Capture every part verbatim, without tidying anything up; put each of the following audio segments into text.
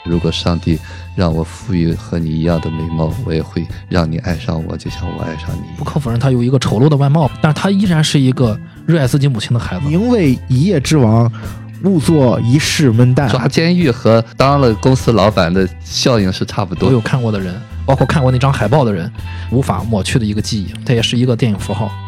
如果上帝让我赋予和你一样的美貌，我也会让你爱上我，就像我爱上你。 不可否认他有一个丑陋的外貌，但是他依然是一个热爱自己母亲的孩子。 宁为一夜之王，勿做一世闷蛋。 抓监狱和当了公司老板的效应是差不多。 都有看过的人，包括看过那张海报的人，无法抹去的一个记忆，这也是一个电影符号。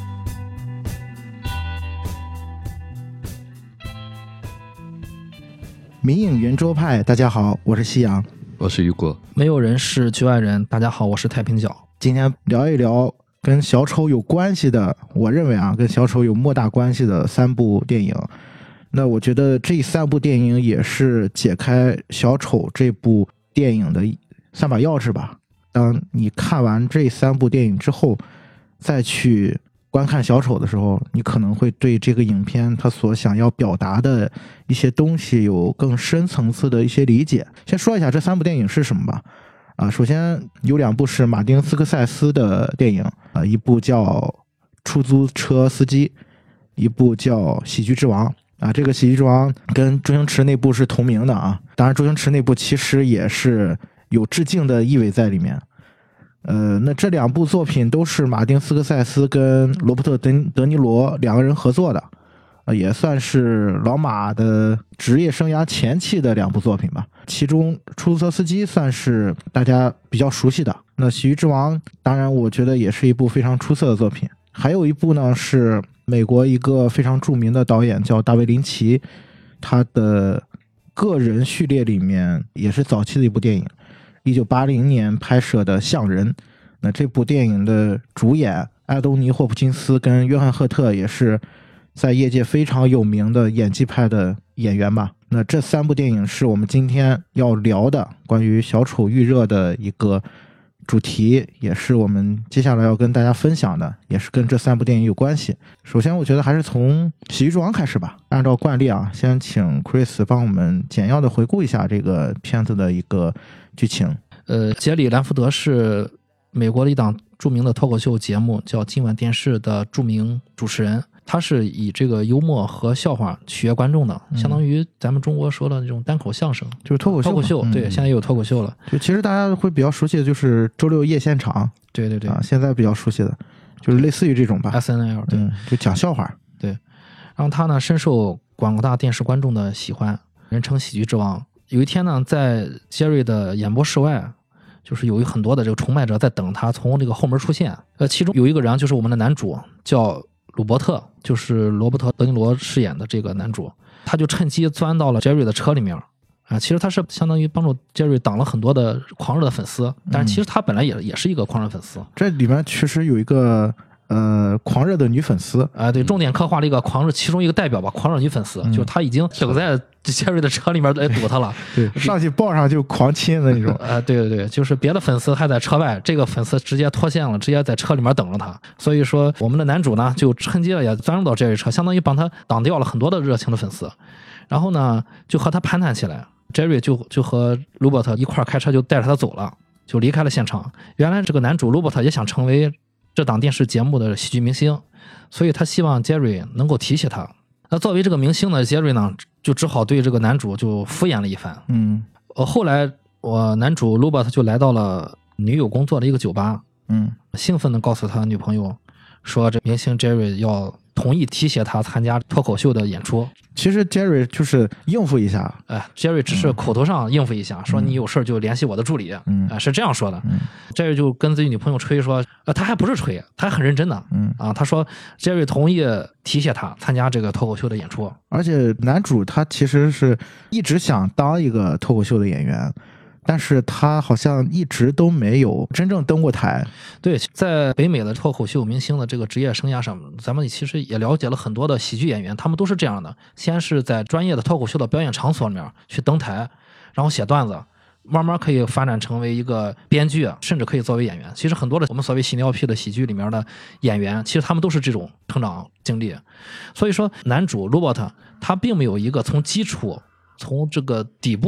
民影圆桌派，大家好，我是夕阳， 我是雨果。 没有人是局外人，大家好，我是太平角。 今天聊一聊跟小丑有关系的，我认为啊，跟小丑有莫大关系的三部电影。那我觉得这三部电影也是解开小丑这部电影的三把钥匙吧。当你看完这三部电影之后，再去观看小丑的时候，你可能会对这个影片它所想要表达的一些东西有更深层次的一些理解。先说一下这三部电影是什么吧。啊，首先有两部是马丁斯科塞斯的电影啊，一部叫《出租车司机》，一部叫《喜剧之王》啊。这个《喜剧之王》跟周星驰那部是同名的啊，当然周星驰那部其实也是有致敬的意味在里面。呃，那这两部作品都是马丁斯科塞斯跟罗伯特德德尼罗两个人合作的，呃，也算是老马的职业生涯前期的两部作品吧。其中《出租车司机》算是大家比较熟悉的，那《喜剧之王》当然我觉得也是一部非常出色的作品。还有一部呢是美国一个非常著名的导演叫大卫林奇，他的个人序列里面也是早期的一部电影，一九八零年拍摄的《像人》。那这部电影的主演艾东尼·霍普金斯跟约翰·赫特也是在业界非常有名的演技派的演员吧。那这三部电影是我们今天要聊的关于小丑预热的一个主题，也是我们接下来要跟大家分享的，也是跟这三部电影有关系。首先我觉得还是从喜剧之王开始吧。按照惯例啊，先请 Chris 帮我们简要的回顾一下这个片子的一个剧情。 呃，杰里·兰福德是美国的一档著名的脱口秀节目叫今晚电视的著名主持人，他是以这个幽默和笑话取悦观众的， 嗯、 相当于咱们中国说的那种单口相声， 就是脱口秀。 脱口秀，对、嗯，现在也有脱口秀了。 就其实大家会比较熟悉的就是周六夜现场， 对对对啊，现在比较熟悉的就是类似于这种吧 ，S N L， 对、 嗯，就讲笑话。 对，然后他呢深受广大电视观众的喜欢，人称喜剧之王。有一天呢，在杰瑞的演播室外，就是有很多的这个崇拜者在等他从这个后门出现。呃，其中有一个人就是我们的男主，叫鲁伯特，就是罗伯特·德尼罗饰演的这个男主，他就趁机钻到了杰瑞的车里面啊。其实他是相当于帮助杰瑞挡了很多的狂热的粉丝，但是其实他本来也也是一个狂热粉丝。 嗯、这里面确实有一个呃狂热的女粉丝啊、呃，对，重点刻画了一个狂热，其中一个代表吧，狂热女粉丝，嗯、就是他已经顶在杰瑞的车里面来堵他了， 对，上去抱上就狂亲的那种。 啊、呃，对对对，就是别的粉丝还在车外，这个粉丝直接脱线了，直接在车里面等着他。所以说，我们的男主呢就趁机了也钻入到杰瑞车，相当于帮他挡掉了很多的热情的粉丝。然后呢，就和他攀谈起来，杰瑞就就和罗伯特一块开车就带着他走了，就离开了现场。原来这个男主罗伯特也想成为这档电视节目的喜剧明星，所以他希望杰瑞能够提携他。那作为这个明星呢，杰瑞呢就只好对这个男主就敷衍了一番。 嗯， 呃，后来我男主罗伯特就来到了女友工作的一个酒吧， 嗯， 兴奋地告诉他女朋友说，这明星杰瑞要同意提携他参加脱口秀的演出。 其实杰瑞就是应付一下， 哎，杰瑞只是口头上应付一下，嗯、说你有事就联系我的助理， 嗯， 呃、是这样说的。 嗯， 杰瑞就跟自己女朋友吹说，呃，他还不是吹，他还很认真的， 嗯啊，他说杰瑞同意提携他参加这个脱口秀的演出， 而且男主他其实是一直想当一个脱口秀的演员。但是他好像一直都没有真正登过台。 对，在北美的脱口秀明星的这个职业生涯上，咱们其实也了解了很多的喜剧演员，他们都是这样的，先是在专业的脱口秀的表演场所里面去登台，然后写段子，慢慢可以发展成为一个编剧，甚至可以作为演员。其实很多的我们所谓屎尿屁的喜剧里面的演员，其实他们都是这种成长经历。所以说男主罗伯特他并没有一个从基础从这个底部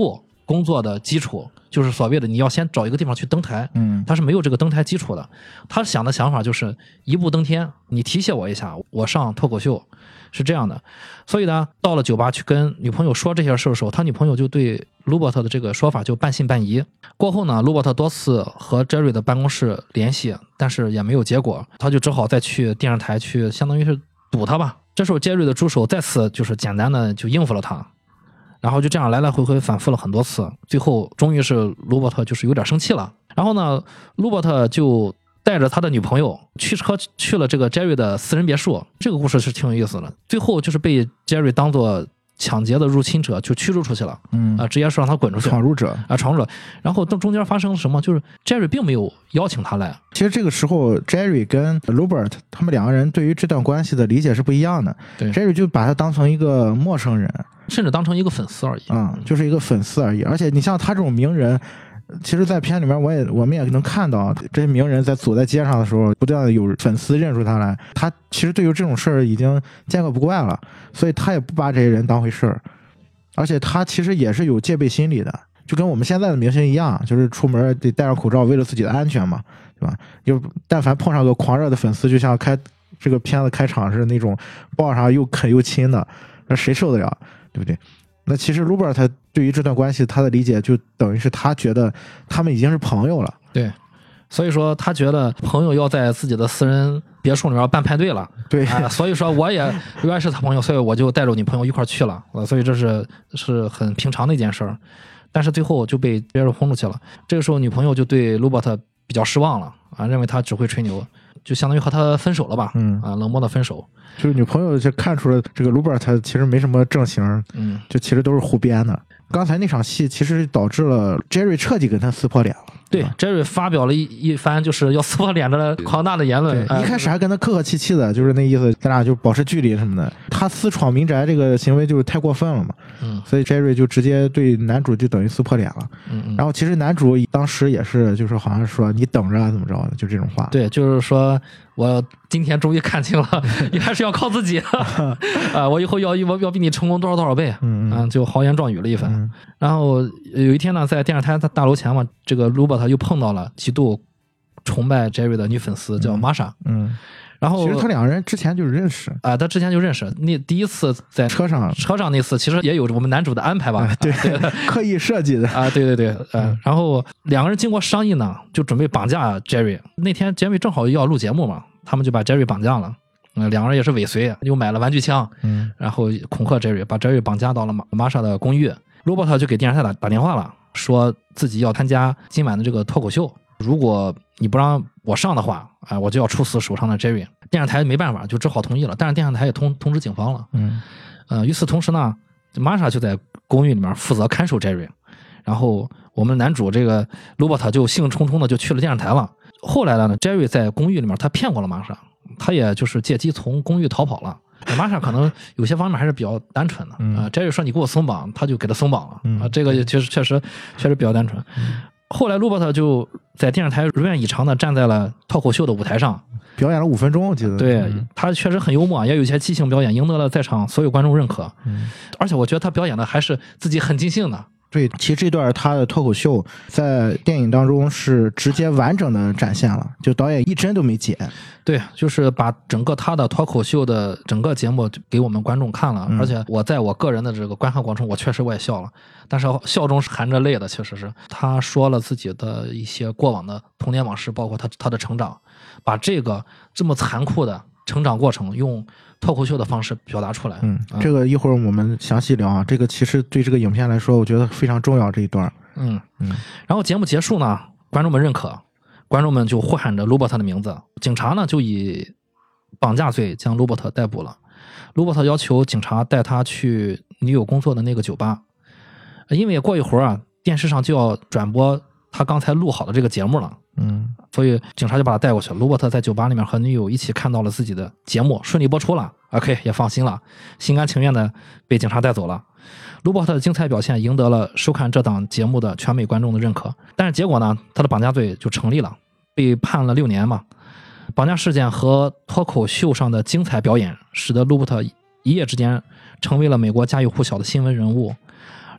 工作的基础，就是所谓的你要先找一个地方去登台， 嗯， 他是没有这个登台基础的。他想的想法就是一步登天，你提携我一下，我上脱口秀，是这样的。所以呢，到了酒吧去跟女朋友说这些事的时候，他女朋友就对卢伯特的这个说法就半信半疑。过后呢，卢伯特多次和 Jerry 的办公室联系，但是也没有结果，他就只好再去电视台去，相当于是堵他吧。这时候 Jerry 的助手再次就是简单的就应付了他，然后就这样来来回回反复了很多次，最后终于是卢伯特就是有点生气了。然后呢，卢伯特就带着他的女朋友驱车去了这个 Jerry 的私人别墅。这个故事是挺有意思的，最后就是被 Jerry 当作抢劫的入侵者就驱逐出去了，嗯啊、呃，直接是让他滚出去， 闯入者啊，闯入者。然后中间发生了什么？就是 Jerry 并没有邀请他来。 其实这个时候 Jerry 跟 Lubert 他们两个人对于这段关系的理解是不一样的。 对 Jerry 就把他当成一个陌生人， 甚至当成一个粉丝而已。 嗯，就是一个粉丝而已。而且你像他这种名人，其实，在片里面我也我们也能看到，这些名人在走在街上的时候，不断的有粉丝认出他来。他其实对于这种事儿已经见怪不怪了，所以他也不把这些人当回事儿。而且他其实也是有戒备心理的，就跟我们现在的明星一样，就是出门得戴上口罩，为了自己的安全嘛，对吧？就但凡碰上个狂热的粉丝，就像开这个片子开场是那种抱上又啃又亲的，那谁受得了，对不对？那其实 Lubert 他对于这段关系他的理解就等于是他觉得他们已经是朋友了， 对，所以说他觉得朋友要在自己的私人别墅里面办派对了， 对、 哎，所以说我也原来是他朋友，所以我就带着女朋友一块去了，所以这是是很平常的一件事儿，但是最后就被别人轰出去了。这个时候女朋友就对 Lubert 比较失望了啊，认为他只会吹牛，就相当于和他分手了吧，嗯啊，冷漠的分手。 就是女朋友就看出了这个 Lubert 其实没什么正形， 嗯， 就其实都是胡编的。刚才那场戏其实导致了 Jerry 彻底跟他撕破脸了。 对 ，Jerry 发表了一一番就是要撕破脸的狂大的言论。 一开始还跟他客客气气的，就是那意思，咱俩就保持距离什么的。他私闯民宅这个行为就是太过分了嘛，嗯，所以 Jerry 就直接对男主就等于撕破脸了。嗯嗯。然后其实男主当时也是，就是好像说你等着啊，怎么着的，就这种话。 对，就是说我今天终于看清了，你还是要靠自己啊、呃！我以后要我要比你成功多少多少倍，嗯嗯，就豪言壮语了一番。嗯、然后有一天呢，在电视台大楼前嘛，这个 Lubert 又碰到了极度崇拜 Jerry 的女粉丝叫 Masha， 嗯。然后其实他两个人之前就认识啊、呃，他之前就认识。那第一次在车上车上那次，其实也有我们男主的安排吧？ 啊、对，刻意设计的啊，对对对，呃、嗯，然后两个人经过商议呢，就准备绑架 Jerry。那天 Jerry 正好要录节目嘛，他们就把 Jerry 绑架了。嗯、呃，两个人也是尾随，又买了玩具枪，嗯，然后恐吓 Jerry， 把 Jerry 绑架到了玛莎的公寓。Lubert 就给电视台打打电话了，说自己要参加今晚的这个脱口秀。如果你不让我上的话，啊、呃，我就要处死手上的 Jerry。电视台没办法，就只好同意了。但是电视台也通通知警方了。嗯，呃，与此同时呢，玛莎就在公寓里面负责看守 Jerry。然后我们男主这个 Lubert 就兴冲冲的就去了电视台了。后来呢 ，Jerry 在公寓里面他骗过了玛莎，他也就是借机从公寓逃跑了。玛莎可能有些方面还是比较单纯的啊、嗯呃、，Jerry 说你给我松绑，他就给他松绑了啊、嗯呃，这个也确实确实确实比较单纯。嗯后来 Lubert 就在电视台如愿以偿的站在了脱口秀的舞台上， 表演了五分钟，我记得。 对、嗯、他确实很幽默，也有一些即兴表演，赢得了在场所有观众认可。嗯，而且我觉得他表演的还是自己很尽兴的。 对，其实这段他的脱口秀在电影当中是直接完整的展现了，就导演一帧都没剪。 对，就是把整个他的脱口秀的整个节目给我们观众看了、嗯、而且我在我个人的这个观看过程中，我确实我也笑了，但是笑中是含着泪的。确实是他说了自己的一些过往的童年往事，包括他他的成长，把这个这么残酷的成长过程用脱口秀的方式表达出来。 嗯，这个一会儿我们详细聊啊。这个其实对这个影片来说，我觉得非常重要这一段。 嗯嗯。然后节目结束呢，观众们认可，观众们就呼喊着 Lubert 的名字。警察呢就以绑架罪将 Lubert 逮捕了。Lubert 要求警察带他去女友工作的那个酒吧，因为过一会儿啊，电视上就要转播他刚才录好的这个节目了。嗯，所以警察就把他带过去了。Lubert 在酒吧里面和女友一起看到了自己的节目顺利播出了 ，OK 也放心了，心甘情愿的被警察带走了。Lubert 的精彩表现赢得了收看这档节目的全美观众的认可，但是结果呢，他的绑架罪就成立了，被判了六年嘛。绑架事件和脱口秀上的精彩表演，使得 Lubert 一夜之间成为了美国家喻户晓的新闻人物。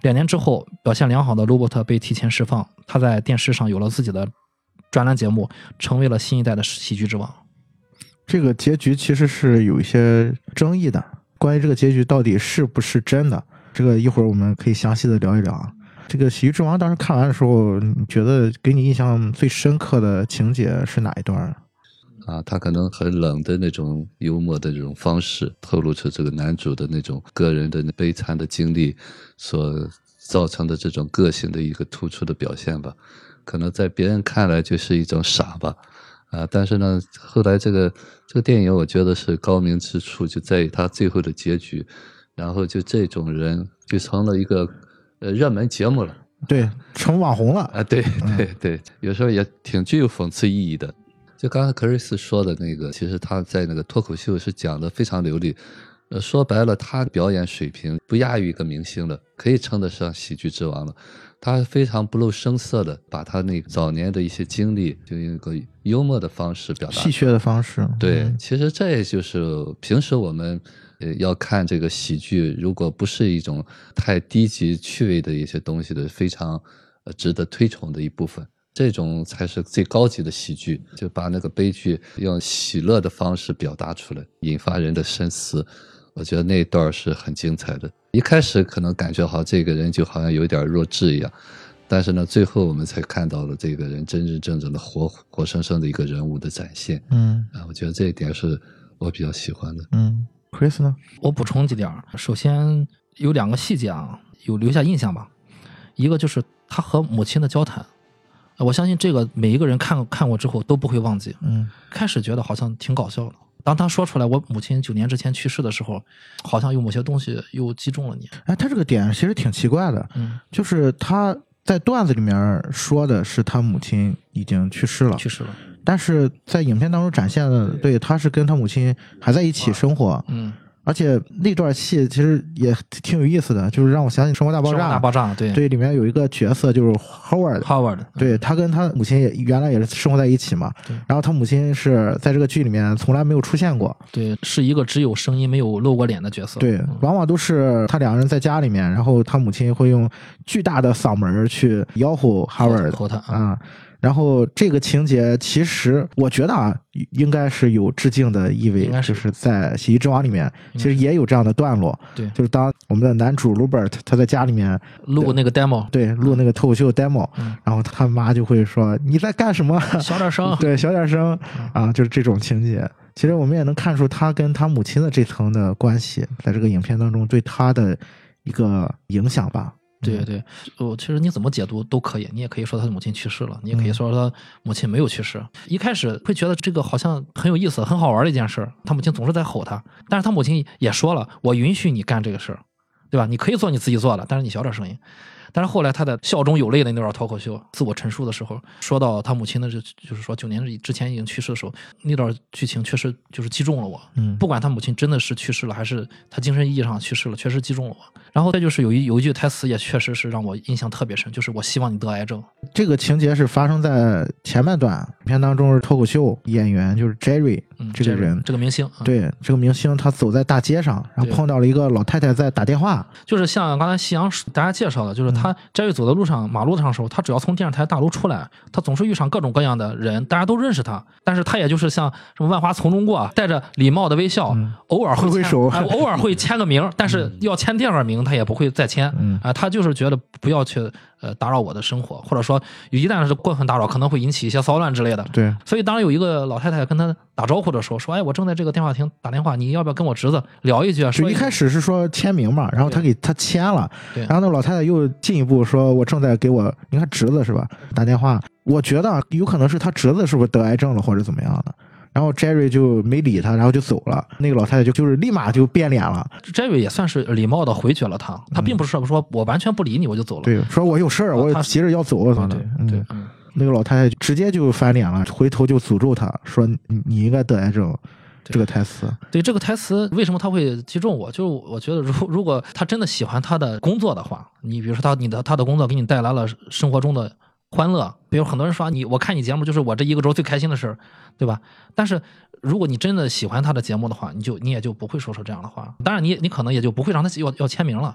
两年之后，表现良好的罗伯特被提前释放，他在电视上有了自己的专栏节目，成为了新一代的喜剧之王。 这个结局其实是有一些争议的，关于这个结局到底是不是真的，这个一会儿我们可以详细的聊一聊啊。这个喜剧之王当时看完的时候，你觉得给你印象最深刻的情节是哪一段啊？他可能很冷的那种幽默的这种方式，透露出这个男主的那种个人的悲惨的经历所造成的这种个性的一个突出的表现吧。可能在别人看来就是一种傻吧，啊，但是呢，后来这个这个电影我觉得是高明之处就在于他最后的结局，然后就这种人就成了一个呃热门节目了， 对，成网红了啊，对对对，有时候也挺具有讽刺意义的。就刚才克里斯说的那个，其实他在那个脱口秀是讲的非常流利，呃，说白了，他表演水平不亚于一个明星了，可以称得上喜剧之王了。他非常不露声色的把他那个早年的一些经历，就用一个幽默的方式表达， 戏谑的方式。 对， 嗯、 其实这也就是平时我们呃要看这个喜剧，如果不是一种太低级趣味的一些东西的，非常呃值得推崇的一部分。这种才是最高级的喜剧，就把那个悲剧用喜乐的方式表达出来，引发人的深思。我觉得那一段是很精彩的。一开始可能感觉好这个人就好像有点弱智一样，但是呢，最后我们才看到了这个人真真正正的活活生生的一个人物的展现。 嗯， 啊，我觉得这一点是我比较喜欢的。 嗯 ，Chris 呢？ 我补充几点，首先有两个细节啊，有留下印象吧。一个就是他和母亲的交谈，我相信这个每一个人看看过之后都不会忘记。 嗯， 开始觉得好像挺搞笑的。当他说出来我母亲九年之前去世的时候，好像有某些东西又击中了你。 哎，他这个点其实挺奇怪的， 嗯， 就是他在段子里面说的是他母亲已经去世了， 去世了， 但是在影片当中展现的，对，他是跟他母亲还在一起生活， 嗯， 而且那段戏其实也挺有意思的，就是让我想起《生活大爆炸》。 生活大爆炸，对对，里面有一个角色就是 Howard，Howard， Howard， 对，他跟他母亲也原来也是生活在一起嘛， 对， 然后他母亲是在这个剧里面从来没有出现过， 对，是一个只有声音没有露过脸的角色， 对，往往都是他两个人在家里面，然后他母亲会用巨大的嗓门去吆喝 Howard， 吼他啊。然后这个情节其实我觉得啊，应该是有致敬的意味，就是在《喜剧之王》里面其实也有这样的段落， 对， 就是当我们的男主 Robert 他在家里面录那个 demo， 对，录那个脱口秀 demo， 嗯， 然后他妈就会说你在干什么？ 小点声， 对，小点声啊，就是这种情节。其实我们也能看出他跟他母亲的这层的关系，在这个影片当中对他的一个影响吧。 对对，我其实你怎么解读都可以，你也可以说他的母亲去世了，你也可以说他母亲没有去世。嗯、一开始会觉得这个好像很有意思、很好玩的一件事，他母亲总是在吼他，但是他母亲也说了，我允许你干这个事，对吧？你可以做你自己做的，但是你小点声音。但是后来他在笑中有泪的那段脱口秀自我陈述的时候，说到他母亲的就是说九年之前已经去世的时候，那段剧情确实就是击中了我。 嗯， 不管他母亲真的是去世了，还是他精神意义上去世了，确实击中了我。然后再就是有一有一句台词也确实是让我印象特别深，就是我希望你得癌症。 这个情节是发生在前半段片当中，是脱口秀演员就是 Jerry、嗯、这个人， Jerry, 这个明星， 对、嗯、这个明星他走在大街上，然后碰到了一个老太太在打电话， 就是像刚才夕阳大家介绍的，就是他 Jerry 走在路上马路上的时候，他只要从电视台大楼出来，他总是遇上各种各样的人，大家都认识他，但是他也就是像什么万花丛中过，带着礼貌的微笑，嗯、偶尔会挥挥手、 呃，偶尔会签个名，但是要签第二名他也不会再签，啊、 嗯呃，他就是觉得不要去呃打扰我的生活，或者说一旦是过分打扰，可能会引起一些骚乱之类的。 对， 所以当有一个老太太跟他打招呼的时候，说：“哎，我正在这个电话亭打电话，你要不要跟我侄子聊一句？” 就一开始是说签名嘛，然后他给他签了，然后那老太太又进一步说：“我正在给我你看侄子是吧打电话。”我觉得有可能是他侄子是不是得癌症了或者怎么样的。然后 Jerry 就没理他，然后就走了。那个老太太就就是立马就变脸了。 Jerry 也算是礼貌的回绝了他，他并不是说我完全不理你我就走了。 对，说我有事儿，我急着要走。 对对， 嗯，嗯那个老太太直接就翻脸了，回头就诅咒他说你你应该得癌症。这个台词， 对这个台词为什么他会击中我？就是我觉得如如果他真的喜欢他的工作的话，你比如说他你的他的工作给你带来了生活中的欢乐，比如很多人说你我看你节目就是我这一个周最开心的事，对吧？但是如果你真的喜欢他的节目的话，你就你也就不会说出这样的话。当然你你可能也就不会让他要要签名了。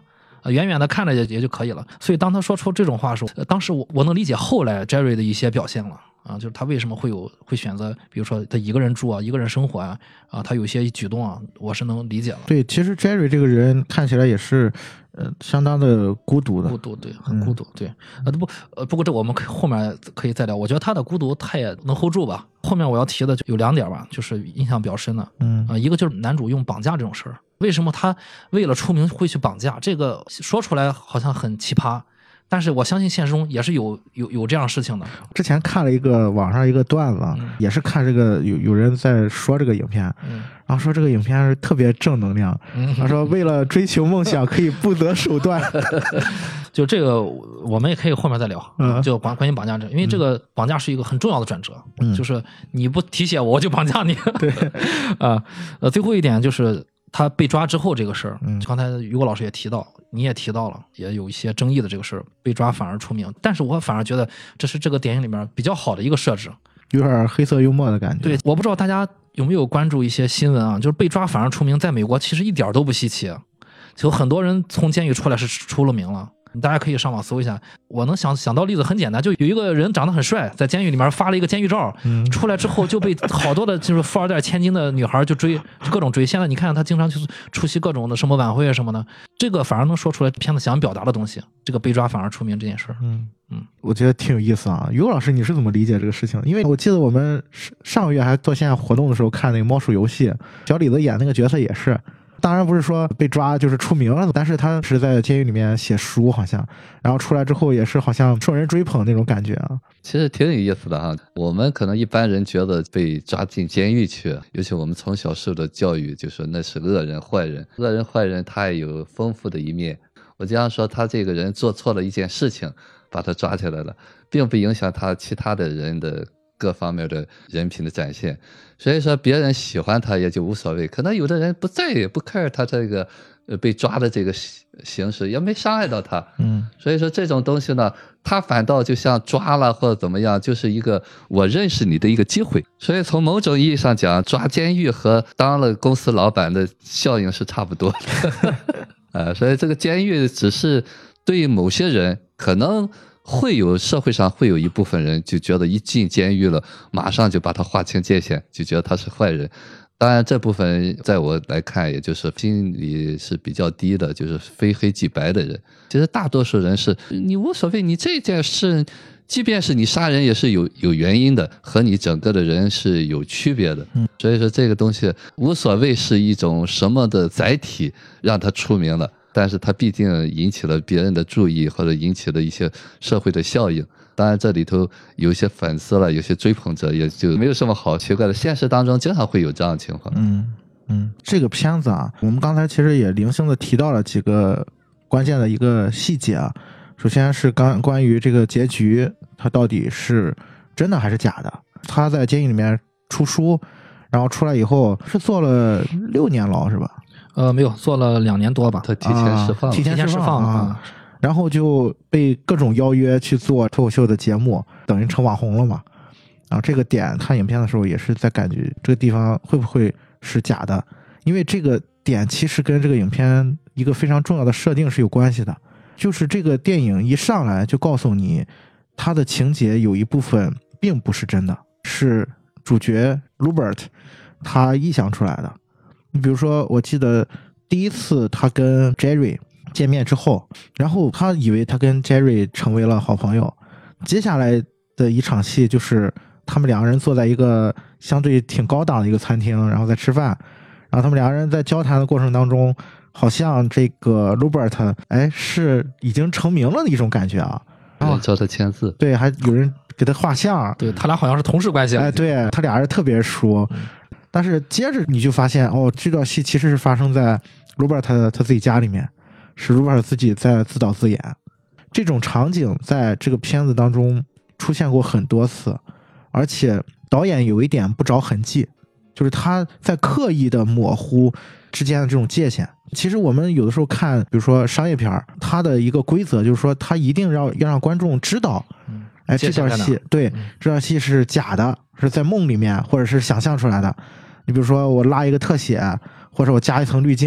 呃远远的看着也也就可以了。所以当他说出这种话的时候，呃当时我我能理解后来 Jerry 的一些表现了。啊，就是他为什么会有会选择，比如说他一个人住啊，一个人生活啊，啊，他有一些举动啊，我是能理解了。 对，其实 Jerry 这个人看起来也是，呃，相当的孤独的。 孤独，对，很孤独，嗯、对。呃，不，呃，不过这我们可以后面可以再聊。我觉得他的孤独，他也能 hold 住吧。后面我要提的就有两点吧，就是印象比较深的。嗯，啊、呃，一个就是男主用绑架这种事儿，为什么他为了出名会去绑架？这个说出来好像很奇葩。但是我相信现实中也是有有有这样的事情的。 之前看了一个网上一个段子，嗯、也是看这个有有人在说这个影片，嗯、然后说这个影片是特别正能量。嗯、他说为了追求梦想可以不择手段。 就这个我们也可以后面再聊，嗯、就关关于绑架这，因为这个绑架是一个很重要的转折，嗯、就是你不提携我，我就绑架你。 对， 啊，呃，最后一点就是。他被抓之后这个事儿，嗯，刚才于果老师也提到，你也提到了，也有一些争议的这个事儿，被抓反而出名，但是我反而觉得这是这个电影里面比较好的一个设置， 有点黑色幽默的感觉。 对，我不知道大家有没有关注一些新闻啊，就是被抓反而出名，在美国其实一点都不稀奇，就很多人从监狱出来是出了名了。大家可以上网搜一下，我能想想到例子很简单，就有一个人长得很帅，在监狱里面发了一个监狱照，嗯、出来之后就被好多的就是富二代千金的女孩就追，就各种追。现在你看他经常去出席各种的什么晚会啊什么的，这个反而能说出来片子想表达的东西。这个被抓反而出名这件事， 嗯嗯，我觉得挺有意思啊。于老师，你是怎么理解这个事情？因为我记得我们上个月还做线下活动的时候看那个猫鼠游戏，小李子演那个角色也是。当然不是说被抓就是出名了，但是他是在监狱里面写书好像，然后出来之后也是好像受人追捧那种感觉啊。 其实挺有意思的哈，我们可能一般人觉得被抓进监狱去，尤其我们从小受的教育就说那是恶人坏人，恶人坏人他也有丰富的一面。我经常说他这个人做错了一件事情，把他抓起来了，并不影响他其他的人的各方面的人品的展现，所以说别人喜欢他也就无所谓，可能有的人不在意不 care 他这个呃被抓的这个形式，也没伤害到他，嗯，所以说这种东西呢，他反倒就像抓了或者怎么样，就是一个我认识你的一个机会。所以从某种意义上讲，抓监狱和当了公司老板的效应是差不多的，呃，所以这个监狱只是对某些人可能。会有社会上会有一部分人就觉得一进监狱了，马上就把他划清界限，就觉得他是坏人。当然这部分在我来看，也就是心理是比较低的，就是非黑即白的人。其实大多数人是你无所谓，你这件事即便是你杀人也是有有原因的，和你整个的人是有区别的。所以说这个东西无所谓是一种什么的载体让他出名了，但是它毕竟引起了别人的注意，或者引起了一些社会的效应。当然这里头有一些粉丝了，有些追捧者，也就没有什么好奇怪的。现实当中经常会有这样的情况。 嗯嗯，这个片子啊，我们刚才其实也零星的提到了几个关键的一个细节啊。首先是刚关于这个结局，它到底是真的还是假的？他在监狱里面出书，然后出来以后是坐了六年牢是吧？ 呃，没有，做了两年多吧。 他提前释放、 啊，提前释放啊， 啊，然后就被各种邀约去做脱口秀的节目，等于成网红了嘛。然后这个点看影片的时候也是在感觉这个地方会不会是假的，因为这个点其实跟这个影片一个非常重要的设定是有关系的，就是这个电影一上来就告诉你，它的情节有一部分并不是真的，是主角 Rupert 他臆想出来的。你比如说，我记得第一次他跟 Jerry 见面之后，然后他以为他跟 Jerry 成为了好朋友，接下来的一场戏就是他们两个人坐在一个相对挺高档的一个餐厅，然后在吃饭，然后他们两个人在交谈的过程当中，好像这个 Rupert 哎是已经成名了的一种感觉啊， 然后叫他签字， 对，还有人给他画像， 对他俩好像是同事关系， 哎，对他俩人特别熟。嗯，但是接着你就发现，哦，这段戏其实是发生在 Rupert 他他自己家里面，是 Rupert 自己在自导自演。这种场景在这个片子当中出现过很多次，而且导演有一点不着痕迹，就是他在刻意的模糊之间的这种界限。其实我们有的时候看，比如说商业片，它的一个规则就是说，它一定要要让观众知道，哎，这段戏，对，这段戏是假的，是在梦里面或者是想象出来的。你比如说我拉一个特写，或者我加一层滤镜，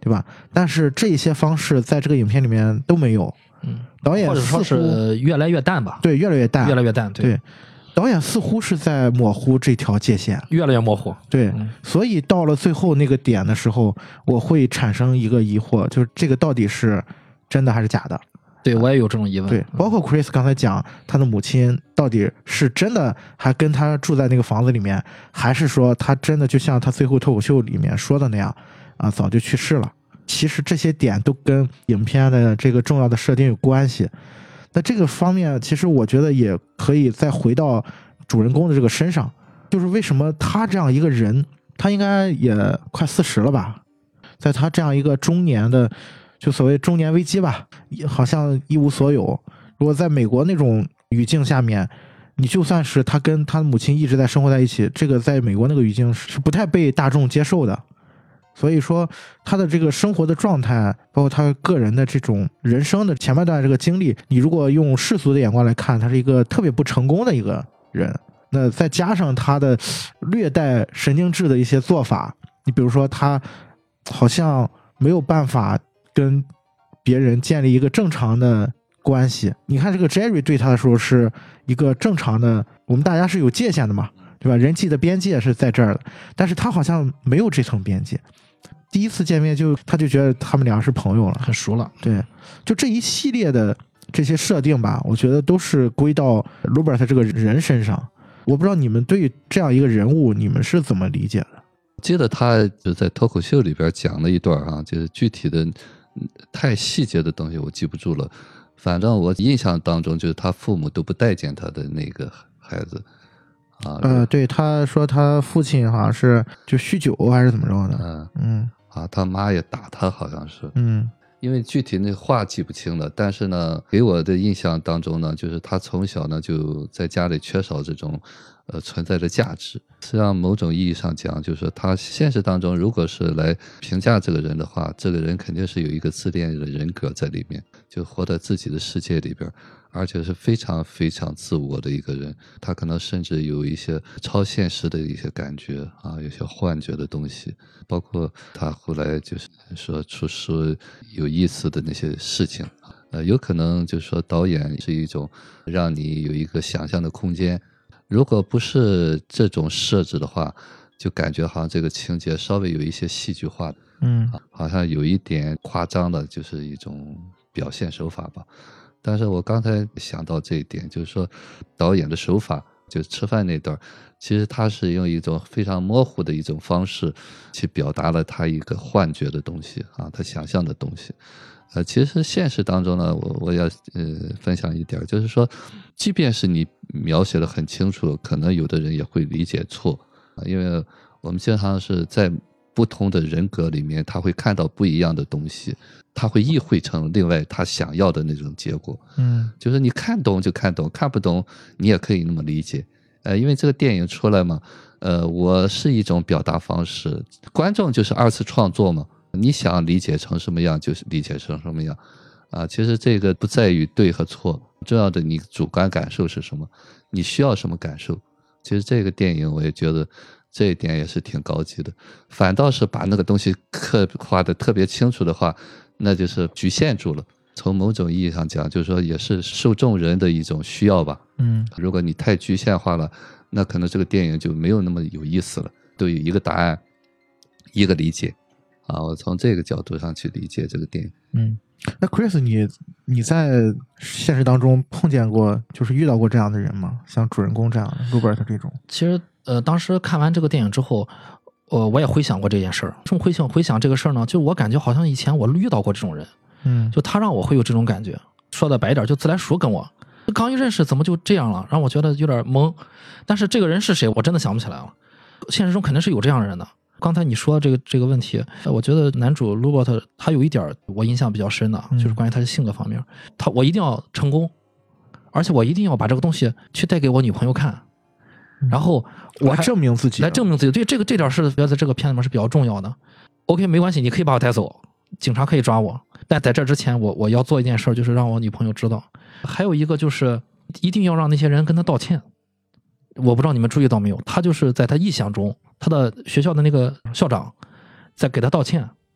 对吧？但是这些方式在这个影片里面都没有。 嗯， 导演或者说是越来越淡吧。 对，越来越淡， 越来越淡。对， 对导演似乎是在模糊这条界限， 越来越模糊。 对、 嗯， 所以到了最后那个点的时候，我会产生一个疑惑，就是这个到底是真的还是假的？ 对，我也有这种疑问。 对，包括 Chris 刚才讲他的母亲到底是真的还跟他住在那个房子里面，还是说他真的就像他最后脱口秀里面说的那样啊，早就去世了。其实这些点都跟影片的这个重要的设定有关系。那这个方面其实我觉得也可以再回到主人公的这个身上，就是为什么他这样一个人，他应该也快四十了吧，在他这样一个中年的就所谓中年危机吧，好像一无所有。如果在美国那种语境下面，你就算是他跟他母亲一直在生活在一起，这个在美国那个语境是不太被大众接受的。所以说他的这个生活的状态，包括他个人的这种人生的前半段这个经历，你如果用世俗的眼光来看，他是一个特别不成功的一个人。那再加上他的略带神经质的一些做法，你比如说他好像没有办法跟别人建立一个正常的关系。你看这个 Jerry 对他的时候是一个正常的，我们大家是有界限的嘛，对吧？人际的边界是在这儿的，但是他好像没有这层边界。第一次见面就他就觉得他们俩是朋友了， 很熟了。 对，就这一系列的这些设定吧，我觉得都是归到 Robert 这个人身上。我不知道你们对于这样一个人物，你们是怎么理解的？ 记得他就在脱口秀里边讲了一段啊，就是具体的太细节的东西我记不住了。反正我印象当中，就是他父母都不待见他的那个孩子啊。 呃，对，他说他父亲好像是就酗酒还是怎么着的。 嗯嗯啊，他妈也打他，好像是。 嗯。 因为具体那话记不清了，但是呢，给我的印象当中呢，就是他从小呢就在家里缺少这种呃存在的价值。实际上，某种意义上讲，就是说他现实当中，如果是来评价这个人的话，这个人肯定是有一个自恋的人格在里面，就活在自己的世界里边，而且是非常非常自我的一个人。他可能甚至有一些超现实的一些感觉啊，有些幻觉的东西。包括他后来就是说出说有意思的那些事情，呃，有可能就是说导演是一种让你有一个想象的空间。如果不是这种设置的话，就感觉好像这个情节稍微有一些戏剧化， 嗯， 好像有一点夸张的，就是一种表现手法吧。但是我刚才想到这一点，就是说导演的手法，就是吃饭那段，其实他是用一种非常模糊的一种方式去表达了他一个幻觉的东西啊，他想象的东西。呃，其实现实当中呢，我我要呃分享一点，就是说，即便是你描写的很清楚，可能有的人也会理解错啊，因为我们经常是在不同的人格里面，他会看到不一样的东西，他会意会成另外他想要的那种结果。 嗯， 就是你看懂就看懂，看不懂你也可以那么理解。呃，因为这个电影出来嘛，呃，我是一种表达方式，观众就是二次创作嘛，你想理解成什么样就是理解成什么样，啊，其实这个不在于对和错，重要的你主观感受是什么，你需要什么感受。其实这个电影我也觉得这一点也是挺高级的，反倒是把那个东西刻画的特别清楚的话，那就是局限住了。从某种意义上讲，就是说也是受众人的一种需要吧。 嗯， 如果你太局限化了，那可能这个电影就没有那么有意思了，都有一个答案，一个理解啊。我从这个角度上去理解这个电影。 嗯，那 Chris， 你你在现实当中碰见过，就是遇到过这样的人吗？像主人公这样的 Robert 这种？ 其实呃，当时看完这个电影之后，呃，我也回想过这件事儿。这么回想回想这个事儿呢，就我感觉好像以前我遇到过这种人。 嗯， 就他让我会有这种感觉，说的白一点，就自来熟跟我刚一认识怎么就这样了，让我觉得有点懵。但是这个人是谁，我真的想不起来了。现实中肯定是有这样的人的。刚才你说这个这个问题，我觉得男主 Robert 他有一点我印象比较深的，就是关于他的性格方面。他我一定要成功，而且我一定要把这个东西去带给我女朋友看，然后我来证明自己， 来证明自己。对，这个这点是觉得在这个片子里面是比较重要的。OK， 没关系，你可以把我带走，警察可以抓我。但在这之前我我要做一件事，就是让我女朋友知道。还有一个就是一定要让那些人跟他道歉。我不知道你们注意到没有，他就是在他臆想中，他的学校的那个校长在给他道歉，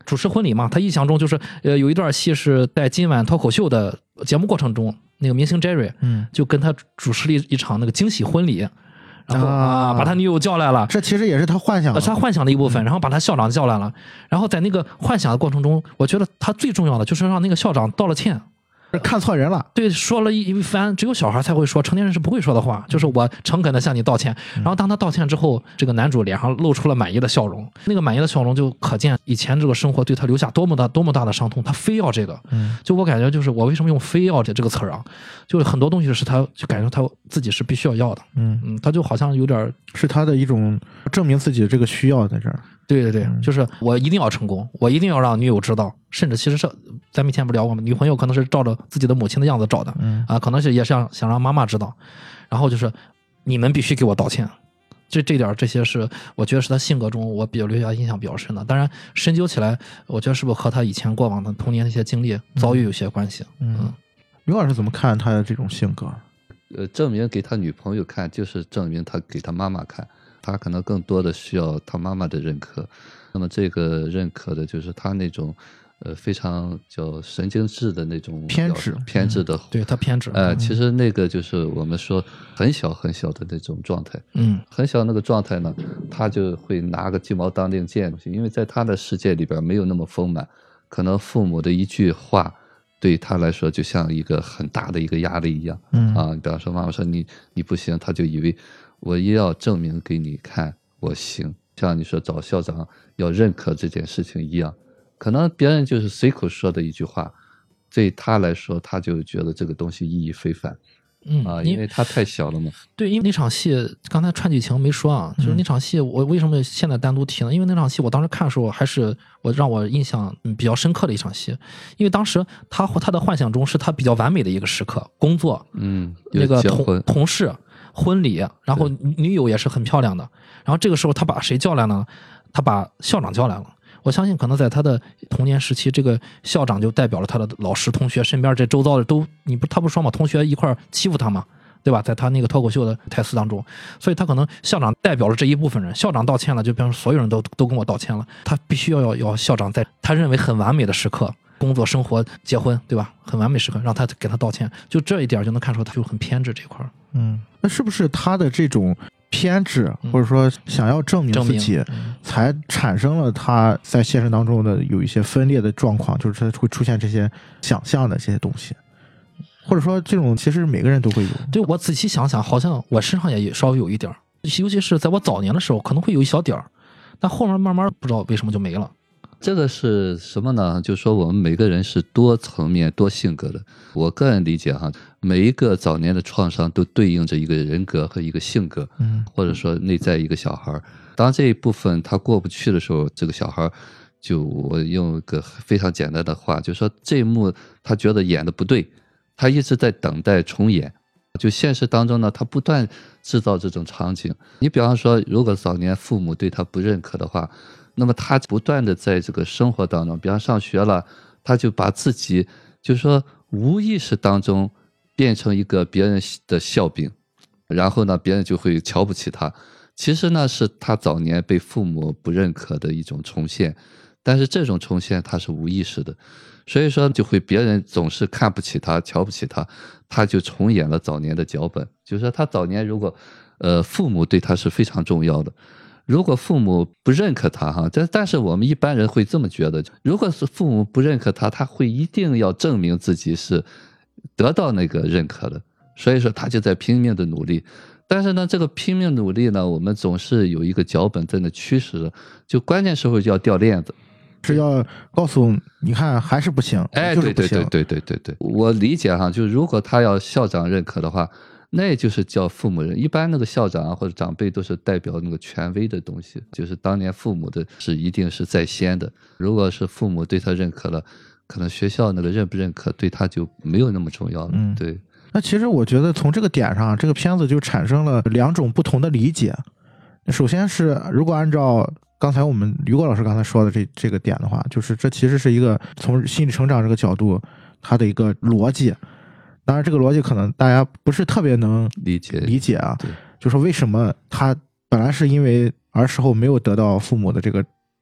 主持婚礼嘛，他印象中就是呃有一段戏是在今晚脱口秀的节目过程中，那个明星 Jerry 嗯就跟他主持了一场那个惊喜婚礼，然后啊啊把他女友叫来了。 这其实也是他幻想的， 呃他幻想的一部分，然后把他校长叫来了，然后在那个幻想的过程中，我觉得他最重要的就是让那个校长道了歉， 看错人了。 对，说了一一番只有小孩才会说，成年人是不会说的话，就是我诚恳的向你道歉。然后当他道歉之后，这个男主脸上露出了满意的笑容，那个满意的笑容就可见以前这个生活对他留下多么大多么大的伤痛，他非要这个。 嗯， 就我感觉就是我为什么用非要这这个词儿啊，就是很多东西是他就感觉他自己是必须要要的。 嗯嗯，他就好像有点是他的一种证明自己的这个需要在这儿。 对对对，就是我一定要成功，我一定要让女友知道，甚至其实是咱们以前不聊过吗？女朋友可能是照着自己的母亲的样子找的， 嗯啊，可能是也是想想让妈妈知道，然后就是你们必须给我道歉。这这点这些是我觉得是他性格中我比较留下印象比较深的。当然深究起来，我觉得是不是和他以前过往的童年的一些经历遭遇有些关系。 嗯，于老师怎么看他的这种性格？ 呃，证明给他女朋友看，就是证明他给他妈妈看。他可能更多的需要他妈妈的认可，那么这个认可的就是他那种呃非常叫神经质的那种偏执偏执的、 嗯、对他偏执呃其实那个就是我们说很小很小的那种状态， 嗯， 很小那个状态呢，他就会拿个鸡毛当令箭，因为在他的世界里边没有那么丰满，可能父母的一句话对他来说就像一个很大的一个压力一样。 嗯啊，比方说妈妈说你你不行，他就以为我也要证明给你看我行，像你说找校长要认可这件事情一样，可能别人就是随口说的一句话，对他来说他就觉得这个东西意义非凡。 嗯啊，因为他太小了嘛。 对，因为那场戏刚才串剧情没说啊，就是那场戏我为什么现在单独提呢？因为那场戏我当时看的时候还是我让我印象比较深刻的一场戏，因为当时他他的幻想中是他比较完美的一个时刻，工作， 嗯， 那个结婚同同事婚礼，然后女友也是很漂亮的，然后这个时候他把谁叫来呢？他把校长叫来了。我相信可能在他的童年时期，这个校长就代表了他的老师同学身边这周遭的都，你不他不说嘛，同学一块欺负他嘛，对吧？在他那个脱口秀的台词当中，所以他可能校长代表了这一部分人，校长道歉了，就比方说所有人都都跟我道歉了，他必须要要要校长在他认为很完美的时刻，工作、生活、结婚，对吧？很完美时刻，让他给他道歉，就这一点就能看出他就很偏执这块。 嗯，那是不是他的这种偏执，或者说想要证明自己，才产生了他在现实当中的有一些分裂的状况，就是他会出现这些想象的这些东西，或者说这种其实每个人都会有。 对，我仔细想想，好像我身上也稍微有一点，尤其是在我早年的时候可能会有一小点儿，但后面慢慢不知道为什么就没了。 这个是什么呢？就是说我们每个人是多层面多性格的。我个人理解哈，每一个早年的创伤都对应着一个人格和一个性格， 嗯， 或者说内在一个小孩。当这一部分他过不去的时候，这个小孩就我用一个非常简单的话，就是说这一幕他觉得演的不对，他一直在等待重演。就现实当中呢，他不断制造这种场景。你比方说，如果早年父母对他不认可的话，那么他不断的在这个生活当中，比方上学了，他就把自己就是说无意识当中变成一个别人的笑柄，然后呢，别人就会瞧不起他。其实呢，是他早年被父母不认可的一种重现，但是这种重现他是无意识的，所以说就会别人总是看不起他，瞧不起他，他就重演了早年的脚本。就是说他早年如果呃父母对他是非常重要的，如果父母不认可他哈，但但是我们一般人会这么觉得，如果是父母不认可他，他会一定要证明自己是得到那个认可的，所以说他就在拼命的努力。但是呢，这个拼命努力呢，我们总是有一个脚本在那驱使的，就关键时候就要掉链子， 是要告诉你看还是不行， 哎， 就是不行。 对对对对对对对，我理解哈，就如果他要校长认可的话，那也就是叫父母认。一般那个校长或者长辈都是代表那个权威的东西，就是当年父母的是一定是在先的。如果是父母对他认可了，可能学校那个认不认可对他就没有那么重要了。 嗯， 对。 那其实我觉得从这个点上，这个片子就产生了两种不同的理解。首先是如果按照刚才我们于果老师刚才说的这这个点的话，就是这其实是一个从心理成长这个角度它的一个逻辑。当然这个逻辑可能大家不是特别能理解理解啊，就说为什么他本来是因为儿时候没有得到父母的这个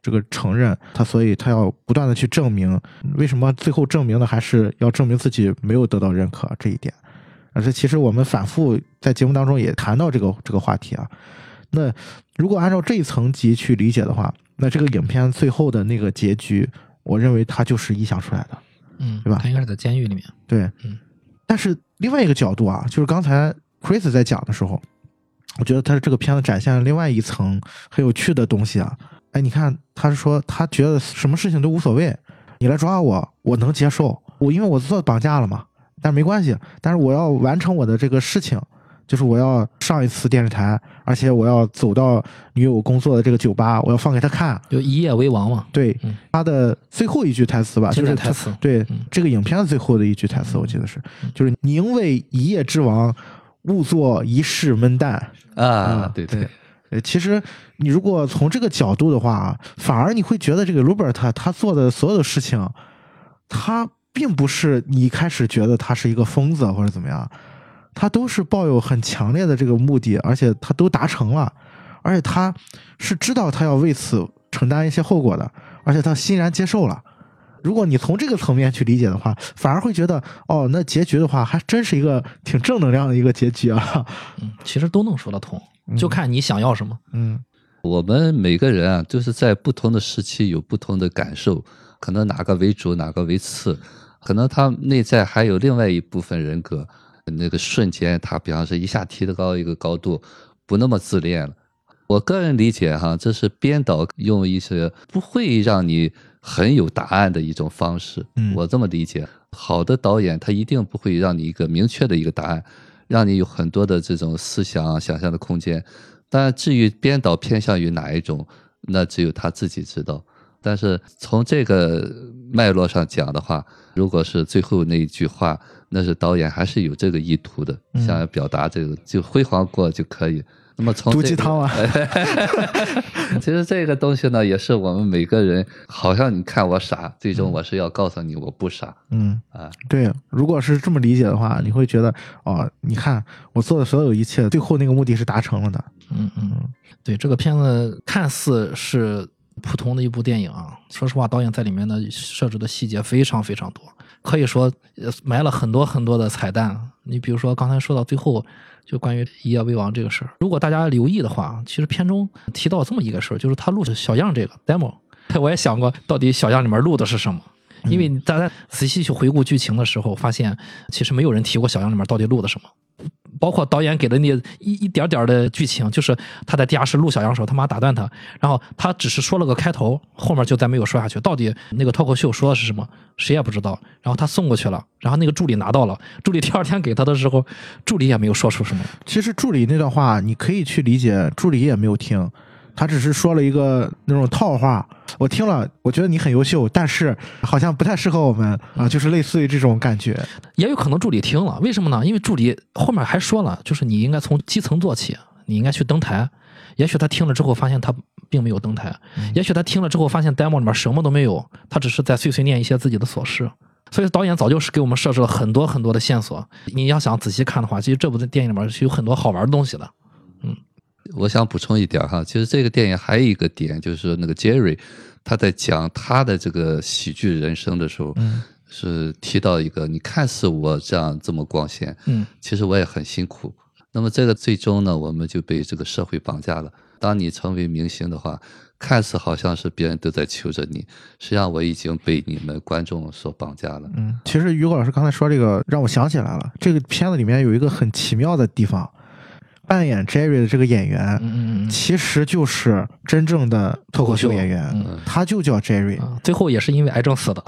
这个承认，他所以他要不断的去证明，为什么最后证明的还是要证明自己没有得到认可这一点。而且其实我们反复在节目当中也谈到这个这个话题啊。那如果按照这一层级去理解的话，那这个影片最后的那个结局，我认为它就是臆想出来的， 嗯， 对吧？ 他应该是在监狱里面。 对， 嗯。 但是另外一个角度啊，就是刚才 Chris 在讲的时候，我觉得他这个片子展现了另外一层很有趣的东西啊。哎，你看，他是说他觉得什么事情都无所谓，你来抓我，我能接受，我因为我做绑架了嘛，但是没关系，但是我要完成我的这个事情，就是我要上一次电视台，而且我要走到女友工作的这个酒吧，我要放给他看， 就一夜为王嘛。 对， 嗯、 他的最后一句台词吧，就是台词， 对、 嗯、 这个影片的最后的一句台词，我记得是， 嗯、 就是宁为一夜之王，勿做一世闷蛋啊，对对。呃，其实你如果从这个角度的话，反而你会觉得这个 Robert 他做的所有的事情，他并不是你一开始觉得他是一个疯子或者怎么样，他都是抱有很强烈的这个目的，而且他都达成了，而且他是知道他要为此承担一些后果的，而且他欣然接受了。如果你从这个层面去理解的话，反而会觉得哦，那结局的话还真是一个挺正能量的一个结局啊。 嗯，其实都能说得通，就看你想要什么。 嗯， 我们每个人啊，就是在不同的时期有不同的感受，可能哪个为主，哪个为次，可能他内在还有另外一部分人格，那个瞬间他比方说一下提得高一个高度，不那么自恋了。我个人理解哈，这是编导用一些不会让你很有答案的一种方式。 嗯， 我这么理解，好的导演他一定不会让你一个明确的一个答案，让你有很多的这种思想想象的空间。当然至于编导偏向于哪一种，那只有他自己知道。但是从这个脉络上讲的话，如果是最后那一句话，那是导演还是有这个意图的，想要表达这个，就辉煌过就可以。那么从毒鸡汤啊， 其实这个东西呢，也是我们每个人，好像你看我傻，最终我是要告诉你我不傻。 嗯啊， 对，如果是这么理解的话，你会觉得哦，你看我做的所有一切，最后那个目的是达成了的。 嗯嗯，对，这个片子看似是普通的一部电影啊，说实话，导演在里面的设置的细节非常非常多，可以说埋了很多很多的彩蛋。你比如说刚才说到最后，就关于一夜为王这个事儿，如果大家留意的话，其实片中提到这么一个事儿，就是他录小样这个 demo， 我也想过到底小样里面录的是什么，因为大家仔细去回顾剧情的时候，发现其实没有人提过小样里面到底录的什么。包括导演给的那一一点点的剧情，就是他在地下室录小样的时候，他妈打断他，然后他只是说了个开头，后面就再没有说下去。到底那个脱口秀说的是什么，谁也不知道。然后他送过去了，然后那个助理拿到了，助理第二天给他的时候，助理也没有说出什么。 其实助理那段话，你可以去理解，助理也没有听。他只是说了一个那种套话，我听了，我觉得你很优秀，但是好像不太适合我们啊，就是类似于这种感觉。 也有可能助理听了，为什么呢？因为助理后面还说了，就是你应该从基层做起，你应该去登台。也许他听了之后发现他并没有登台，嗯、也许他听了之后发现 demo 里面什么都没有，他只是在碎碎念一些自己的琐事。所以导演早就是给我们设置了很多很多的线索，你要想仔细看的话，其实这部电影里面是有很多好玩的东西的。嗯。 我想补充一点哈，其实这个电影还有一个点，就是那个 Jerry 他在讲他的这个喜剧人生的时候，嗯，是提到一个，你看似我这样这么光鲜，嗯，其实我也很辛苦。那么这个最终呢，我们就被这个社会绑架了。当你成为明星的话，看似好像是别人都在求着你，实际上我已经被你们观众所绑架了。 嗯，其实于果老师刚才说这个，让我想起来了，这个片子里面有一个很奇妙的地方。扮演 Jerry 的这个演员，嗯、其实就是真正的脱口秀演员，嗯、他就叫 Jerry， 嗯、最后也是因为癌症死的。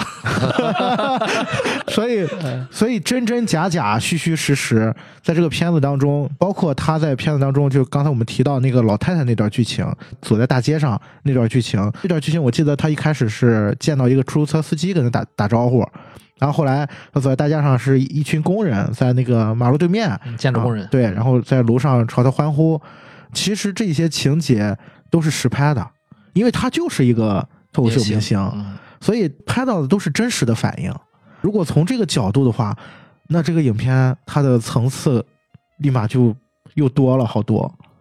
所以，所以真真假假、虚虚实实，在这个片子当中，包括他在片子当中，就刚才我们提到那个老太太那段剧情，走在大街上那段剧情，这段剧情我记得他一开始是见到一个出租车司机跟他打打招呼。然后后来他走在大街上，是一群工人在那个马路对面， 建筑工人、 啊、对，然后在楼上朝他欢呼。其实这些情节都是实拍的，因为他就是一个脱口秀明星，嗯、所以拍到的都是真实的反应。如果从这个角度的话，那这个影片它的层次立马就又多了好多。 对，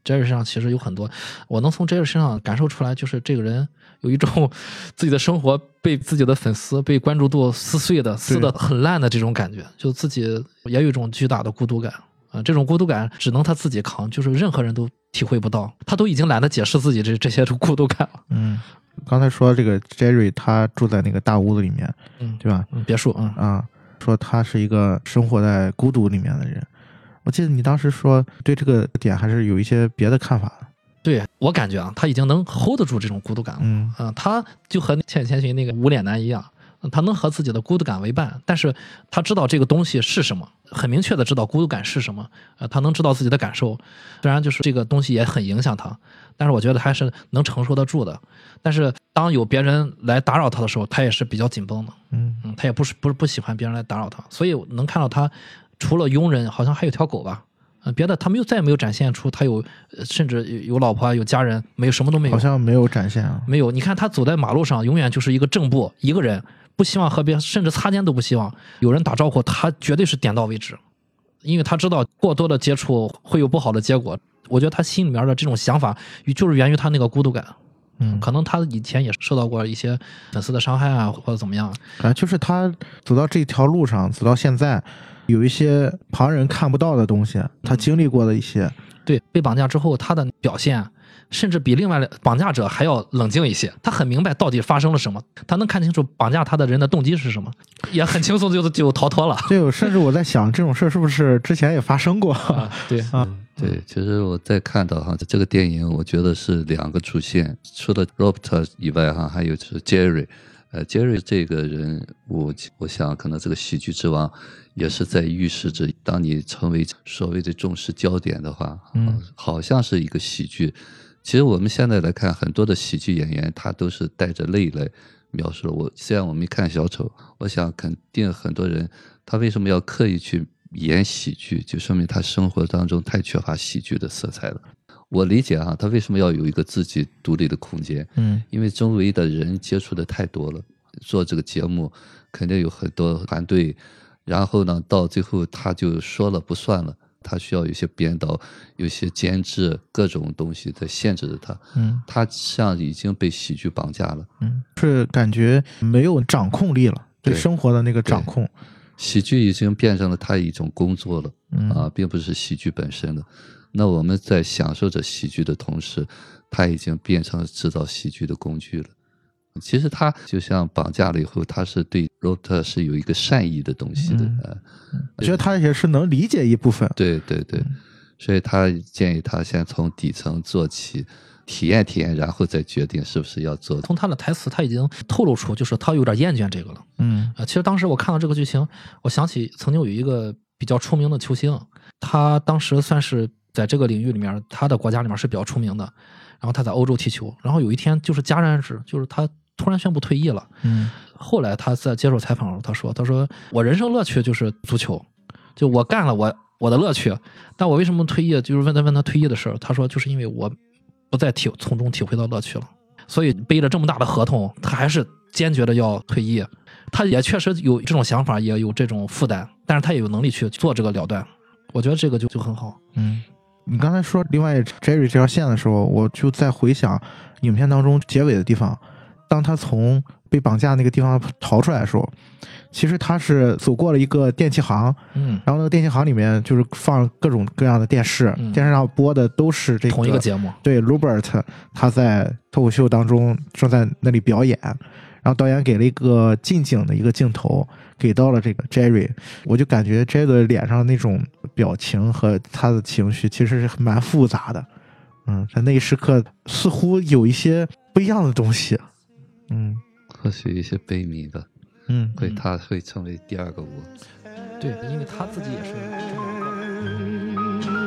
Jerry 身上其实有很多，我能从 Jerry 身上感受出来，就是这个人有一种自己的生活被自己的粉丝被关注度撕碎的撕的很烂的这种感觉，就自己也有一种巨大的孤独感啊、呃，这种孤独感只能他自己扛，就是任何人都体会不到，他都已经懒得解释自己这这些孤独感了。 嗯，刚才说这个 Jerry 他住在那个大屋子里面， 嗯， 对吧？ 嗯，别墅，嗯啊，说他是一个生活在孤独里面的人。我记得你当时说对这个点还是有一些别的看法的。 对，我感觉啊，他已经能 hold 得住这种孤独感了。 嗯， 呃、他就和千与千寻那个无脸男一样，他能和自己的孤独感为伴，但是他知道这个东西是什么，很明确的知道孤独感是什么。呃，他能知道自己的感受，虽然就是这个东西也很影响他，但是我觉得还是能承受得住的。但是当有别人来打扰他的时候，他也是比较紧绷的。 嗯嗯，他也不是不是不喜欢别人来打扰他，所以能看到他除了佣人，好像还有条狗吧。呃，别的他没有，再也没有展现出他有，甚至有老婆有家人，没有，什么都没有， 好像没有展现啊。 没有，你看他走在马路上，永远就是一个正步，一个人，不希望和别人，甚至擦肩都不希望有人打招呼，他绝对是点到为止，因为他知道过多的接触会有不好的结果。我觉得他心里面的这种想法，就是源于他那个孤独感。 嗯， 可能他以前也受到过一些粉丝的伤害啊，或者怎么样。 感觉就是他走到这条路上，走到现在。有一些旁人看不到的东西，他经历过的一些， 对，被绑架之后他的表现甚至比另外绑架者还要冷静一些，他很明白到底发生了什么，他能看清楚绑架他的人的动机是什么，也很轻松就就逃脱了。 对，甚至我在想这种事是不是之前也发生过、 啊、对啊， 对，其实我在看到哈这个电影，我觉得是两个主线，除了 Robert 以外哈，还有就是 Jerry。呃 ，Jerry 这个人，我我想可能这个喜剧之王也是在预示着，当你成为所谓的重视焦点的话， 嗯， 好像是一个喜剧。其实我们现在来看，很多的喜剧演员他都是带着泪来描述了。我虽然我没看小丑，我想肯定很多人他为什么要刻意去演喜剧，就说明他生活当中太缺乏喜剧的色彩了。我理解啊，他为什么要有一个自己独立的空间？ 嗯， 因为周围的人接触的太多了，做这个节目肯定有很多团队，然后呢，到最后他就说了不算了，他需要有些编导、有些监制，各种东西在限制着他。 嗯， 他像已经被喜剧绑架了， 嗯，是感觉没有掌控力了，对生活的那个掌控。 喜剧已经变成了他一种工作了， 嗯、 啊，并不是喜剧本身了。那我们在享受着喜剧的同时，他已经变成了制造喜剧的工具了。其实他就像绑架了以后，他是对 Robert 是有一个善意的东西的。 嗯呃、 我觉得他也是能理解一部分。 对对对， 嗯、 所以他建议他先从底层做起，体验体验，然后再决定是不是要做。 从他的台词，他已经透露出就是他有点厌倦这个了。 嗯， 呃，其实当时我看到这个剧情，我想起曾经有一个比较出名的球星，他当时算是在这个领域里面，他的国家里面是比较出名的。然后他在欧洲踢球，然后有一天就是戛然而止，就是他突然宣布退役了。 嗯， 后来他在接受采访的时候，他说：“他说我人生乐趣就是足球，就我干了我我的乐趣，但我为什么退役？就是问他问他退役的事儿，他说就是因为我不再体从中体会到乐趣了，所以背着这么大的合同，他还是坚决的要退役。他也确实有这种想法，也有这种负担，但是他也有能力去做这个了断。我觉得这个就就很好。 嗯。”你刚才说另外 Jerry 这条线的时候，我就在回想影片当中结尾的地方，当他从被绑架那个地方逃出来的时候，其实他是走过了一个电器行， 嗯， 然后那个电器行里面就是放各种各样的电视， 嗯、 电视上播的都是这个同一个节目， 对 Robert 他在脱口秀当中正在那里表演，然后导演给了一个近景的一个镜头给到了这个 Jerry， 我就感觉 Jerry 的脸上那种表情和他的情绪其实是蛮复杂的。嗯，在那一时刻似乎有一些不一样的东西。嗯， 或许一些悲悯吧。 嗯， 会他会成为第二个我。 对，因为他自己也是这么一个。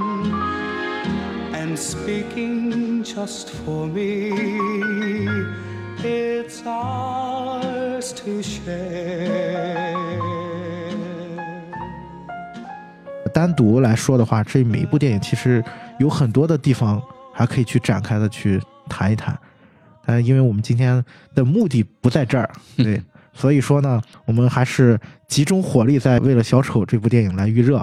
And speaking just for me, it's ours to share。 单独来说的话，这每一部电影其实有很多的地方还可以去展开的去谈一谈，但因为我们今天的目的不在这儿，对，所以说呢，我们还是集中火力在为了小丑这部电影来预热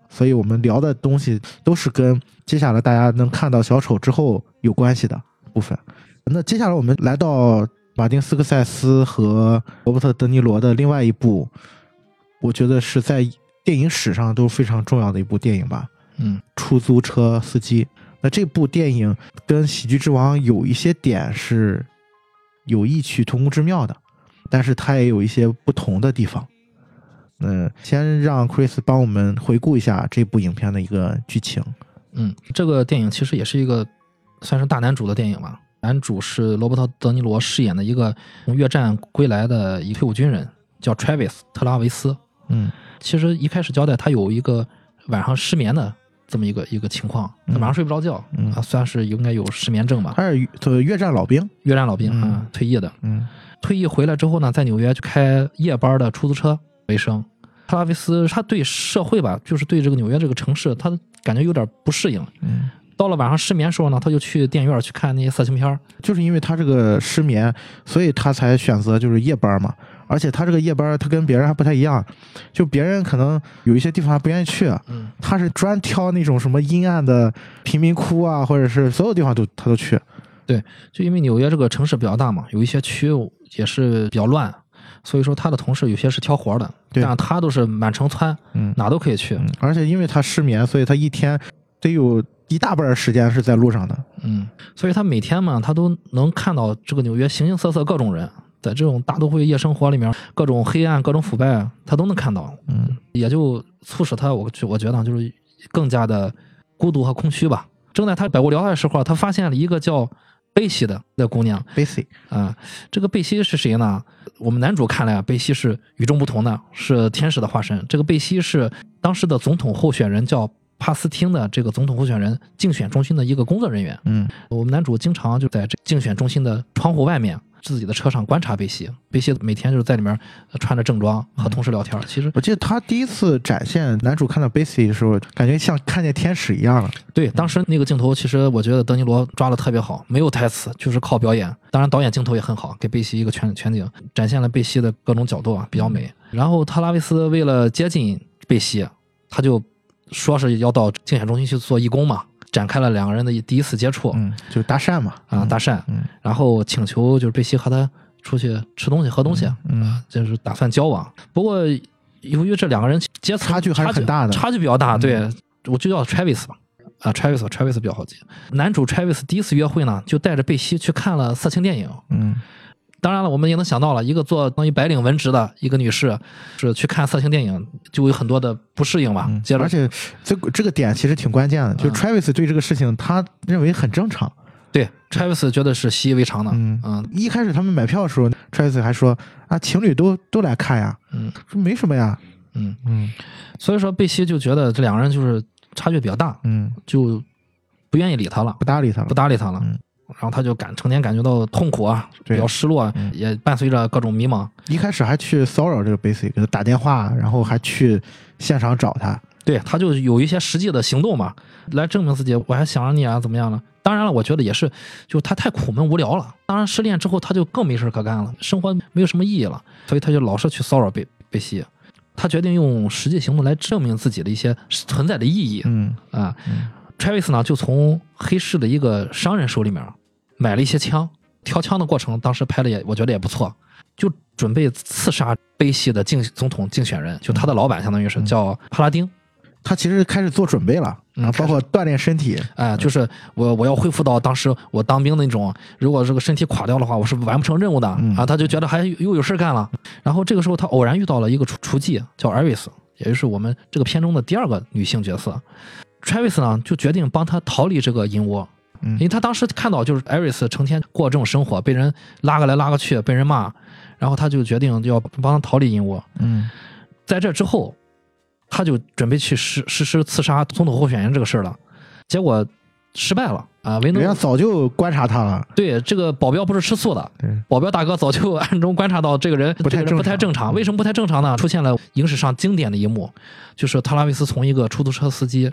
所以我们聊的东西都是跟接下来大家能看到小丑之后有关系的部分。那接下来我们来到马丁斯科塞斯和罗伯特德尼罗的另外一部，我觉得是在电影史上都非常重要的一部电影吧， 嗯， 出租车司机。那这部电影跟喜剧之王有一些点是有异曲同工之妙的，但是它也有一些不同的地方。嗯，先让 Chris 帮我们回顾一下这部影片的一个剧情。 嗯，这个电影其实也是一个算是大男主的电影吧。男主是罗伯特·德尼罗饰演的一个从越战归来的一个退伍军人，叫 Travis 特拉维斯。 嗯， 其实一开始交代他有一个晚上失眠的这么一个一个情况，他晚上睡不着觉， 嗯啊，算是应该有失眠症吧。 他是作为越战老兵， 越战老兵啊、 嗯嗯，退役的。 嗯， 退役回来之后呢，在纽约就开夜班的出租车为生。特拉维斯他对社会吧，就是对这个纽约这个城市，他感觉有点不适应。 嗯， 到了晚上失眠的时候呢，他就去电影院去看那些色情片。 就是因为他这个失眠，所以他才选择就是夜班嘛。而且他这个夜班他跟别人还不太一样，就别人可能有一些地方还不愿意去， 嗯， 他是专挑那种什么阴暗的贫民窟啊，或者是所有地方都他都去。 对，就因为纽约这个城市比较大嘛，有一些区也是比较乱，所以说他的同事有些是挑活的， 对， 但他都是满城窜， 嗯， 哪都可以去、 嗯。而且因为他失眠，所以他一天得有一大半时间是在路上的。 嗯，所以他每天嘛，他都能看到这个纽约形形色色各种人。在这种大都会夜生活里面，各种黑暗、各种腐败，他都能看到。 嗯， 也就促使他，我我觉得就是更加的孤独和空虚吧。正在他百无聊赖的时候，他发现了一个叫贝西的的姑娘。 贝西啊，这个贝西是谁呢？我们男主看来啊，贝西是与众不同的，是天使的化身。这个贝西是当时的总统候选人叫帕斯汀的这个总统候选人竞选中心的一个工作人员。 嗯， 我们男主经常就在这竞选中心的窗户外面。自己的车上观察贝西，贝西每天就是在里面穿着正装和同事聊天。其实我记得他第一次展现男主看到贝西的时候，感觉像看见天使一样了。 对，当时那个镜头，其实我觉得德尼罗抓的特别好，没有台词，就是靠表演。当然，导演镜头也很好，给贝西一个全全景，展现了贝西的各种角度啊，比较美。然后特拉维斯为了接近贝西，他就说是要到竞选中心去做义工嘛。展开了两个人的第一次接触， 嗯，就搭讪嘛， 啊，搭讪， 嗯， 然后请求就是贝西和他出去吃东西、喝东西， 嗯， 啊，就是打算交往。不过由于这两个人阶层差距还是很大的， 差距比较大，对，我就叫 Travis 吧，啊 ，Travis，Travis 比较好记。男主 Travis 第一次约会呢，就带着贝西去看了色情电影， 嗯。 当然了，我们也能想到了，一个做关于白领文职的一个女士是去看色情电影，就有很多的不适应嘛。 嗯、 接着， 而且这个这个点其实挺关键的，就 Travis 对这个事情他认为很正常。 对 ，Travis 觉得是习以为常的。 嗯嗯， 一开始他们买票的时候 ，Travis 还说啊，情侣都都来看呀， 嗯， 说没什么呀。 嗯嗯， 所以说贝西就觉得这两个人就是差距比较大， 嗯， 就不愿意理他了， 不搭理他了， 不搭理他了。 嗯。 然后他就感成天感觉到痛苦啊，比较失落， 嗯、 也伴随着各种迷茫。 一开始还去骚扰这个贝西，给他打电话，然后还去现场找他。 对，他就有一些实际的行动嘛，来证明自己，我还想着你啊，怎么样了？当然了，我觉得也是，就他太苦闷无聊了。当然，失恋之后他就更没事可干了，生活没有什么意义了，所以他就老是去骚扰贝贝西。他决定用实际行动来证明自己的一些存在的意义。 嗯啊、 嗯、 ，Travis 呢就从黑市的一个商人手里面买了一些枪，挑枪的过程当时拍的也我觉得也不错，就准备刺杀贝西的竞总统竞选人，就他的老板相当于是叫帕拉丁。 他其实开始做准备了， 嗯， 包括锻炼身体。 哎，就是我我要恢复到当时我当兵的那种，如果这个身体垮掉的话，我是完不成任务的、 嗯、 啊。他就觉得还又有事干了。然后这个时候他偶然遇到了一个厨厨妓叫艾瑞斯，也就是我们这个片中的第二个女性角色。Travis 呢就决定帮他逃离这个阴窝。 嗯， 因为他当时看到就是艾瑞斯成天过这种生活，被人拉个来拉个去，被人骂，然后他就决定要帮他逃离阴窝。 嗯， 在这之后，他就准备去实实施刺杀总统候选人这个事儿了，结果失败了啊！维诺人家早就观察他了。 对，这个保镖不是吃素的， 对， 保镖大哥早就暗中观察到这个人不太不太正常。为什么不太正常呢？出现了影史上经典的一幕，就是特拉维斯从一个出租车司机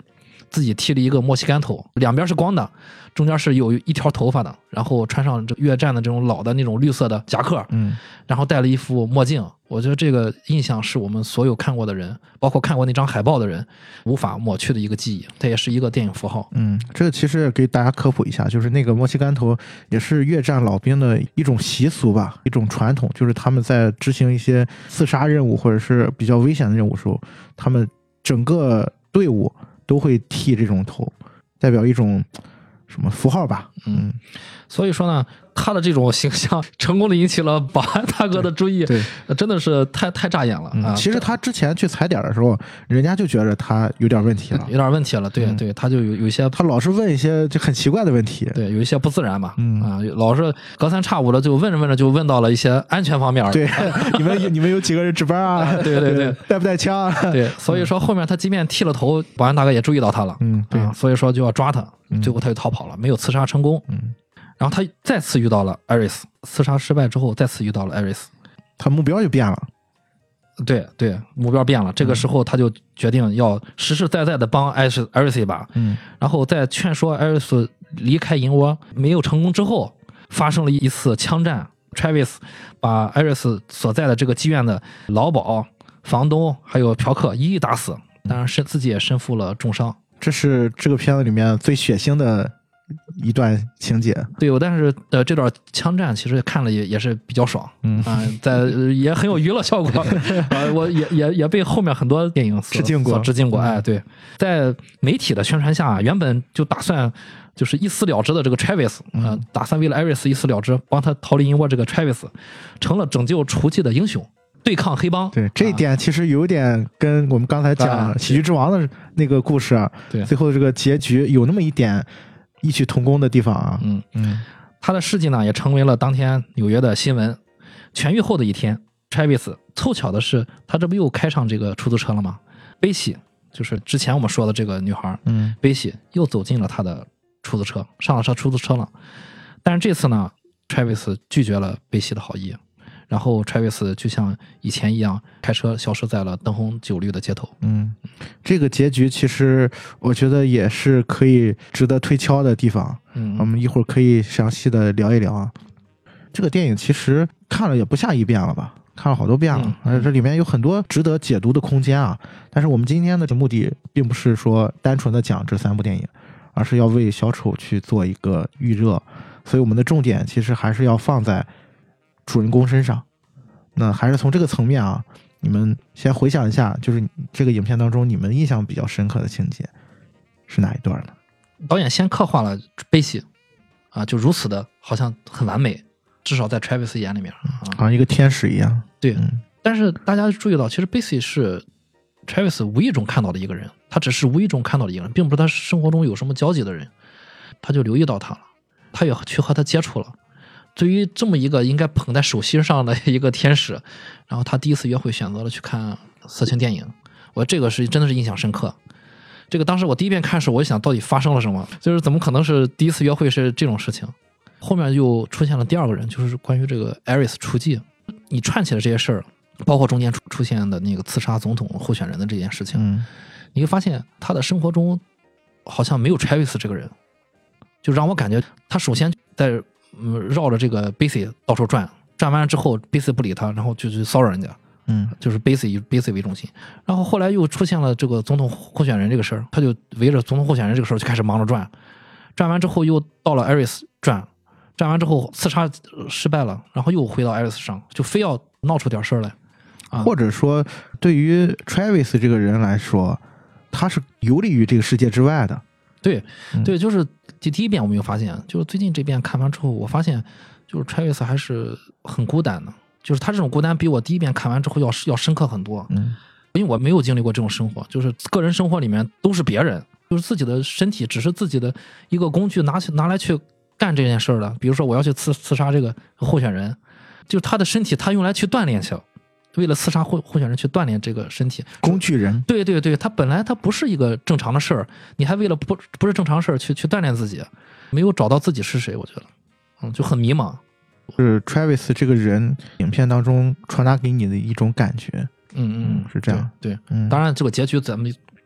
自己剃了一个墨西干头，两边是光的，中间是有一条头发的，然后穿上这越战的这种老的那种绿色的夹克， 嗯， 然后戴了一副墨镜。我觉得这个印象是我们所有看过的人，包括看过那张海报的人无法抹去的一个记忆，它也是一个电影符号。 嗯，这个其实给大家科普一下，就是那个墨西干头也是越战老兵的一种习俗吧，一种传统，就是他们在执行一些刺杀任务或者是比较危险的任务时候，他们整个队伍都会剃这种头，代表一种什么符号吧。嗯， 所以说呢，他的这种形象成功的引起了保安大哥的注意， 对， 真的是太太扎眼了、 嗯、 啊！ 其实他之前去踩点的时候，人家就觉得他有点问题了， 有点问题了，对、嗯、对，他就有有一些， 他老是问一些就很奇怪的问题， 对，有一些不自然嘛， 嗯啊，老是隔三差五的就问着问着就问到了一些安全方面， 对，你们你们有几个人值班啊？ 对对对， 带不带枪啊？ 对，所以说后面他即便剃了头，保安大哥也注意到他了， 嗯，对、 啊，所以说就要抓他，最后他就逃跑了，没有刺杀成功， 嗯。 然后他再次遇到了艾瑞斯，刺杀失败之后再次遇到了艾瑞斯， 他目标就变了。 对对，目标变了。这个时候他就决定要实实在在的帮艾瑞艾瑞斯一把。 嗯， 然后在劝说艾瑞斯离开营窝没有成功之后，发生了一次枪战。Travis 把艾瑞斯所在的这个妓院的老鸨、房东还有嫖客一一打死，当然是自己也身负了重伤。 这是这个片子里面最血腥的一段情节。 对，但是呃，这段枪战其实看了也也是比较爽， 嗯啊、呃，在也很有娱乐效果，呃，我也也也被后面很多电影致敬过， 致敬过，哎，对，在媒体的宣传下，原本就打算就是一死了之的这个 Travis， 呃， 嗯、 打算为了艾瑞斯一死了之，帮他逃离营窝，这个 Travis 成了拯救雏妓的英雄。对抗黑帮， 对这一点其实有点跟我们刚才讲《喜剧之王》的那个故事，啊， 对， 最后这个结局有那么一点异曲同工的地方啊。 嗯嗯， 他的事迹呢也成为了当天纽约的新闻。痊愈后的一天 ，Travis 凑巧的是，他这不又开上这个出租车了吗？贝西就是之前我们说的这个女孩， 嗯， 贝西又走进了他的出租车，上了车出租车了。但是这次呢 ，Travis 拒绝了贝西的好意。然后 Travis 就像以前一样，开车消失在了灯红酒绿的街头。 嗯，这个结局其实我觉得也是可以值得推敲的地方。 嗯， 我们一会儿可以详细的聊一聊啊。这个电影其实看了也不下一遍了吧，看了好多遍了，而且这里面有很多值得解读的空间啊。但是我们今天的目的并不是说单纯的讲这三部电影，而是要为小丑去做一个预热，所以我们的重点其实还是要放在主人公身上。那还是从这个层面啊，你们先回想一下，就是这个影片当中你们印象比较深刻的情节是哪一段呢？ 导演先刻画了贝西啊，就如此的好像很完美，至少在 Travis 眼里面啊， 好像一个天使一样。 对， 嗯， 但是大家注意到，其实贝西是 Travis 无意中看到的一个人，他只是无意中看到的一个人，并不是他生活中有什么交集的人，他就留意到他了，他也去和他接触了。对于这么一个应该捧在手心上的一个天使，然后他第一次约会选择了去看色情电影，我这个是真的是印象深刻。这个当时我第一遍看的时候，我就想到底发生了什么，就是怎么可能是第一次约会是这种事情。后面又出现了第二个人，就是关于这个艾瑞斯出妓，你串起了这些事儿，包括中间出出现的那个刺杀总统候选人的这件事情， 嗯， 你会发现他的生活中好像没有 Travis 这个人，就让我感觉他首先在嗯，绕着这个 Basie 到处转，转完了之后 Basie 不理他，然后就去骚扰人家， 嗯， 就是 Basie 以 Basie 为中心，然后后来又出现了这个总统候选人这个事儿，他就围着总统候选人这个事儿就开始忙着转，转完之后又到了 Iris 转，转完之后刺杀失败了，然后又回到 Iris 上，就非要闹出点事儿来，啊， 或者说对于 Travis 这个人来说，他是游离于这个世界之外的。 对，对，就是第第一遍我们有发现，就是最近这遍看完之后，我发现就是 Travis 还是很孤单的，就是他这种孤单比我第一遍看完之后要要深刻很多。 嗯， 因为我没有经历过这种生活，就是个人生活里面都是别人，就是自己的身体只是自己的一个工具，拿去拿来去干这件事儿的。比如说我要去刺刺杀这个候选人，就是他的身体他用来去锻炼去。为了刺杀候候选人去锻炼这个身体， 工具人。 对对对，他本来他不是一个正常的事儿，你还为了不不是正常事儿去去锻炼自己，没有找到自己是谁，我觉得，嗯，就很迷茫。 是 Travis 这个人，影片当中传达给你的一种感觉。 嗯嗯， 是这样。 对，对嗯， 当然这个结局咱们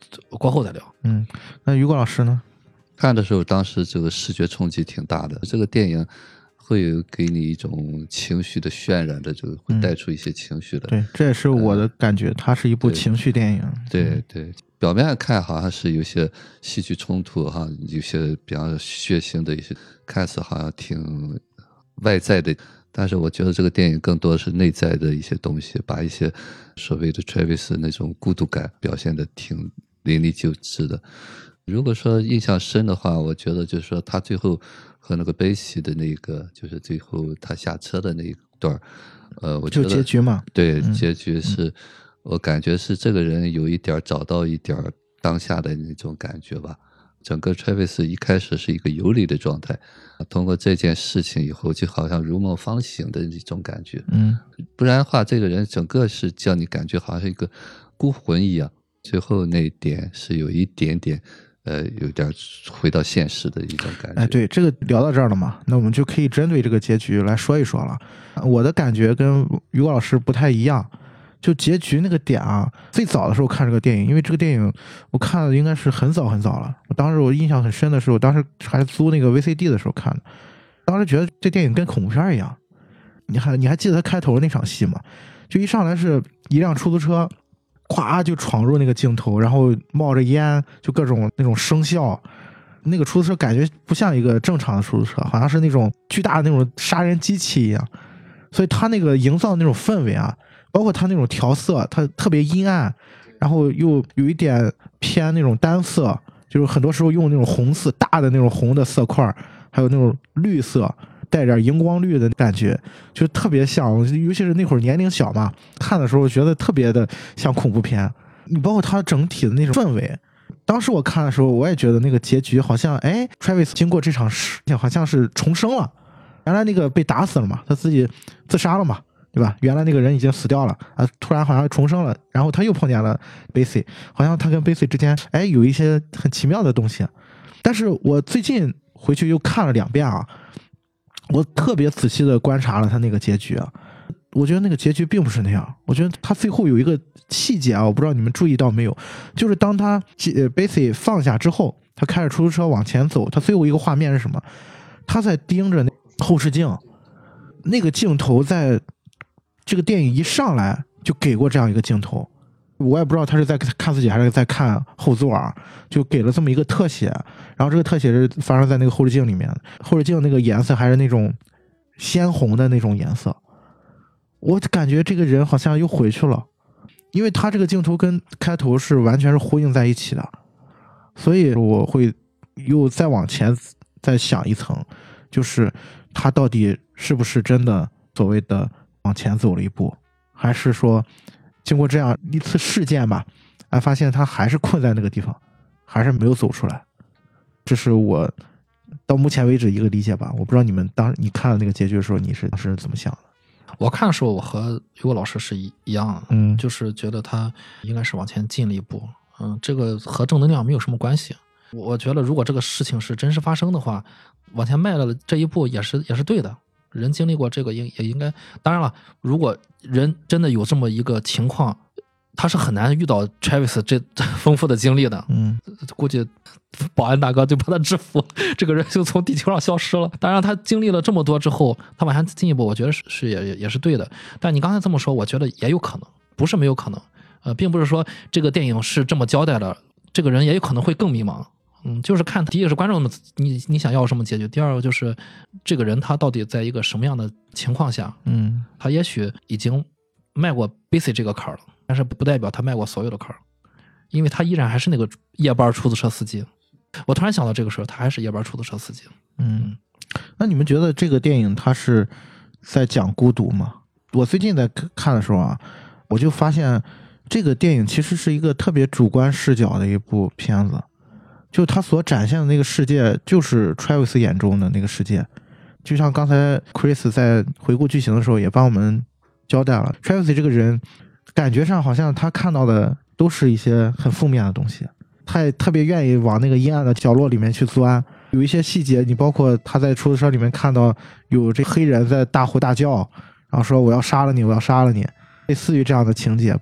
过后再聊。 嗯，那于果老师呢？ 看的时候，当时这个视觉冲击挺大的。这个电影会有给你一种情绪的渲染的，这个会带出一些情绪的。 嗯、对，这也是我的感觉，呃、它是一部情绪电影。 对对。对表面看好像是有些戏剧冲突哈，有些比方说血腥的一些，看似好像挺外在的，但是我觉得这个电影更多是内在的一些东西，把一些所谓的 Travis 那种孤独感表现的挺淋漓尽致的。如果说印象深的话，我觉得就是说他最后和那个贝西的那个，就是最后他下车的那一段，呃，我觉得就结局嘛， 对， 嗯、 结局是。嗯我感觉是这个人有一点找到一点当下的那种感觉吧。整个 Travis 一开始是一个游离的状态，通过这件事情以后，就好像如梦方醒的一种感觉。 嗯， 不然的话，这个人整个是叫你感觉好像是一个孤魂一样。最后那一点是有一点点，呃，有点回到现实的一种感觉。 哎，对，这个聊到这儿了嘛，那我们就可以针对这个结局来说一说了。我的感觉跟于果老师不太一样。就结局那个点啊，最早的时候看这个电影，因为这个电影我看的应该是很早很早了。我当时我印象很深的是，我当时还租那个 V C D 的时候看的，当时觉得这电影跟恐怖片一样。你还你还记得他开头那场戏吗？就一上来是一辆出租车，咵就闯入那个镜头，然后冒着烟，就各种那种声效。那个出租车感觉不像一个正常的出租车，好像是那种巨大的那种杀人机器一样。所以他那个营造那种氛围啊。包括它那种调色，它特别阴暗，然后又有一点偏那种单色，就是很多时候用那种红色大的那种红的色块，还有那种绿色带点荧光绿的感觉，就特别像，尤其是那会儿年龄小嘛，看的时候觉得特别的像恐怖片。你包括它整体的那种氛围，当时我看的时候，我也觉得那个结局好像，哎 ，Travis 经过这场事情好像是重生了，原来那个被打死了嘛，他自己自杀了嘛。对吧？原来那个人已经死掉了啊，突然好像重生了，然后他又碰见了贝西，好像他跟贝西之间哎有一些很奇妙的东西。但是我最近回去又看了两遍啊，我特别仔细的观察了他那个结局啊，我觉得那个结局并不是那样。我觉得他最后有一个细节啊，我不知道你们注意到没有，就是当他呃贝西放下之后，他开着出租车往前走，他最后一个画面是什么？他在盯着那后视镜，那个镜头在。这个电影一上来就给过这样一个镜头，我也不知道他是在看自己还是在看后座啊，就给了这么一个特写，然后这个特写是发生在那个后视镜里面，后视镜那个颜色还是那种鲜红的那种颜色，我感觉这个人好像又回去了，因为他这个镜头跟开头是完全是呼应在一起的，所以我会又再往前再想一层，就是他到底是不是真的所谓的往前走了一步，还是说经过这样一次事件吧，哎，发现他还是困在那个地方，还是没有走出来。这是我到目前为止一个理解吧。我不知道你们当你看了那个结局的时候，你是是怎么想的？ 我看的时候，我和于果老师是一一样的， 嗯， 就是觉得他应该是往前进了一步。嗯，这个和正能量没有什么关系。我觉得如果这个事情是真实发生的话，往前迈了这一步也是也是对的。人经历过这个应也应该，当然了，如果人真的有这么一个情况，他是很难遇到 Travis 这丰富的经历的。 嗯， 估计保安大哥就把他制服，这个人就从地球上消失了。当然，他经历了这么多之后，他往前进一步，我觉得是是也也是对的。但你刚才这么说，我觉得也有可能，不是没有可能。呃，并不是说这个电影是这么交代的，这个人也有可能会更迷茫。嗯，就是看第一个是观众们你你想要什么结局，第二个就是这个人他到底在一个什么样的情况下， 嗯， 他也许已经迈过 basic 这个坎儿了，但是不代表他迈过所有的坎儿，因为他依然还是那个夜班出租车司机。我突然想到这个时候，他还是夜班出租车司机。 嗯，那你们觉得这个电影它是在讲孤独吗？我最近在看的时候啊，我就发现这个电影其实是一个特别主观视角的一部片子。就他所展现的那个世界，就是 Travis 眼中的那个世界。就像刚才 Chris 在回顾剧情的时候也帮我们交代了 ，Travis 这个人感觉上好像他看到的都是一些很负面的东西，他也特别愿意往那个阴暗的角落里面去钻。有一些细节，你包括他在出租车里面看到有这黑人在大呼大叫，然后说我要杀了你，我要杀了你，类似于这样的情节，包括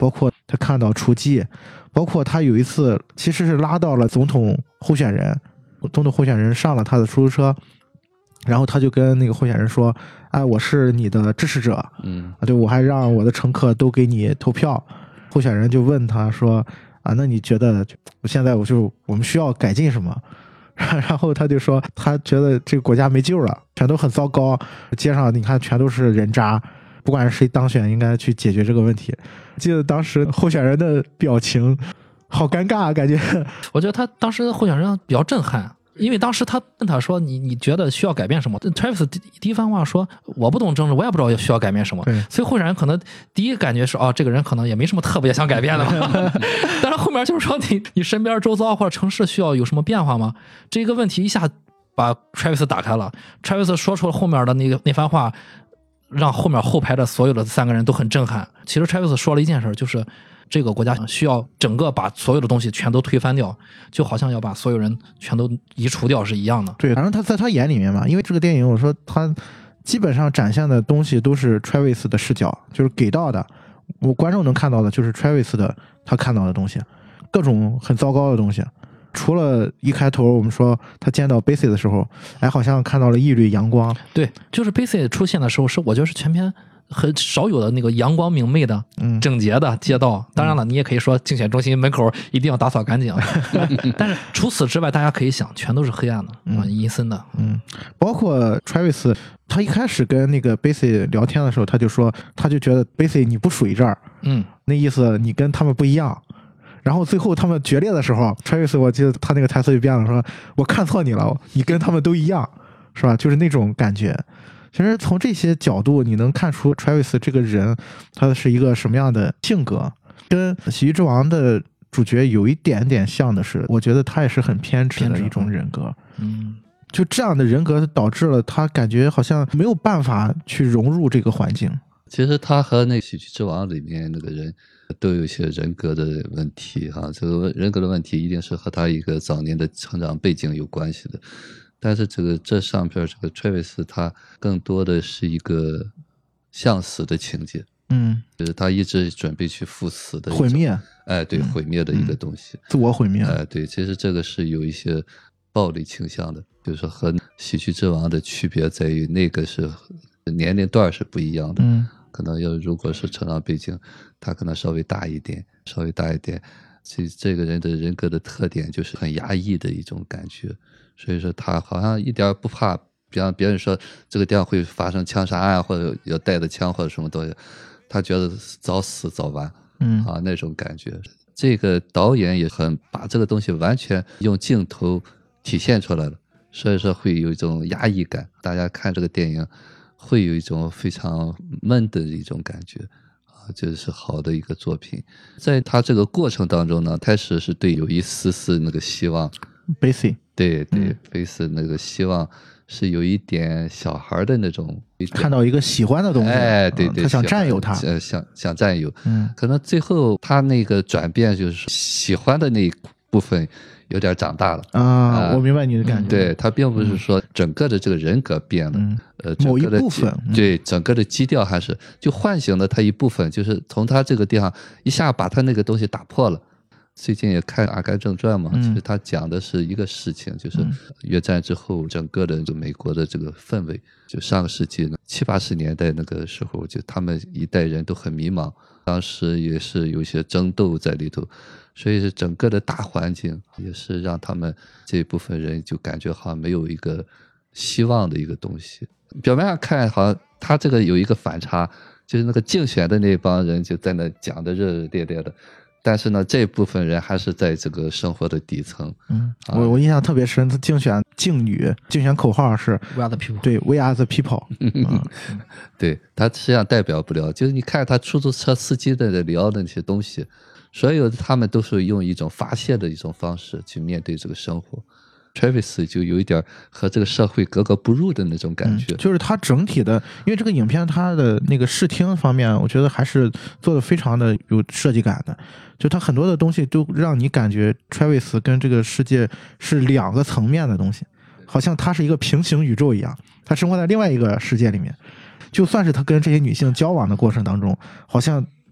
他看到雏妓，包括他有一次其实是拉到了总统候选人，总统候选人上了他的出租车，然后他就跟那个候选人说：“哎，我是你的支持者， 嗯啊，对，我还让我的乘客都给你投票。”候选人就问他说：“啊，那你觉得现在我就我们需要改进什么？”然后他就说他觉得这个国家没救了，全都很糟糕，街上你看全都是人渣，不管是谁当选应该去解决这个问题。记得当时候选人的表情好尴尬啊，感觉我觉得他当时候选人比较震撼，因为当时他问他说你你觉得需要改变什么 Travis 第第一番话说我不懂政治，我也不知道需要改变什么，所以候选人可能第一感觉是哦，这个人可能也没什么特别想改变的嘛但是后面就是说你你身边周遭或者城市需要有什么变化吗？这个问题一下把 Travis 打开了， Travis 说出了后面的那个那番话，让后面后排的所有的三个人都很震撼。其实 Travis 说了一件事，就是这个国家需要整个把所有的东西全都推翻掉，就好像要把所有人全都移除掉是一样的。 对，反正他在他眼里面嘛，因为这个电影我说他基本上展现的东西都是 Travis 的视角，就是给到的我观众能看到的就是 Travis 的他看到的东西，各种很糟糕的东西。除了一开头我们说他见到 Basie 的时候，哎，好像看到了一缕阳光。 对，就是 Basie 出现的时候，是我觉得是全片很少有的那个阳光明媚的、 嗯、 整洁的街道。当然了，你也可以说竞选中心门口一定要打扫干净，但是除此之外，大家可以想，全都是黑暗的、嗯、阴森的。 嗯，包括 Travis， 他一开始跟那个 Basie 聊天的时候，他就说，他就觉得 Basie 你不属于这儿， 嗯， 那意思你跟他们不一样。然后最后他们决裂的时候 Travis 我记得他那个台词就变了，说我看错你了，你跟他们都一样，是吧？就是那种感觉。其实从这些角度你能看出 Travis 这个人他是一个什么样的性格，跟《喜剧之王》的主角有一点点像的是，我觉得他也是很偏执的一种人格。 嗯， 就这样的人格导致了他感觉好像没有办法去融入这个环境。 其实他和那个《喜剧之王》里面那个人都有一些人格的问题哈，这个人格的问题一定是和他一个早年的成长背景有关系的。但是这个这上边这个 Travis 他更多的是一个向死的情节， 嗯， 就是他一直准备去赴死的毁灭， 哎，对，毁灭的一个东西， 嗯、自我毁灭， 哎，对，其实这个是有一些暴力倾向的，就是和《喜剧之王》的区别在于那个是年龄段是不一样的， 嗯， 可能要如果是成长背景，他可能稍微大一点，稍微大一点。其实这个人的人格的特点就是很压抑的一种感觉，所以说他好像一点不怕，比方别人说这个地方会发生枪杀案或者有带的枪或者什么东西，他觉得早死早完， 嗯啊那种感觉。这个导演也很把这个东西完全用镜头体现出来了，所以说会有一种压抑感，大家看这个电影会有一种非常闷的一种感觉啊，这是好的一个作品。在他这个过程当中呢，开始是对有一丝丝那个希望 Basie 对对 Basie、嗯、那个希望是有一点小孩的那种， 看到一个喜欢的东西， 哎对对、 嗯、他想占有他， 呃想想占有， 嗯， 可能最后他那个转变就是喜欢的那一部分有点长大了啊，我明白你的感觉。 嗯、对，他并不是说整个的这个人格变了， 嗯、 呃， 某一部分， 对，整个的基调还是就唤醒了他一部分，就是从他这个地方一下把他那个东西打破了。最近也看《阿甘正传》嘛， 嗯、 其实他讲的是一个事情，就是越战之后整个的就美国的这个氛围，就上个世纪七八十年代那个时候，就他们一代人都很迷茫，当时也是有一些争斗在里头。所以是整个的大环境也是让他们这一部分人就感觉好像没有一个希望的一个东西。表面上看好像他这个有一个反差，就是那个竞选的那帮人就在那讲的热热烈烈的，但是呢这部分人还是在这个生活的底层。 嗯，啊、我我印象特别深，他竞选敬语，竞选口号是 We are the people， 对 We are the people 、嗯、 对，他实际上代表不了，就是你看他出租车司机的聊的那些东西，所有他们都是用一种发泄的一种方式去面对这个生活。Travis 就有一点和这个社会格格不入的那种感觉、 嗯、就是他整体的，因为这个影片它的那个视听方面我觉得还是做的非常的有设计感的，就他很多的东西都让你感觉 Travis 跟这个世界是两个层面的东西，好像他是一个平行宇宙一样，他生活在另外一个世界里面，就算是他跟这些女性交往的过程当中，好像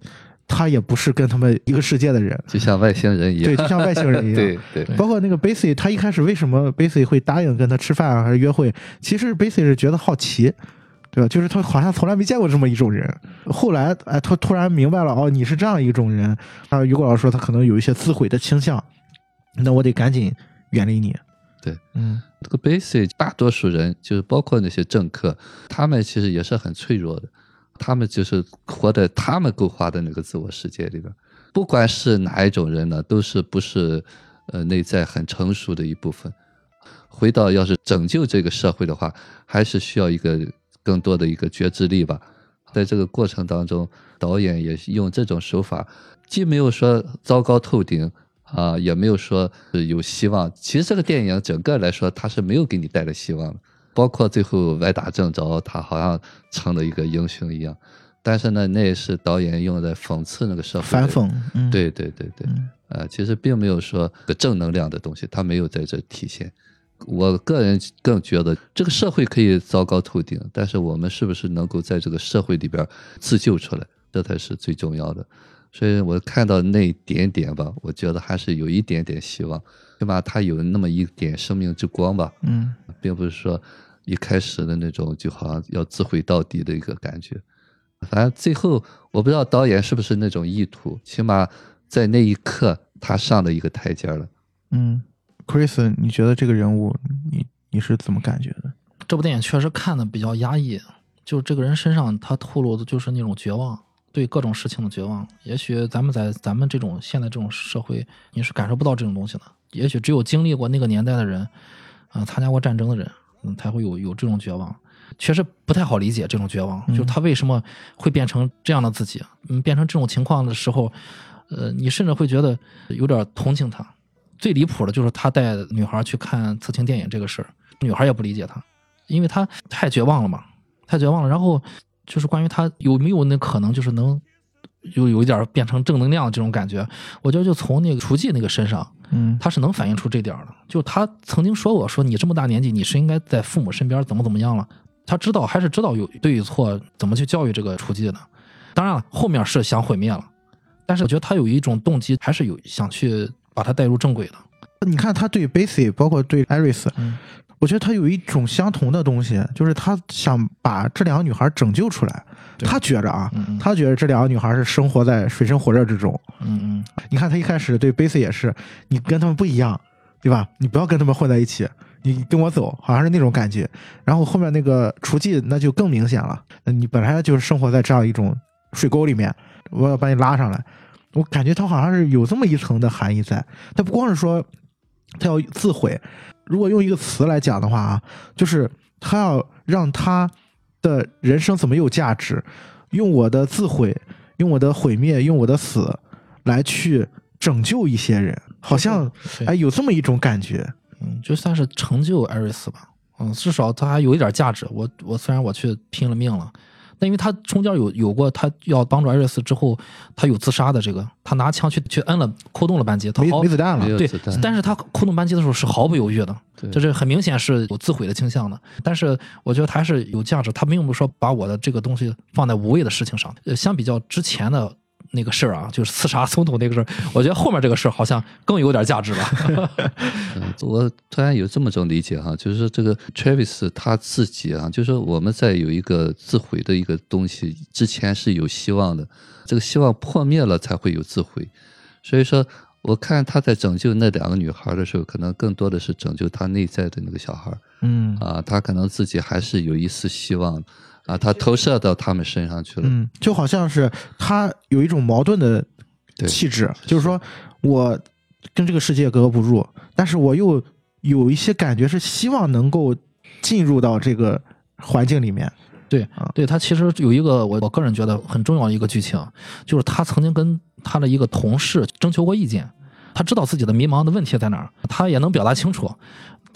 他也不是跟他们一个世界的人， 就像外星人一样， 对，就像外星人一样。 对对， 包括那个 Basie， 他一开始为什么 Basie 会答应跟他吃饭啊，还是约会？其实 Basie 是觉得好奇，对吧？就是他好像从来没见过这么一种人。后来，哎，他突然明白了，哦，你是这样一种人。啊，雨果老师说他可能有一些自毁的倾向，那我得赶紧远离你。 对， 嗯， 这个 Basie 大多数人就是包括那些政客，他们其实也是很脆弱的。他们就是活在他们构画的那个自我世界里边，不管是哪一种人呢，都是不是呃内在很成熟的一部分。回到要是拯救这个社会的话，还是需要一个更多的一个觉知力吧。在这个过程当中，导演也用这种手法，既没有说糟糕透顶啊、呃，也没有说有希望。其实这个电影整个来说，它是没有给你带来希望的。包括最后歪打正着，他好像成了一个英雄一样，但是呢，那也是导演用在讽刺那个社会反讽。嗯、 对对对对， 嗯、 呃，其实并没有说个正能量的东西，他没有在这体现。我个人更觉得，这个社会可以糟糕透顶，但是我们是不是能够在这个社会里边自救出来，这才是最重要的。所以我看到那一点点吧，我觉得还是有一点点希望，起码他有那么一点生命之光吧。 嗯， 并不是说一开始的那种就好像要自毁到底的一个感觉。反正最后我不知道导演是不是那种意图，起码在那一刻他上了一个台阶了。 嗯 ，Chris， 你觉得这个人物你你是怎么感觉的？ 这部电影确实看的比较压抑，就是这个人身上他透露的就是那种绝望，对各种事情的绝望。也许咱们在咱们这种现在这种社会，你是感受不到这种东西的。也许只有经历过那个年代的人，啊、呃，参加过战争的人。嗯，才会有有这种绝望，确实不太好理解这种绝望，嗯、就是他为什么会变成这样的自己？嗯，变成这种情况的时候，呃，你甚至会觉得有点同情他。最离谱的就是他带女孩去看色情电影这个事儿，女孩也不理解他，因为他太绝望了嘛，太绝望了。然后就是关于他有没有那可能，就是能有有一点变成正能量的这种感觉，我觉得就从那个厨妓那个身上。 嗯， 他是能反映出这点的，就他曾经说过，说你这么大年纪，你是应该在父母身边，怎么怎么样了。他知道还是知道有对与错，怎么去教育这个雏妓的。当然了，后面是想毁灭了，但是我觉得他有一种动机，还是有想去把他带入正轨的。 你看他对 Basie， 包括对 Iris， 嗯， 我觉得他有一种相同的东西，就是他想把这两个女孩拯救出来。他觉着啊， 嗯、 他觉得这两个女孩是生活在水深火热之中。 嗯嗯， 你看他一开始对 Basie 也是，你跟他们不一样，对吧？你不要跟他们混在一起，你跟我走，好像是那种感觉。然后后面那个雏妓那就更明显了，你本来就是生活在这样一种水沟里面，我要把你拉上来。我感觉他好像是有这么一层的含义在，他不光是说他要自毁，如果用一个词来讲的话啊，就是他要让他的人生怎么有价值，用我的自毁，用我的毁灭，用我的死来去拯救一些人，好像哎有这么一种感觉。 嗯，就算是成就艾瑞斯吧，嗯，至少他还有一点价值。我我虽然我去拼了命了，但因为他中间有有过他要帮助艾瑞斯之后，他有自杀的这个，他拿枪去去摁了扣动了扳机，他没没子弹了， 对，但是他扣动扳机的时候是毫不犹豫的，这是很明显是有自毁的倾向的。但是我觉得他还是有价值，他并不是说把我的这个东西放在无谓的事情上。呃，相比较之前的那个事儿啊，就是刺杀总统那个事儿，我觉得后面这个事儿好像更有点价值了。 嗯，我突然有这么种理解哈，就是这个 Travis 他自己啊，就是我们在有一个自毁的一个东西之前是有希望的，这个希望破灭了才会有自毁。所以说，我看他在拯救那两个女孩的时候，可能更多的是拯救他内在的那个小孩。 嗯啊，他可能自己还是有一丝希望。啊，他投射到他们身上去了。 嗯，就好像是他有一种矛盾的气质，就是说我跟这个世界格格不入，但是我又有一些感觉是希望能够进入到这个环境里面。 对，对，他其实有一个我我个人觉得很重要的一个剧情，就是他曾经跟他的一个同事征求过意见，他知道自己的迷茫的问题在哪儿，他也能表达清楚。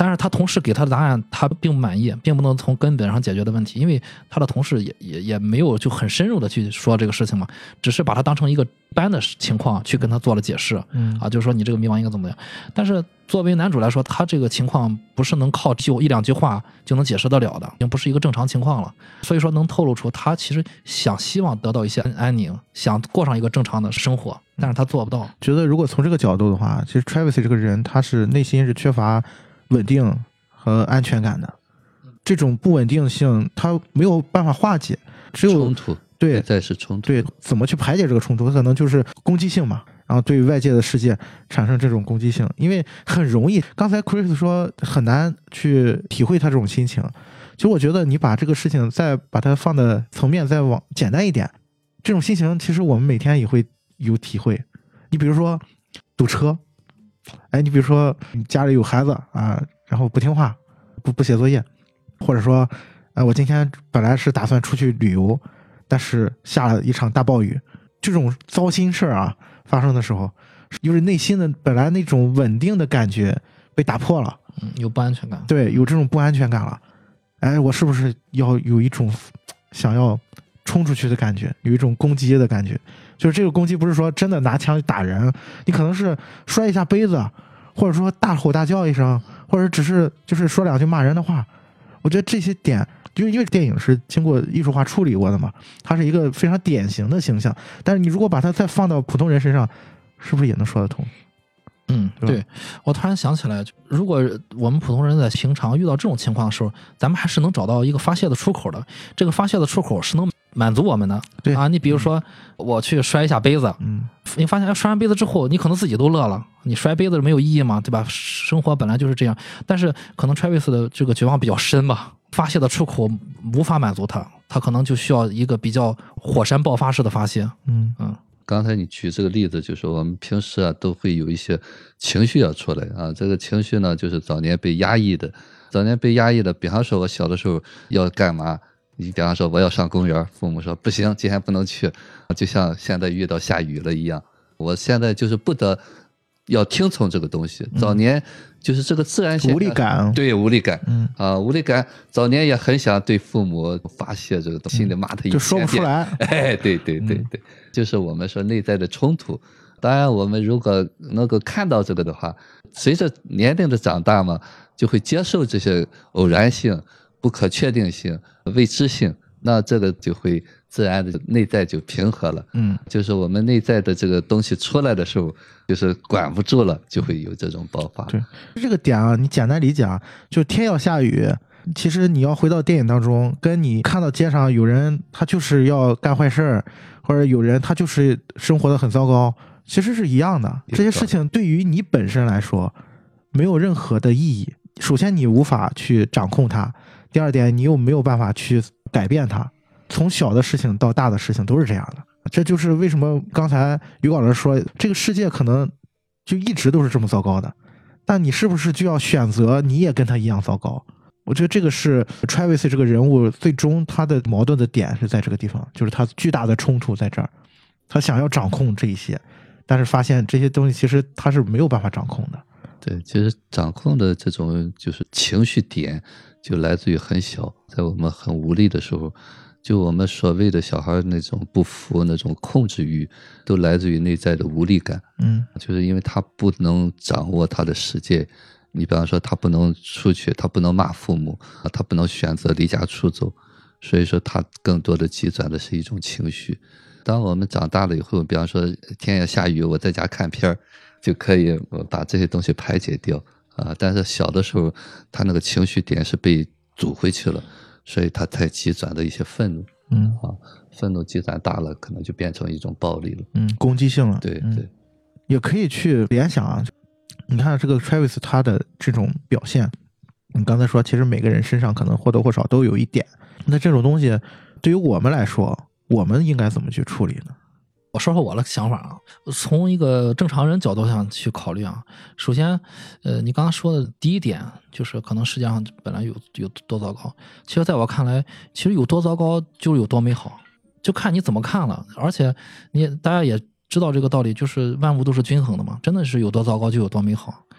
但是他同事给他的答案他并不满意，并不能从根本上解决的问题，因为他的同事也也也没有就很深入的去说这个事情嘛，只是把它当成一个般的情况去跟他做了解释， 嗯啊，就是说你这个迷茫应该怎么样。但是作为男主来说，他这个情况不是能靠就一两句话就能解释得了的，已经不是一个正常情况了。所以说能透露出他其实想希望得到一些安宁，想过上一个正常的生活，但是他做不到。 觉得如果从这个角度的话，其实 Travis 这个人他是内心是缺乏稳定和安全感的，这种不稳定性他没有办法化解，只有冲突， 对再是冲突， 对，怎么去排解这个冲突，可能就是攻击性嘛，然后对于外界的世界产生这种攻击性，因为很容易，刚才 Chris 说很难去体会他这种心情，其实我觉得你把这个事情再把它放的层面再往简单一点，这种心情其实我们每天也会有体会。你比如说堵车，哎，你比如说你家里有孩子啊，然后不听话，不不写作业，或者说，哎，我今天本来是打算出去旅游，但是下了一场大暴雨，这种糟心事儿啊发生的时候，就是内心的本来那种稳定的感觉被打破了， 嗯，有不安全感， 对，有这种不安全感了。哎，我是不是要有一种想要冲出去的感觉，有一种攻击的感觉？就是这个攻击不是说真的拿枪打人，你可能是摔一下杯子，或者说大吼大叫一声，或者只是就是说两句骂人的话。我觉得这些点，因为因为电影是经过艺术化处理过的嘛，它是一个非常典型的形象。但是你如果把它再放到普通人身上，是不是也能说得通？ 嗯，对，我突然想起来，如果我们普通人在平常遇到这种情况的时候，咱们还是能找到一个发泄的出口的。这个发泄的出口是能满足我们的。 对啊，你比如说、嗯、我去摔一下杯子， 嗯， 你发现摔完杯子之后，你可能自己都乐了。你摔杯子没有意义嘛，对吧？生活本来就是这样。但是可能 Travis 的这个绝望比较深吧，发泄的出口无法满足他，他可能就需要一个比较火山爆发式的发泄。 嗯嗯。 刚才你举这个例子，就是我们平时啊都会有一些情绪要出来啊，这个情绪呢就是早年被压抑的，早年被压抑的，比方说我小的时候要干嘛，你比方说我要上公园，父母说不行，今天不能去，就像现在遇到下雨了一样，我现在就是不得要听从这个东西。早年就是这个自然现象， 无力感， 对无力感， 嗯啊，无力感。早年也很想对父母发泄这个东西，心里骂他一就说不出来。 哎，对对对对，嗯、就是我们说内在的冲突。当然，我们如果能够看到这个的话，随着年龄的长大嘛，就会接受这些偶然性、不可确定性、未知性，那这个就会自然的内在就平和了。 嗯， 就是我们内在的这个东西出来的时候，就是管不住了，就会有这种爆发。 对，这个点啊，你简单理解啊，就天要下雨，其实你要回到电影当中，跟你看到街上有人他就是要干坏事儿，或者有人他就是生活的很糟糕，其实是一样的。这些事情对于你本身来说没有任何的意义。首先你无法去掌控它，第二点你又没有办法去改变它。从小的事情到大的事情都是这样的，这就是为什么刚才于老师说这个世界可能就一直都是这么糟糕的，但你是不是就要选择你也跟他一样糟糕？我觉得这个是 Travis 这个人物最终他的矛盾的点是在这个地方，就是他巨大的冲突在这儿，他想要掌控这一些，但是发现这些东西其实他是没有办法掌控的。 对，其实掌控的这种就是情绪点就来自于很小，在我们很无力的时候，就我们所谓的小孩那种不服、那种控制欲，都来自于内在的无力感。 嗯， 就是因为他不能掌握他的世界。你比方说，他不能出去，他不能骂父母，他不能选择离家出走，所以说他更多的积攒的是一种情绪。当我们长大了以后，比方说天要下雨，我在家看片儿，就可以把这些东西排解掉啊。但是小的时候，他那个情绪点是被阻回去了。所以他才积攒的一些愤怒， 嗯啊，愤怒积攒大了，可能就变成一种暴力了， 嗯，攻击性了， 对对、 嗯，也可以去联想啊。你看这个 Travis 他的这种表现，你刚才说，其实每个人身上可能或多或少都有一点。那这种东西对于我们来说，我们应该怎么去处理呢？ 我说说我的想法啊，从一个正常人角度上去考虑啊。首先，呃，你刚刚说的第一点就是可能世界上本来有有多糟糕，其实在我看来，其实有多糟糕就有多美好，就看你怎么看了。而且你大家也知道这个道理，就是万物都是均衡的嘛，真的是有多糟糕就有多美好。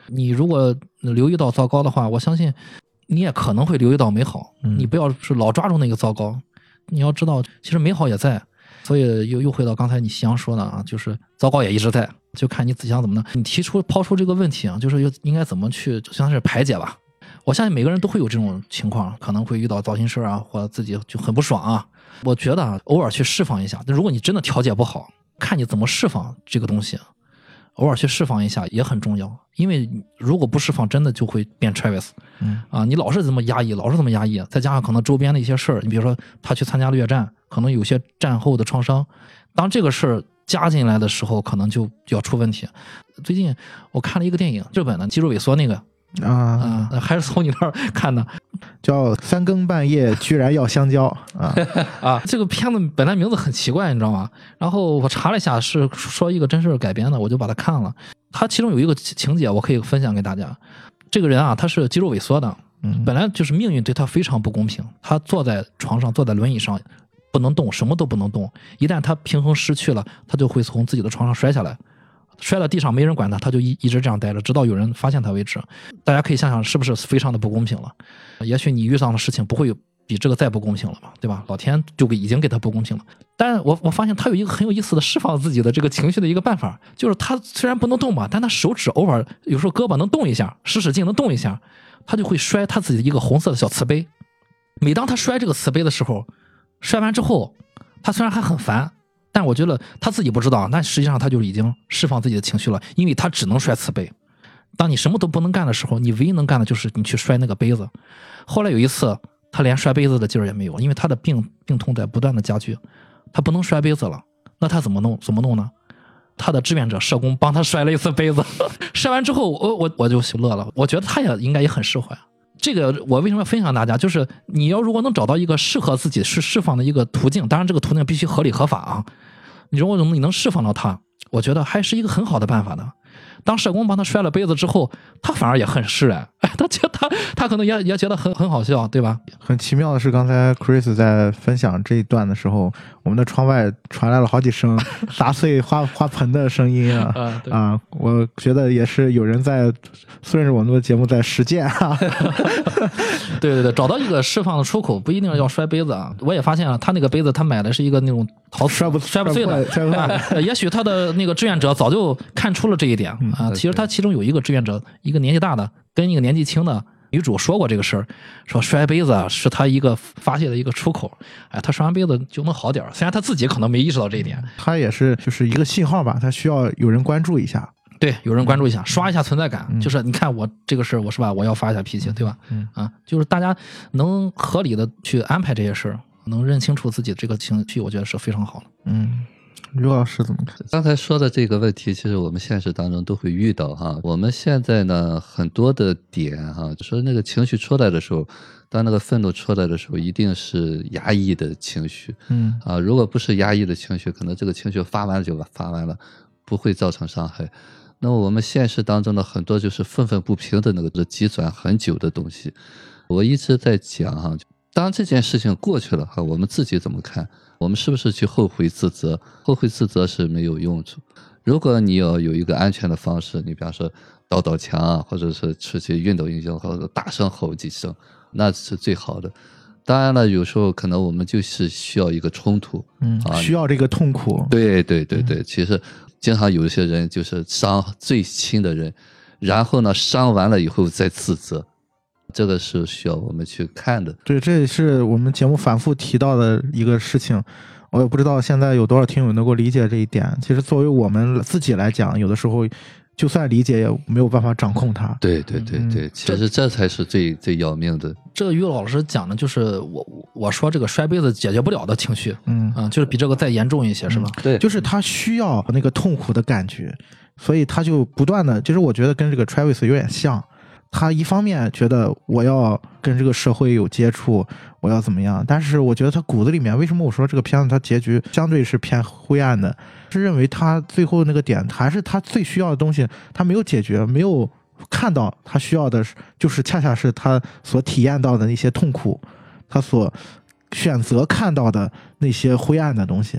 你如果留意到糟糕的话，我相信你也可能会留意到美好。 嗯、 你不要是老抓住那个糟糕，你要知道其实美好也在。所以又又回到刚才你夕阳说的啊，就是糟糕也一直在，就看你自己想怎么呢？你提出抛出这个问题啊，就是应该怎么去，就像是排解吧。我相信每个人都会有这种情况，可能会遇到糟心事啊，或者自己就很不爽啊。我觉得啊，偶尔去释放一下。如果你真的调节不好，看你怎么释放这个东西，偶尔去释放一下也很重要。因为如果不释放，真的就会变 Travis。 嗯啊，你老是这么压抑，老是这么压抑，再加上可能周边的一些事儿，你比如说他去参加了越战，可能有些战后的创伤，当这个事儿加进来的时候，可能就就要出问题。最近我看了一个电影，日本的肌肉萎缩那个。 啊、 呃，还是从你那儿看的， 叫三更半夜居然要香蕉啊啊！这个片子本来名字很奇怪，你知道吗？然后我查了一下，是说一个真事改编的，我就把它看了。它其中有一个情节，我可以分享给大家。这个人啊，他是肌肉萎缩的， 嗯， 本来就是命运对他非常不公平。他坐在床上，坐在轮椅上，不能动，什么都不能动。一旦他平衡失去了，他就会从自己的床上摔下来。摔到地上没人管他，他就一一直这样待着，直到有人发现他为止。大家可以想想，是不是非常的不公平了？也许你遇上的事情不会比这个再不公平了嘛，对吧？老天就已经给他不公平了。但我我发现他有一个很有意思的释放自己的这个情绪的一个办法，就是他虽然不能动吧，但他手指偶尔有时候胳膊能动一下，使使劲能动一下，他就会摔他自己的一个红色的小瓷杯。每当他摔这个瓷杯的时候，摔完之后，他虽然还很烦。但我觉得他自己不知道，但实际上他就已经释放自己的情绪了，因为他只能摔瓷杯。当你什么都不能干的时候，你唯一能干的就是你去摔那个杯子。后来有一次，他连摔杯子的劲儿也没有，因为他的病病痛在不断的加剧，他不能摔杯子了。那他怎么弄？怎么弄呢？他的志愿者社工帮他摔了一次杯子，摔完之后，我我我就乐了。我觉得他也应该也很释怀。这个我为什么要分享大家？就是你要如果能找到一个适合自己释释放的一个途径，当然这个途径必须合理合法啊。你如果你能释放到它，我觉得还是一个很好的办法的。当社工帮他摔了杯子之后，他反而也很释然，哎，他觉得他他可能也也觉得很很好笑，对吧？ 很奇妙的是，刚才 Chris 在分享这一段的时候，我们的窗外传来了好几声砸碎花花盆的声音啊啊, 啊！我觉得也是有人在顺着我们的节目在实践啊。 对对对，找到一个释放的出口，不一定要摔杯子啊。我也发现了，他那个杯子他买的是一个那种陶瓷， 摔不摔不碎的。 摔不碎也许他的那个志愿者早就看出了这一点。 嗯啊，其实他其中有一个志愿者，一个年纪大的跟一个年纪轻的女主说过这个事儿，说摔杯子是他一个发泄的一个出口。哎，他摔完杯子就能好点，虽然他自己可能没意识到这一点。 他也是就是一个信号吧，他需要有人关注一下。 对，有人关注一下，刷一下存在感， 嗯、 就是你看我这个事儿，我是吧，我要发一下脾气，对吧？ 嗯啊，就是大家能合理的去安排这些事儿，能认清楚自己这个情绪，我觉得是非常好的。 嗯。刘老师怎么看？ 刚才说的这个问题，其实我们现实当中都会遇到哈。我们现在呢，很多的点哈，说那个情绪出来的时候，当那个愤怒出来的时候，一定是压抑的情绪。 嗯啊，如果不是压抑的情绪，可能这个情绪发完了就发完了，不会造成伤害。那么我们现实当中的很多就是愤愤不平的那个积攒很久的东西。我一直在讲哈，当这件事情过去了哈，我们自己怎么看？我们是不是去后悔自责？后悔自责是没有用处。如果你要有一个安全的方式，你比方说倒倒墙啊，或者是出去运动运动，或者大声吼几声，那是最好的。当然了，有时候可能我们就是需要一个冲突， 嗯，啊、需要这个痛苦。 对对对对，嗯、其实经常有一些人就是伤最亲的人，然后呢伤完了以后再自责。这个是需要我们去看的。 对，这也是我们节目反复提到的一个事情。我也不知道现在有多少听友能够理解这一点。其实作为我们自己来讲，有的时候就算理解也没有办法掌控它。 对对对对，嗯、其实这才是最最要命的。 这个于老师讲的就是我我说这个摔杯子解决不了的情绪， 嗯啊，就是比这个再严重一些，是吧？ 对， 就是他需要那个痛苦的感觉，所以他就不断的，其实我觉得跟这个 Travis 有点像。他一方面觉得我要跟这个社会有接触，我要怎么样，但是我觉得他骨子里面，为什么我说这个片子他结局相对是偏灰暗的，是认为他最后那个点还是他最需要的东西他没有解决，没有看到他需要的就是恰恰是他所体验到的那些痛苦，他所选择看到的那些灰暗的东西。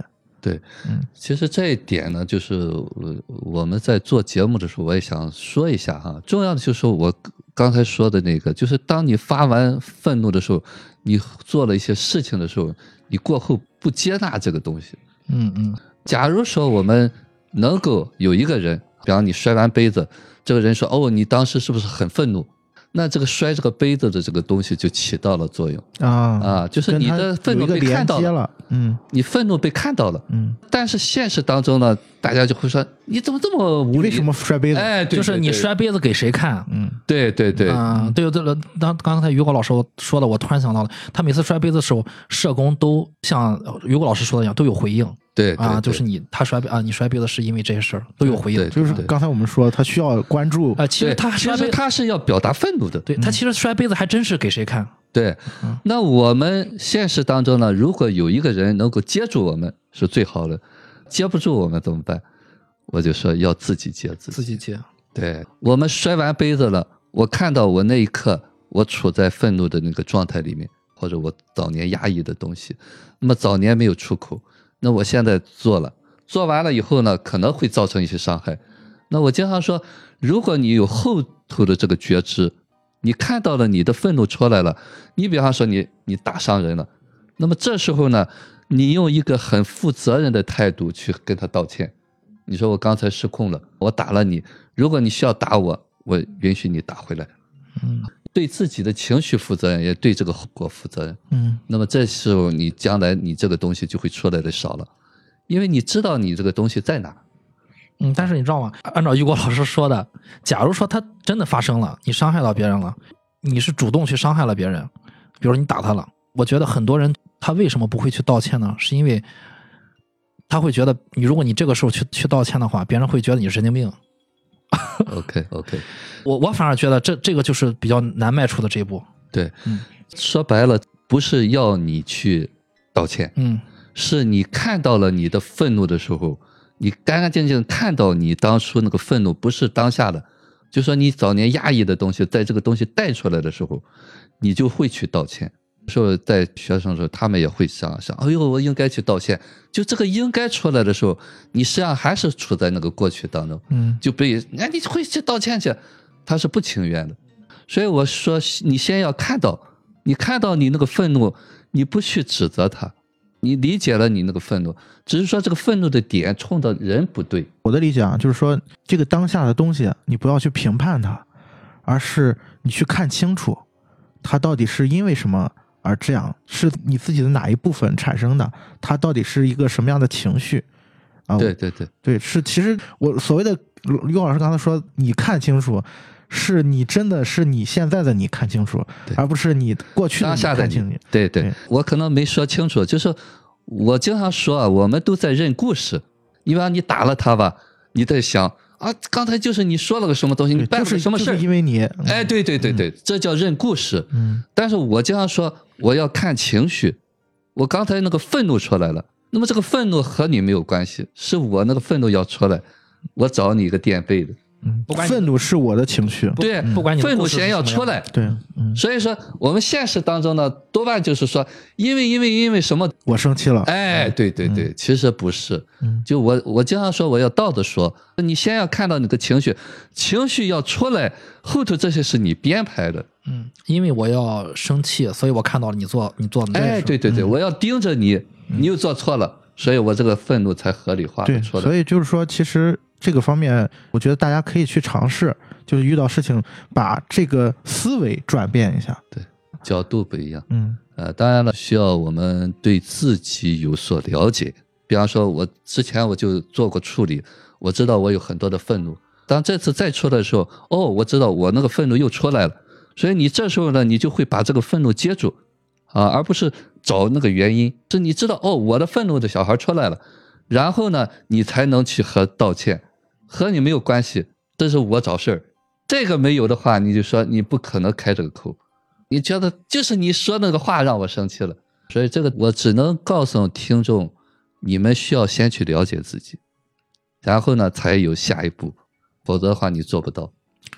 对， 嗯， 其实这一点呢，就是呃我们在做节目的时候，我也想说一下哈。重要的就是我刚才说的那个，就是当你发完愤怒的时候，你做了一些事情的时候，你过后不接纳这个东西。 嗯嗯假如说我们能够有一个人，比方你摔完杯子，这个人说：“哦，你当时是不是很愤怒？”那这个摔这个杯子的这个东西就起到了作用啊啊，就是你的愤怒被看到了, 了， 嗯， 你愤怒被看到了， 嗯， 但是现实当中呢，大家就会说你怎么这么无理？ 为什么摔杯子？ 哎，对， 就是你摔杯子给谁看？ 嗯， 对对对， 啊，对对了，当刚才于果老师说的，我突然想到了，他每次摔杯子的时候，社工都像于果老师说的一样，都有回应。 对啊，就是你他摔啊，你摔杯子是因为这些事儿都有回应。 就是刚才我们说他需要关注啊，其实他其实他是要表达愤怒的， 对他其实摔杯子还真是给谁看？ 对，那我们现实当中呢，如果有一个人能够接住我们是最好的，接不住我们怎么办？我就说要自己接自己， 自己接。 对，我们摔完杯子了，我看到我那一刻我处在愤怒的那个状态里面，或者我早年压抑的东西，那么早年没有出口。那我现在做了，做完了以后呢，可能会造成一些伤害。那我经常说，如果你有后头的这个觉知，你看到了你的愤怒出来了，你比方说你你打伤人了，那么这时候呢，你用一个很负责任的态度去跟他道歉。你说我刚才失控了，我打了你，如果你需要打我，我允许你打回来。 嗯， 对自己的情绪负责任，也对这个后果负责任。 嗯， 那么这时候你将来你这个东西就会出来的少了，因为你知道你这个东西在哪。 嗯，但是你知道吗？按照于果老师说的，假如说他真的发生了，你伤害到别人了，你是主动去伤害了别人，比如你打他了，我觉得很多人他为什么不会去道歉呢？是因为他会觉得你如果你这个时候去去道歉的话，别人会觉得你是神经病。 OK OK， 我我反而觉得这这个就是比较难迈出的这一步。 对， 嗯， 说白了不是要你去道歉， 嗯， 是你看到了你的愤怒的时候，你干干净净看到你当初那个愤怒不是当下的，就说你早年压抑的东西，在这个东西带出来的时候，你就会去道歉。说在学生的时候，他们也会想想，哎呦，我应该去道歉。就这个应该出来的时候，你实际上还是处在那个过去当中， 嗯， 就被哎你会去道歉去，他是不情愿的。所以我说，你先要看到，你看到你那个愤怒，你不去指责他，你理解了你那个愤怒，只是说这个愤怒的点冲的人不对。 我的理解啊，就是说这个当下的东西，你不要去评判它，而是你去看清楚，它到底是因为什么而这样，是你自己的哪一部分产生的，它到底是一个什么样的情绪啊？ 对对对对，是其实我所谓的于老师刚才说，你看清楚，是你真的是你现在的你看清楚，而不是你过去的当下的你看清楚。 对对， 对我可能没说清楚，就是我经常说啊，我们都在认故事。你比方你打了他吧，你在想啊，刚才就是你说了个什么东西，你办了个什么事， 就是因为你，嗯、 哎，对对对对，嗯、这叫认故事。 嗯， 但是我经常说，我要看情绪。我刚才那个愤怒出来了，那么这个愤怒和你没有关系，是我那个愤怒要出来，我找你一个垫背的。 嗯，愤怒是我的情绪， 对， 不管你愤怒先要出来， 对，嗯， 所以说我们现实当中呢，多半就是说，因为因为因为什么， 我生气了， 哎，对对对，嗯、其实不是， 嗯， 就我我经常说，我要倒着说，你先要看到你的情绪，情绪要出来，后头这些是你编排的， 嗯，因为我要生气，所以我看到了你做你做的， 哎，对对对，嗯、我要盯着你，你又做错了，所以我这个愤怒才合理化的出来， 所以就是说，其实。这个方面，我觉得大家可以去尝试，就是遇到事情，把这个思维转变一下。 对，角度不一样。 嗯， 呃，当然了，需要我们对自己有所了解。比方说，我之前我就做过处理，我知道我有很多的愤怒。当这次再出来的时候，哦，我知道我那个愤怒又出来了。所以你这时候呢，你就会把这个愤怒接住，啊，而不是找那个原因。是你知道，哦，我的愤怒的小孩出来了，然后呢，你才能去和道歉。和你没有关系，这是我找事儿。这个没有的话，你就说你不可能开这个口。你觉得就是你说那个话让我生气了，所以这个我只能告诉听众，你们需要先去了解自己，然后呢才有下一步，否则的话你做不到。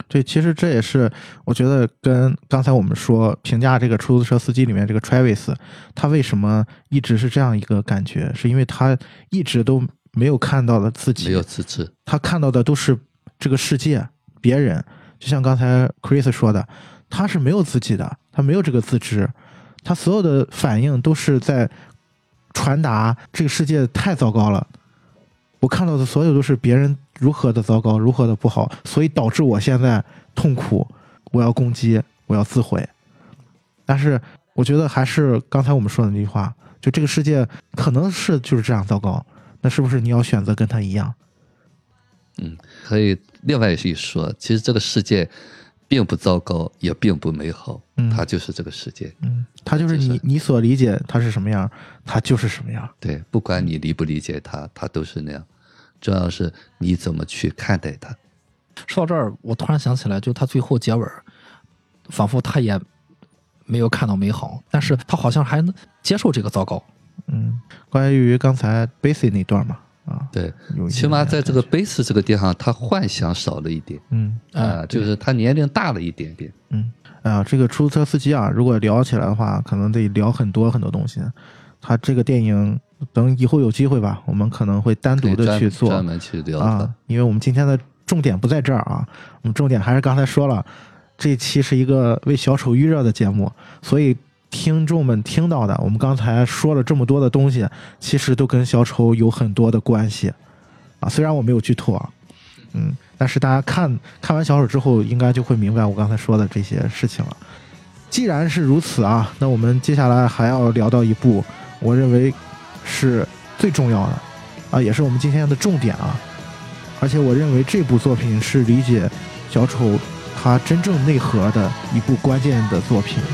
对，其实这也是我觉得跟刚才我们说评价这个出租车司机里面这个 Travis， 他为什么一直是这样一个感觉，是因为他一直都没有看到了自己， 没有自知， 他看到的都是这个世界别人，就像刚才 Chris 说的，他是没有自己的，他没有这个自知，他所有的反应都是在传达这个世界太糟糕了，我看到的所有都是别人如何的糟糕，如何的不好，所以导致我现在痛苦，我要攻击，我要自毁。但是我觉得还是刚才我们说的那句话，就这个世界可能是就是这样糟糕，那是不是你要选择跟他一样？ 嗯，可以另外一说，其实这个世界并不糟糕，也并不美好， 嗯它就是这个世界。 嗯，它就是你就是你所理解它是什么样，它就是什么样。 对，不管你理不理解它，它都是那样。重要是你怎么去看待它。 说到这儿，我突然想起来，就他最后结尾，仿佛他也没有看到美好，但是他好像还能接受这个糟糕。 嗯，关于刚才 Basie 那段嘛，啊， 对有，一些起码在这个感觉贝斯这个地方，他幻想少了一点嗯啊、 哎就是他年龄大了一点点。 嗯，哎呀，这个出租车司机啊，如果聊起来的话，可能得聊很多很多东西。他这个电影等以后有机会吧，我们可能会单独可以专的去做专门去聊它。 啊，因为我们今天的重点不在这儿啊，我们重点还是刚才说了，这一期是一个为小丑预热的节目，所以听众们听到的，我们刚才说了这么多的东西，其实都跟小丑有很多的关系啊。虽然我没有剧透啊，嗯，但是大家看看完小丑之后，应该就会明白我刚才说的这些事情了。既然是如此啊，那我们接下来还要聊到一部我认为是最重要的啊，也是我们今天的重点啊。而且我认为这部作品是理解小丑他真正内核的一部关键的作品。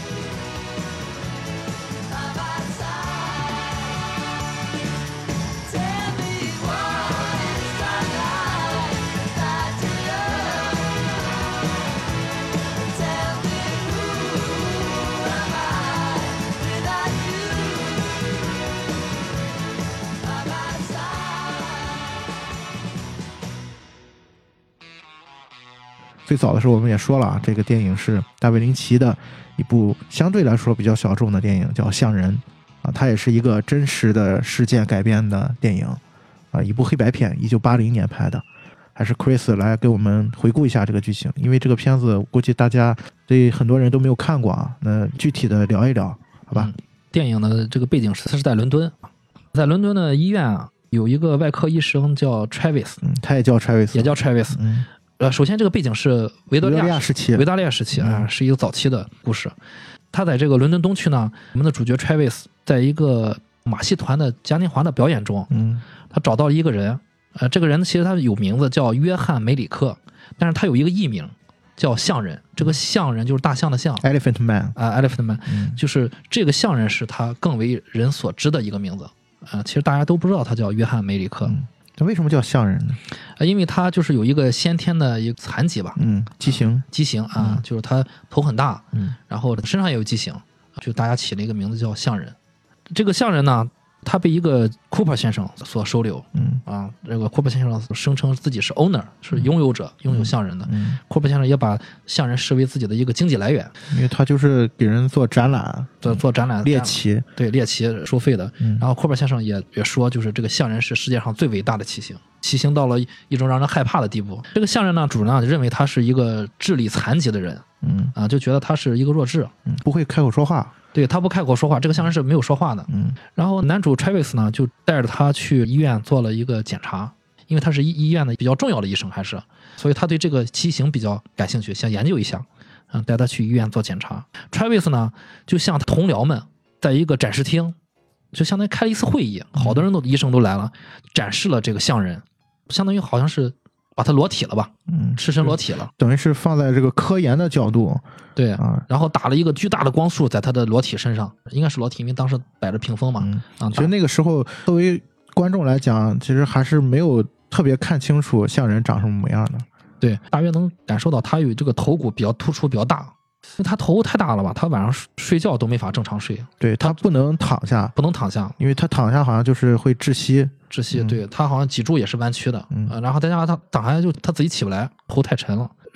最早的时候我们也说了啊，这个电影是大卫林奇的一部相对来说比较小众的电影，叫《像人》啊，它也是一个真实的事件改编的电影啊，一部黑白片，一九八零年拍的。还是 Chris 来给我们回顾一下这个剧情，因为这个片子估计大家对很多人都没有看过啊，那具体的聊一聊，好吧？ 嗯、电影的这个背景是是在伦敦，在伦敦的医院啊，有一个外科医生叫 Travis， 嗯，他也叫 Travis， 也叫 Travis， 嗯。 呃，首先这个背景是维多利亚时期， 维多利亚时期啊、呃，是一个早期的故事。他在这个伦敦东区呢，我们的主角 Travis 在一个马戏团的嘉年华的表演中， 嗯， 他找到了一个人，呃，这个人其实他有名字叫约翰梅里克，但是他有一个艺名叫象人，这个象人就是大象的象 ，Elephant Man 啊、呃、，Elephant Man，、 嗯、 就是这个象人是他更为人所知的一个名字啊、呃，其实大家都不知道他叫约翰梅里克。 嗯，那为什么叫象人呢？ 啊，因为他就是有一个先天的一个残疾吧， 嗯，畸形， 畸形啊、 嗯， 就是他头很大， 嗯， 然后身上也有畸形，就大家起了一个名字叫象人。这个象人呢，他被一个 Cooper 先生所收留， 嗯啊，这个 Cooper 先生声称自己是 owner， 是拥有者，嗯、拥有象人的。 嗯 Cooper 先生也把象人视为自己的一个经济来源， 因为他就是给人做展览， 做做展览猎奇， 对猎奇收费的。 嗯、 然后 Cooper 先生也也说，就是这个象人是世界上最伟大的骑行，骑行到了一种让人害怕的地步。这个象人呢，主人呢认为他是一个智力残疾的人， 嗯啊，就觉得他是一个弱智， 嗯，不会开口说话。 对，他不开口说话，这个象人是没有说话的。 嗯， 然后男主 Travis 呢就带着他去医院做了一个检查，因为他是医医院的比较重要的医生，还是所以他对这个畸形比较感兴趣，想研究一下，嗯，带他去医院做检查。Travis 呢就向同僚们在一个展示厅，就相当于开了一次会议，好多人都、嗯、医生都来了，展示了这个象人，相当于好像是把他裸体了吧， 嗯， 赤身裸体了， 等于是放在这个科研的角度。 对啊， 然后打了一个巨大的光束在他的裸体身上，应该是裸体，因为当时摆着屏风嘛。 嗯， 啊， 其实那个时候作为观众来讲，其实还是没有特别看清楚象人长什么模样的。 对，大约能感受到他有这个头骨比较突出，比较大，因为他头太大了吧，他晚上睡觉都没法正常睡。 对，他不能躺下， 不能躺下， 因为他躺下好像就是会窒息。 窒息，对，他好像脊柱也是弯曲的， 嗯， 呃、然后再加上他躺下就他自己起不来，头太沉了。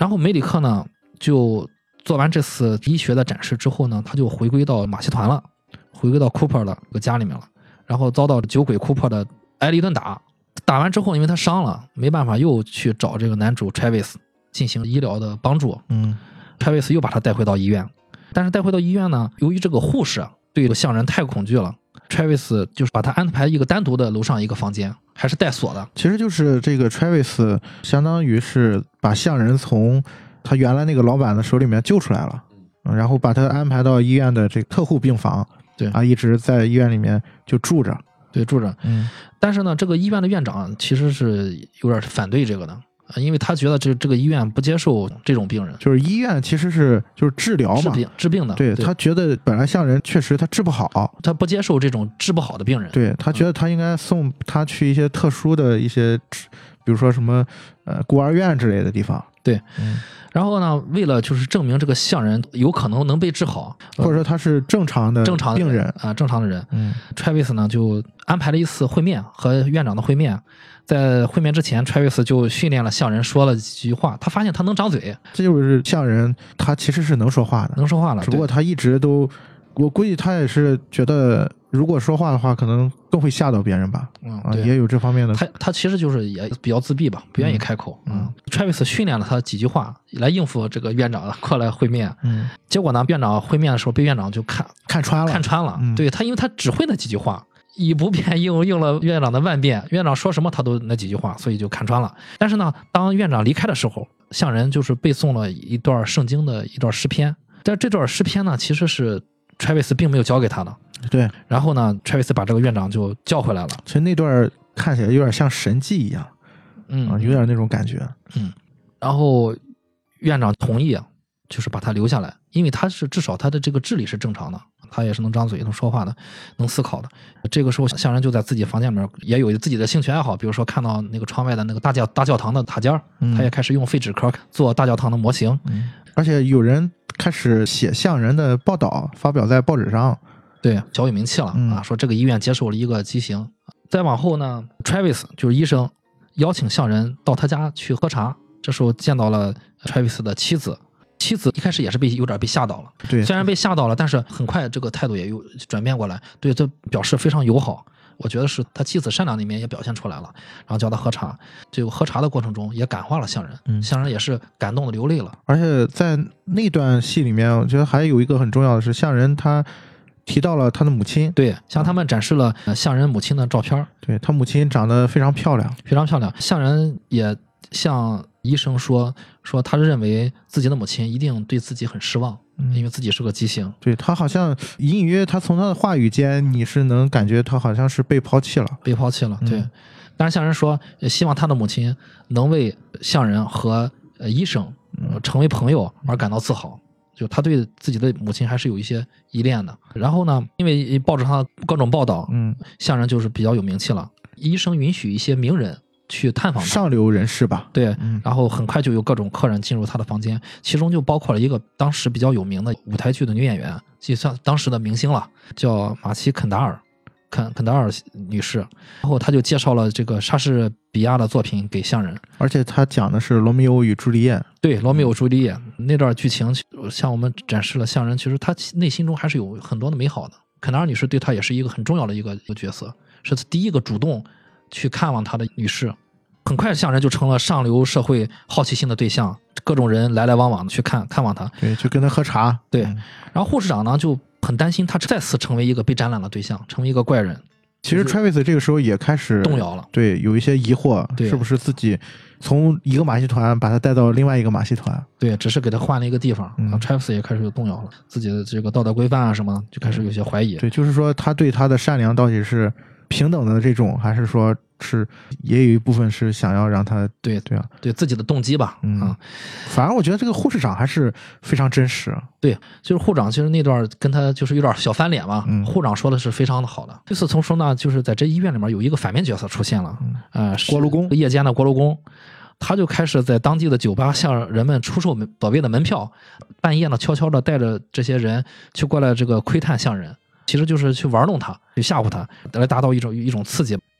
然后梅里克呢就做完这次医学的展示之后呢，他就回归到马戏团了，回归到库珀的个家里面了，然后遭到酒鬼库珀的挨了一顿打。打完之后，因为他伤了，没办法，又去找这个男主 Travis 进行医疗的帮助。 嗯 Travis 又把他带回到医院，但是带回到医院呢，由于这个护士对这个象人太恐惧了， Travis 就是把他安排一个单独的楼上一个房间，还是带锁的。 其实就是这个 Travis 相当于是把象人从他原来那个老板的手里面救出来了，嗯、然后把他安排到医院的这个特护病房， 对啊，一直在医院里面就住着。 对，住着。 嗯， 但是呢，这个医院的院长其实是有点反对这个的，因为他觉得这这个医院不接受这种病人， 就是医院其实是就是治疗嘛， 治病治病的。 对， 对他觉得本来象人确实他治不好， 他不接受这种治不好的病人。 对他觉得他应该送他去一些特殊的一些，比如说什么呃孤儿院之类的地方。 对， 嗯。 然后呢，为了就是证明这个象人有可能能被治好， 或者说他是正常的正常的病人啊，正常的人。 嗯 Travis 呢就安排了一次会面，和院长的会面。在会面之前 ，Travis 就训练了象人说了几句话，他发现他能张嘴， 这就是象人，他其实是能说话的， 能说话了。 只不过他一直都，我估计他也是觉得，如果说话的话，可能更会吓到别人吧。 嗯， 啊， 对， 也有这方面的。 他他其实就是也比较自闭吧，不愿意开口。 嗯嗯 Travis 训练了他几句话来应付这个院长过来会面。 嗯， 结果呢，院长会面的时候被院长就看看穿了， 看穿了。 嗯对他，因为他只会那几句话。以不变应应了院长的万变，院长说什么他都那几句话，所以就看穿了。但是呢，当院长离开的时候，象人就是背诵了一段圣经的一段诗篇，但这段诗篇呢，其实是 Travis 并没有教给他的。 对， 然后呢 ，Travis 把这个院长就叫回来了。 其实那段看起来有点像神迹一样， 嗯， 啊，有点那种感觉。 嗯，然后院长同意，就是把他留下来，因为他是至少他的这个智力是正常的。他也是能张嘴、能说话的、能思考的。这个时候，象人就在自己房间里面也有自己的兴趣爱好，比如说看到那个窗外的那个大教大教堂的塔尖， 嗯、 他也开始用废纸壳做大教堂的模型。 嗯，而且有人开始写象人的报道，发表在报纸上， 对，小有名气了、嗯、啊。说这个医院接受了一个畸形。再往后呢 ，Travis 就是医生，邀请象人到他家去喝茶。这时候见到了 Travis 的妻子。妻子一开始也是被有点被吓到了， 对， 虽然被吓到了，但是很快这个态度也有转变过来，对这表示非常友好。我觉得是他妻子善良的一面也表现出来了，然后叫他喝茶，这个喝茶的过程中也感化了象人，嗯、象人也是感动的流泪了。 而且在那段戏里面，我觉得还有一个很重要的是，象人他提到了他的母亲， 对，向他们展示了象人母亲的照片， 对他母亲长得非常漂亮， 非常漂亮。象人也向医生说说他认为自己的母亲一定对自己很失望，嗯、因为自己是个畸形。 对，他好像隐隐约他从他的话语间你是能感觉他好像是被抛弃了， 被抛弃了。对，嗯、但是象人说希望他的母亲能为象人和呃医生、呃、成为朋友而感到自豪。就他对自己的母亲还是有一些依恋的。然后呢，因为报纸上各种报道， 嗯， 象人就是比较有名气了。医生允许一些名人去探访他， 上流人士吧， 对， 嗯， 然后很快就有各种客人进入他的房间，其中就包括了一个当时比较有名的舞台剧的女演员，就算当时的明星了，叫马奇肯达尔，肯肯达尔女士。然后他就介绍了这个莎士比亚的作品给象人， 而且他讲的是罗密欧与朱丽叶， 对，罗密欧朱丽叶那段剧情，向我们展示了象人其实他内心中还是有很多的美好的。肯达尔女士对他也是一个很重要的一个一个角色，是第一个主动去看望他的女士。很快象人就成了上流社会好奇心的对象，各种人来来往往的去看看望他， 对，就跟他喝茶。 对，然后护士长呢就很担心他再次成为一个被展览的对象，成为一个怪人。 其实 Travis 这个时候也开始动摇了， 对，有一些疑惑，是不是自己从一个马戏团把他带到另外一个马戏团？ 对，只是给他换了一个地方。嗯、Travis 也开始有动摇了，自己的这个道德规范啊什么，就开始有些怀疑。 对，就是说他对他的善良到底是平等的这种，还是说是也有一部分是想要让他对对啊， 对自己的动机吧。 嗯，啊、反而我觉得这个护士长还是非常真实。 对，就是护长其实那段跟他就是有点小翻脸嘛。 嗯， 护长说的是非常的好的。与此同时呢，就是在这医院里面有一个反面角色出现了， 嗯、 呃， 锅炉工， 夜间的锅炉工。他就开始在当地的酒吧向人们出售所谓的门票，半夜呢悄悄的带着这些人去过来这个窥探象人，其实就是去玩弄他，去吓唬他，来达到一种一种刺激。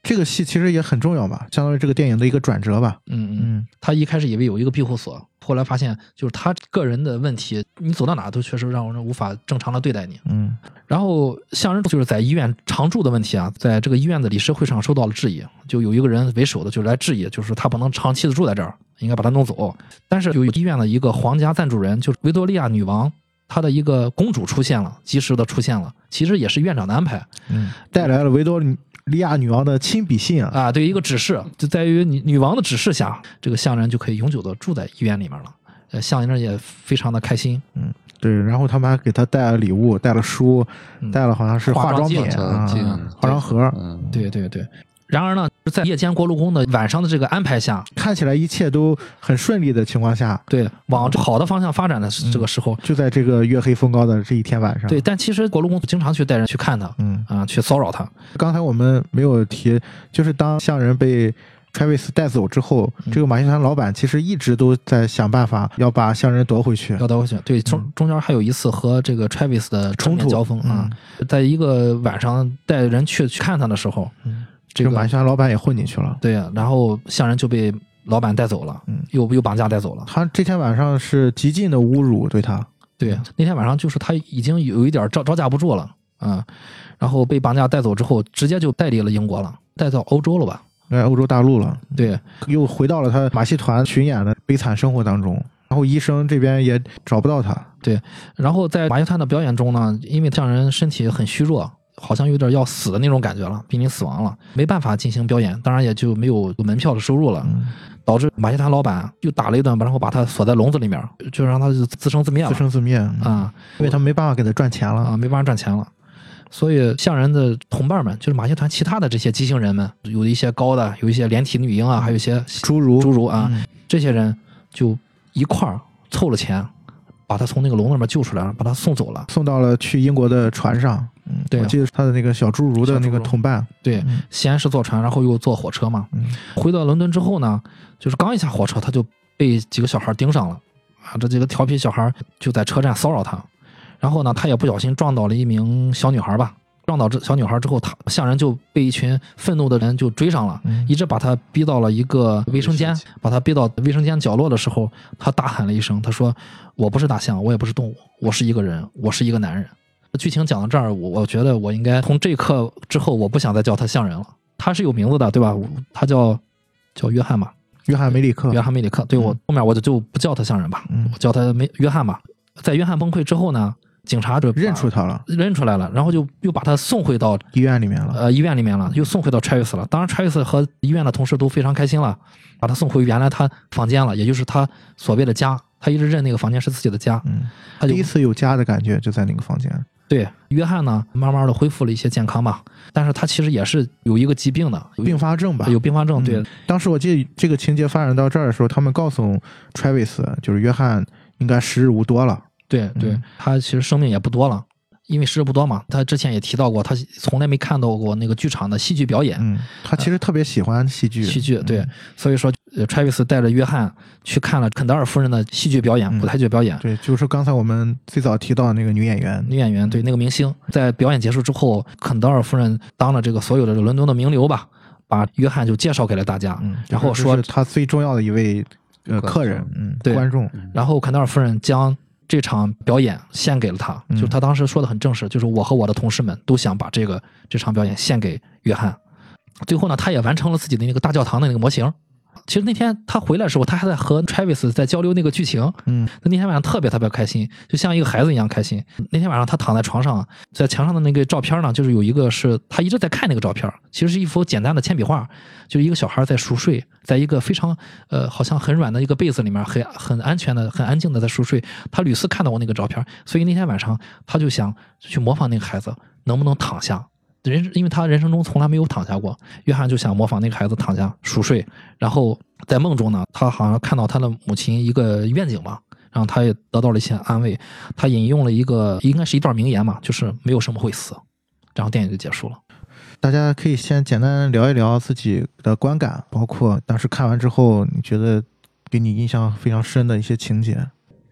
这个戏其实也很重要吧，相当于这个电影的一个转折吧。 嗯嗯， 嗯他一开始以为有一个庇护所，后来发现就是他个人的问题，你走到哪都确实让人无法正常的对待你。 嗯然后向人就是在医院常住的问题啊，在这个医院的理事会上受到了质疑，就有一个人为首的就来质疑，就是他不能长期的住在这儿，应该把他弄走。但是有医院的一个皇家赞助人，就是维多利亚女王，她的一个公主出现了，及时的出现了，其实也是院长的安排嗯，带来了维多利亚女王的亲笔信啊。 啊，对一个指示，就在于女女王的指示下，这个向人就可以永久的住在医院里面了。呃，向人也非常的开心。 嗯，对，然后他们还给他带了礼物，带了书， 嗯带了好像是化妆品化妆啊， 镜化妆盒。 嗯， 对对对。然而呢，在夜间锅炉宫的晚上的这个安排下， 看起来一切都很顺利的情况下， 对往好的方向发展的这个时候， 就在这个月黑风高的这一天晚上。 对，但其实锅炉宫经常去带人去看他， 嗯啊，去骚扰他。 刚才我们没有提，就是当向人被 Travis 带走之后， 嗯这个马戏团老板其实一直都在想办法要把向人夺回去。 要带回去，对，中中间还有一次和这个 Travis 的正面冲突交锋啊，在一个晚上带人去去看他的时候， 嗯， 这个这个马戏团老板也混进去了。 对呀，然后向人就被老板带走了， 嗯又又绑架带走了。 他这天晚上是极尽的侮辱对他。 对，那天晚上就是他已经有一点招招架不住了啊，然后被绑架带走之后，直接就带离了英国了，带到欧洲了吧？ 来欧洲大陆了， 对， 又回到了他马戏团巡演的悲惨生活当中。然后医生这边也找不到他。 对，然后在马戏团的表演中呢，因为向人身体很虚弱，好像有点要死的那种感觉了，濒临死亡了，没办法进行表演，当然也就没有门票的收入了， 嗯导致马戏团老板又打了一顿，然后把他锁在笼子里面，就让他就自生自灭了自生自灭啊， 因为他没办法给他赚钱了啊，没办法赚钱了。所以向人的同伴们，就是马戏团其他的这些畸形人们，有一些高的，有一些连体女婴啊，还有一些侏儒侏儒啊， 嗯这些人就一块儿凑了钱，把他从那个笼子里面救出来了，把他送走了。 送到了去英国的船上。嗯， 对啊我记得他的那个小侏儒的那个小侏儒同伴。 对， 嗯先是坐船，然后又坐火车嘛。 嗯回到伦敦之后呢，就是刚一下火车，他就被几个小孩盯上了啊！这几个调皮小孩就在车站骚扰他，然后呢，他也不小心撞倒了一名小女孩吧。撞倒这小女孩之后，他向人就被一群愤怒的人就追上了， 嗯一直把他逼到了一个卫生间，把他逼到卫生间角落的时候，他大喊了一声，他说：“我不是大象，我也不是动物，我是一个人，我是一个男人。”剧情讲到这儿，我我觉得我应该从这一刻之后，我不想再叫他象人了。他是有名字的，对吧？他叫叫约翰吧， 约翰梅里克。 约翰梅里克。对，我后面我就就不叫他象人吧， 嗯我叫他梅约翰吧。在约翰崩溃之后呢，警察就把认出他了， 认出来了，然后就又把他送回到医院里面了。 呃医院里面了，又送回到 Travis 了。当然 Travis 和医院的同事都非常开心了，把他送回原来他房间了，也就是他所谓的家。他一直认那个房间是自己的家， 嗯， 他就第一次有家的感觉就在那个房间。 对约翰呢，慢慢的恢复了一些健康吧，但是他其实也是有一个疾病的，有并发症吧， 有并发症。对， 嗯当时我记得这个情节发展到这儿的时候，他们告诉 Travis， 就是约翰应该时日无多了。 对对， 嗯他其实生命也不多了，因为时日不多嘛。他之前也提到过，他从来没看到过那个剧场的戏剧表演。 嗯，他其实特别喜欢戏剧。 戏剧对， 嗯所以说呃 Travis 带着约翰去看了肯德尔夫人的戏剧表演， 嗯舞台剧表演。 对，就是刚才我们最早提到的那个女演员。 女演员对那个明星，在表演结束之后，肯德尔夫人当了这个所有的伦敦的名流吧，把约翰就介绍给了大家， 嗯， 然后就是说这是他最重要的一位呃观众客人，嗯， 对观众。 然后肯德尔夫人将这场表演献给了他， 嗯就是他当时说的很正式，就是我和我的同事们都想把这个这场表演献给约翰。最后呢，他也完成了自己的那个大教堂的那个模型。其实那天他回来的时候，他还在和 Travis 在交流那个剧情。 嗯那天晚上特别特别开心，就像一个孩子一样开心。那天晚上他躺在床上，在墙上的那个照片呢，就是有一个是他一直在看那个照片，其实是一幅简单的铅笔画，就是一个小孩在熟睡，在一个非常呃好像很软的一个被子里面，很很安全的、很安静的在熟睡。他屡次看到过那个照片，所以那天晚上他就想去模仿那个孩子，能不能躺下。人，因为他人生中从来没有躺下过，约翰就想模仿那个孩子躺下熟睡，然后在梦中呢，他好像看到他的母亲一个愿景嘛，然后他也得到了一些安慰。他引用了一个应该是一段名言嘛，就是没有什么会死，然后电影就结束了。 大家可以先简单聊一聊自己的观感，包括当时看完之后你觉得给你印象非常深的一些情节。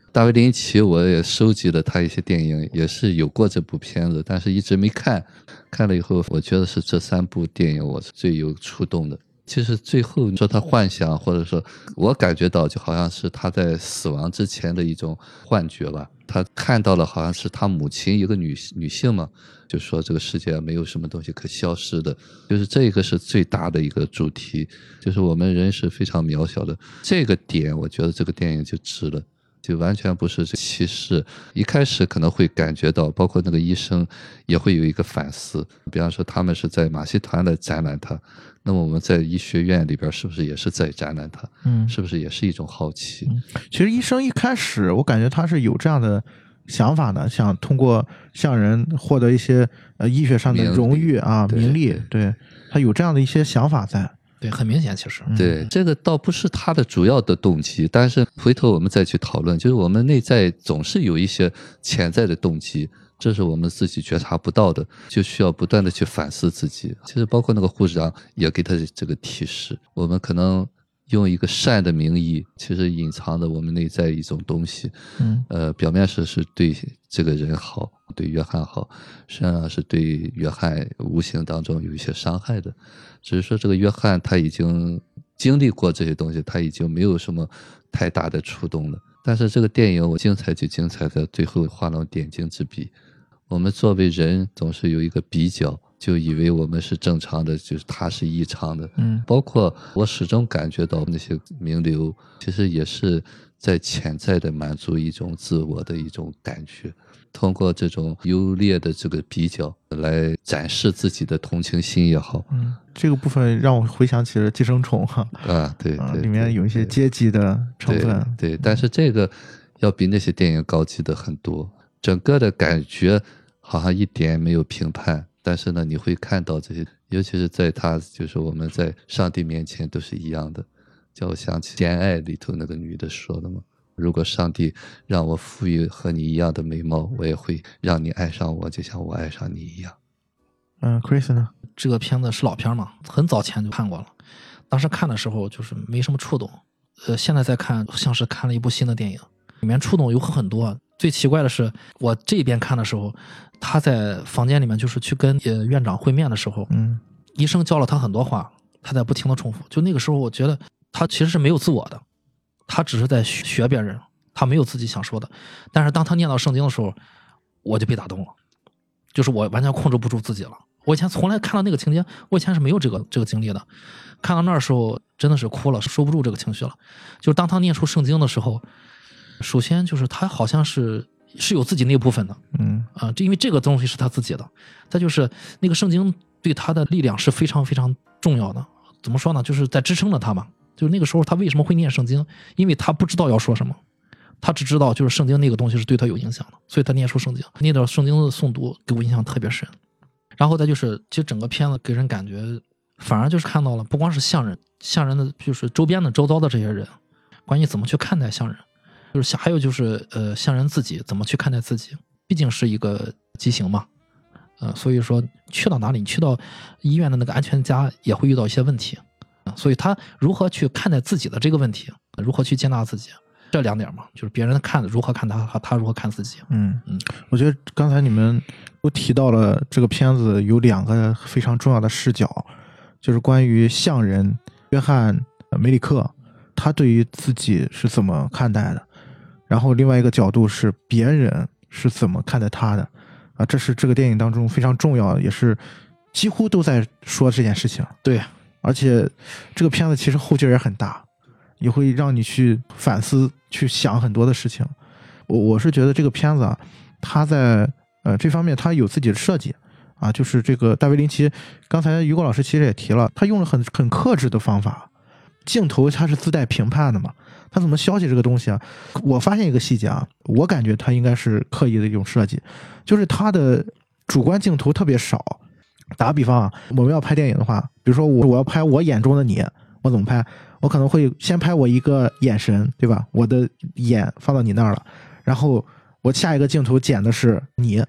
大卫林奇我也收集了他一些电影，也是有过这部片子，但是一直没看。看了以后，我觉得是这三部电影我是最有触动的。其实最后说他幻想，或者说我感觉到就好像是他在死亡之前的一种幻觉吧。他看到了好像是他母亲一个女女性嘛，就说这个世界没有什么东西可消失的，就是这个是最大的一个主题，就是我们人是非常渺小的。这个点我觉得这个电影就值了，就完全不是歧视。一开始可能会感觉到，包括那个医生也会有一个反思，比方说他们是在马戏团来展览他，那么我们在医学院里边是不是也是在展览他？嗯，是不是也是一种好奇？ 嗯、其实医生一开始我感觉他是有这样的想法的，想通过向人获得一些呃医学上的荣誉啊、名利，对，他有这样的一些想法在。 对，很明显，其实对、嗯、这个倒不是他的主要的动机，但是回头我们再去讨论，就是我们内在总是有一些潜在的动机，这是我们自己觉察不到的，就需要不断的去反思自己。其实包括那个护士长也给他这个提示，我们可能用一个善的名义，其实隐藏的我们内在一种东西。嗯，呃，表面上是对这个人好，对约翰好，实际上是对约翰无形当中有一些伤害的。只是说这个约翰他已经经历过这些东西，他已经没有什么太大的触动了。但是这个电影我精彩就精彩在最后画龙点睛之笔。我们作为人总是有一个比较，就以为我们是正常的，就是他是异常的。嗯，包括我始终感觉到那些名流其实也是在潜在的满足一种自我的一种感觉，通过这种优劣的这个比较来展示自己的同情心也好。 嗯，这个部分让我回想起了寄生虫哈。 啊，对 对, 对、啊， 里面有一些阶级的成分。 对 对, 对，但是这个要比那些电影高级的很多，整个的感觉好像一点没有评判，但是呢你会看到这些，尤其是在他就是我们在上帝面前都是一样的。叫我想起《简爱》里头那个女的说的嘛，如果上帝让我赋予和你一样的美貌，我也会让你爱上我，就像我爱上你一样。 嗯 Chris 呢？ 这个片子是老片嘛，很早前就看过了，当时看的时候就是没什么触动，呃，现在再看像是看了一部新的电影，里面触动有很多。最奇怪的是我这边看的时候，他在房间里面就是去跟呃院长会面的时候，嗯，医生教了他很多话，他在不停的重复。就那个时候我觉得他其实是没有自我的，他只是在学别人，他没有自己想说的。但是当他念到圣经的时候，我就被打动了，就是我完全控制不住自己了。我以前从来看到那个情节，我以前是没有这个这个经历的，看到那儿时候真的是哭了，收不住这个情绪了。就是当他念出圣经的时候，首先就是他好像是是有自己那部分的，嗯啊、呃，因为这个东西是他自己的。再就是那个圣经对他的力量是非常非常重要的。怎么说呢？就是在支撑着他嘛。就是那个时候他为什么会念圣经？因为他不知道要说什么，他只知道就是圣经那个东西是对他有影响的，所以他念出圣经。那段圣经的诵读给我印象特别深。然后再就是其实整个片子给人感觉反而就是看到了不光是象人，象人的就是周边的周遭的这些人，关于怎么去看待象人，就是还有就是呃象人自己怎么去看待自己，毕竟是一个畸形嘛，呃所以说去到哪里，你去到医院的那个安全家也会遇到一些问题，所以他如何去看待自己的这个问题，如何去接纳自己，这两点嘛，就是别人看如何看他，他如何看自己。嗯嗯，我觉得刚才你们都提到了这个片子有两个非常重要的视角，就是关于象人约翰梅里克他对于自己是怎么看待的，然后另外一个角度是别人是怎么看待他的啊，这是这个电影当中非常重要，也是几乎都在说这件事情。 对， 而且这个片子其实后劲也很大，也会让你去反思去想很多的事情。我我是觉得这个片子啊，它在呃这方面它有自己的设计啊，就是这个大卫林奇，刚才于果老师其实也提了，他用了很很克制的方法，镜头它是自带评判的嘛，他怎么消息这个东西啊？我发现一个细节啊，我感觉他应该是刻意的一种设计，就是他的主观镜头特别少。打个比方啊，我们要拍电影的话，比如说我我要拍我眼中的你，我怎么拍？我可能会先拍我一个眼神，对吧？我的眼放到你那儿了，然后我下一个镜头剪的是你，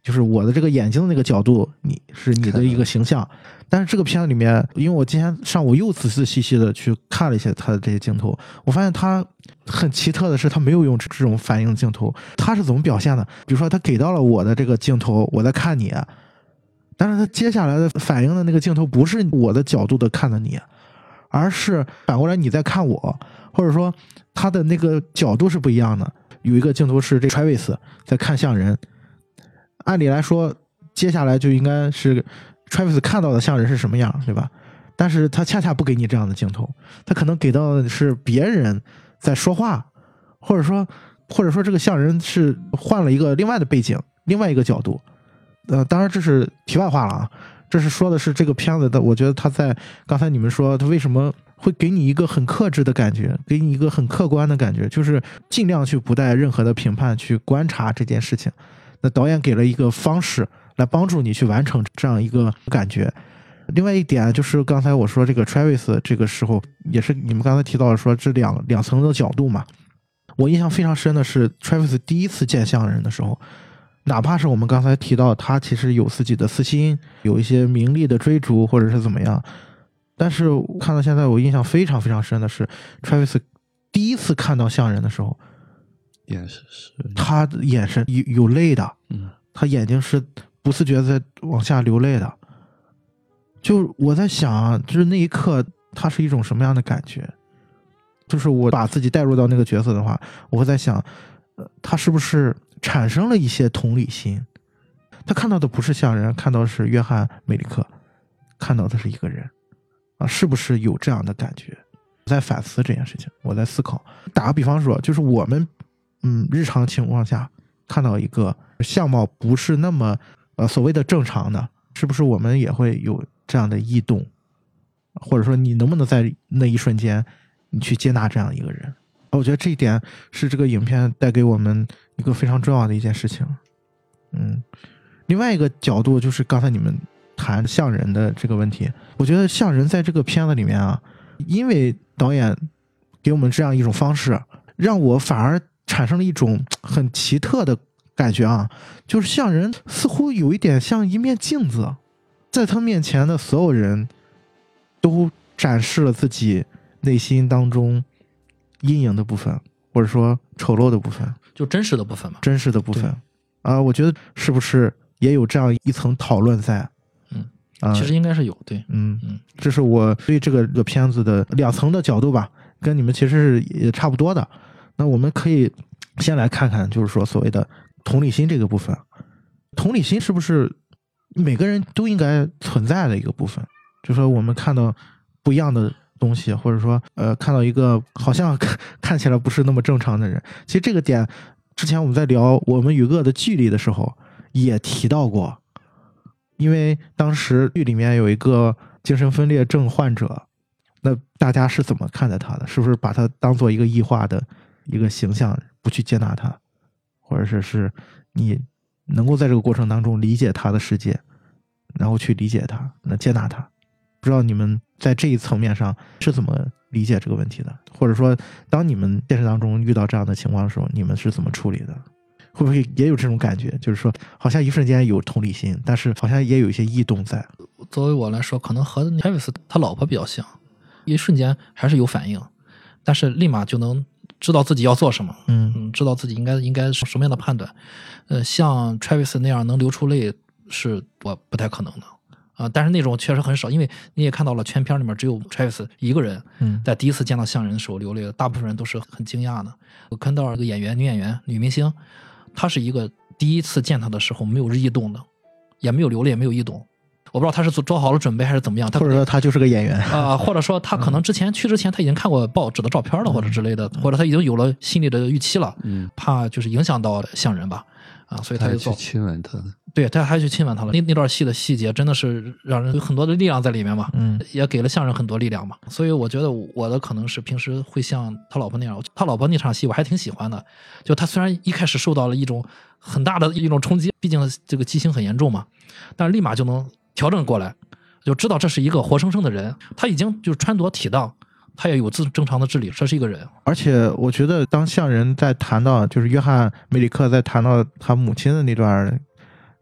就是我的这个眼睛的那个角度，你是你的一个形象。但是这个片子里面，因为我今天上午又仔仔细细的去看了一下他的这些镜头，我发现他很奇特的是，他没有用这种反应镜头。他是怎么表现的？比如说他给到了我的这个镜头，我在看你，但是他接下来的反应的那个镜头不是我的角度的看的你，而是反过来你在看我，或者说他的那个角度是不一样的。有一个镜头是这 Travis 在看象人，按理来说接下来就应该是 Travis 看到的象人是什么样，对吧？但是他恰恰不给你这样的镜头，他可能给到的是别人在说话，或者说或者说这个象人是换了一个另外的背景，另外一个角度。呃，当然这是题外话了啊，这是说的是这个片子的，我觉得他在刚才你们说他为什么会给你一个很克制的感觉，给你一个很客观的感觉，就是尽量去不带任何的评判去观察这件事情。那导演给了一个方式来帮助你去完成这样一个感觉。另外一点就是刚才我说这个 Travis 这个时候也是你们刚才提到的说这两两层的角度嘛，我印象非常深的是 Travis 第一次见象人的时候，哪怕是我们刚才提到他其实有自己的私心，有一些名利的追逐或者是怎么样，但是看到现在我印象非常非常深的是 Travis 第一次看到象人的时候， 眼神是他的眼神有有泪的， 嗯， 他眼睛是不自觉在往下流泪的。就我在想啊，就是那一刻他是一种什么样的感觉？就是我把自己带入到那个角色的话，我会在想，呃，他是不是产生了一些同理心？他看到的不是象人，看到的是约翰·梅里克，看到的是一个人啊，是不是有这样的感觉？我在反思这件事情，我在思考。打个比方说，就是我们嗯日常情况下看到一个相貌不是那么呃所谓的正常的，是不是我们也会有这样的异动？或者说你能不能在那一瞬间你去接纳这样一个人？我觉得这一点是这个影片带给我们一个非常重要的一件事情。嗯，另外一个角度就是刚才你们谈象人的这个问题，我觉得象人在这个片子里面啊，因为导演给我们这样一种方式，让我反而产生了一种很奇特的感觉啊，就是象人似乎有一点像一面镜子，在他面前的所有人都展示了自己内心当中阴影的部分，或者说丑陋的部分， 就真实的部分嘛， 真实的部分啊、呃，我觉得是不是也有这样一层讨论在？ 嗯， 啊、呃， 其实应该是有，对， 嗯嗯， 这是我对这个这个片子的两层的角度吧，跟你们其实是也差不多的。那我们可以先来看看，就是说所谓的同理心这个部分，同理心是不是每个人都应该存在的一个部分？就是说我们看到不一样的东西，或者说呃看到一个好像看起来不是那么正常的人，其实这个点之前我们在聊我们与恶的距离的时候也提到过，因为当时剧里面有一个精神分裂症患者，那大家是怎么看待他的？是不是把他当做一个异化的一个形象，不去接纳他，或者是是你能够在这个过程当中理解他的世界，然后去理解他，那接纳他？不知道你们在这一层面上是怎么理解这个问题的，或者说当你们现实当中遇到这样的情况的时候，你们是怎么处理的？会不会也有这种感觉，就是说好像一瞬间有同理心，但是好像也有一些异动在？ 作为我来说，可能和 Travis 他老婆比较像，一瞬间还是有反应，但是立马就能知道自己要做什么， 嗯嗯，知道自己应该应该什么样的判断。呃，像 Travis 那样能流出泪是我不太可能的。啊、呃，但是那种确实很少，因为你也看到了，全片里面只有 Travis 一个人， 嗯， 在第一次见到象人的时候流泪，大部分人都是很惊讶的。我看到一个演员，女演员，女明星，她是一个第一次见她的时候没有异动的，也没有流泪，也没有异动。我不知道她是做做好了准备还是怎么样， 或者说她就是个演员啊、呃，或者说她可能之前、嗯、去之前她已经看过报纸的照片了，或者之类的，或者她已经有了心理的预期了，嗯，怕就是影响到象人吧。啊，所以他就去亲吻他， 对，他还去亲吻他了。那那段戏的细节真的是让人有很多的力量在里面嘛， 嗯， 也给了象人很多力量嘛。所以我觉得我的可能是平时会像他老婆那样，他老婆那场戏我还挺喜欢的。就他虽然一开始受到了一种很大的一种冲击，毕竟这个畸形很严重嘛，但是立马就能调整过来，就知道这是一个活生生的人，他已经就穿着体当。他也有自正常的智力，这是一个人。 而且我觉得当象人在谈到就是约翰梅里克在谈到他母亲的那段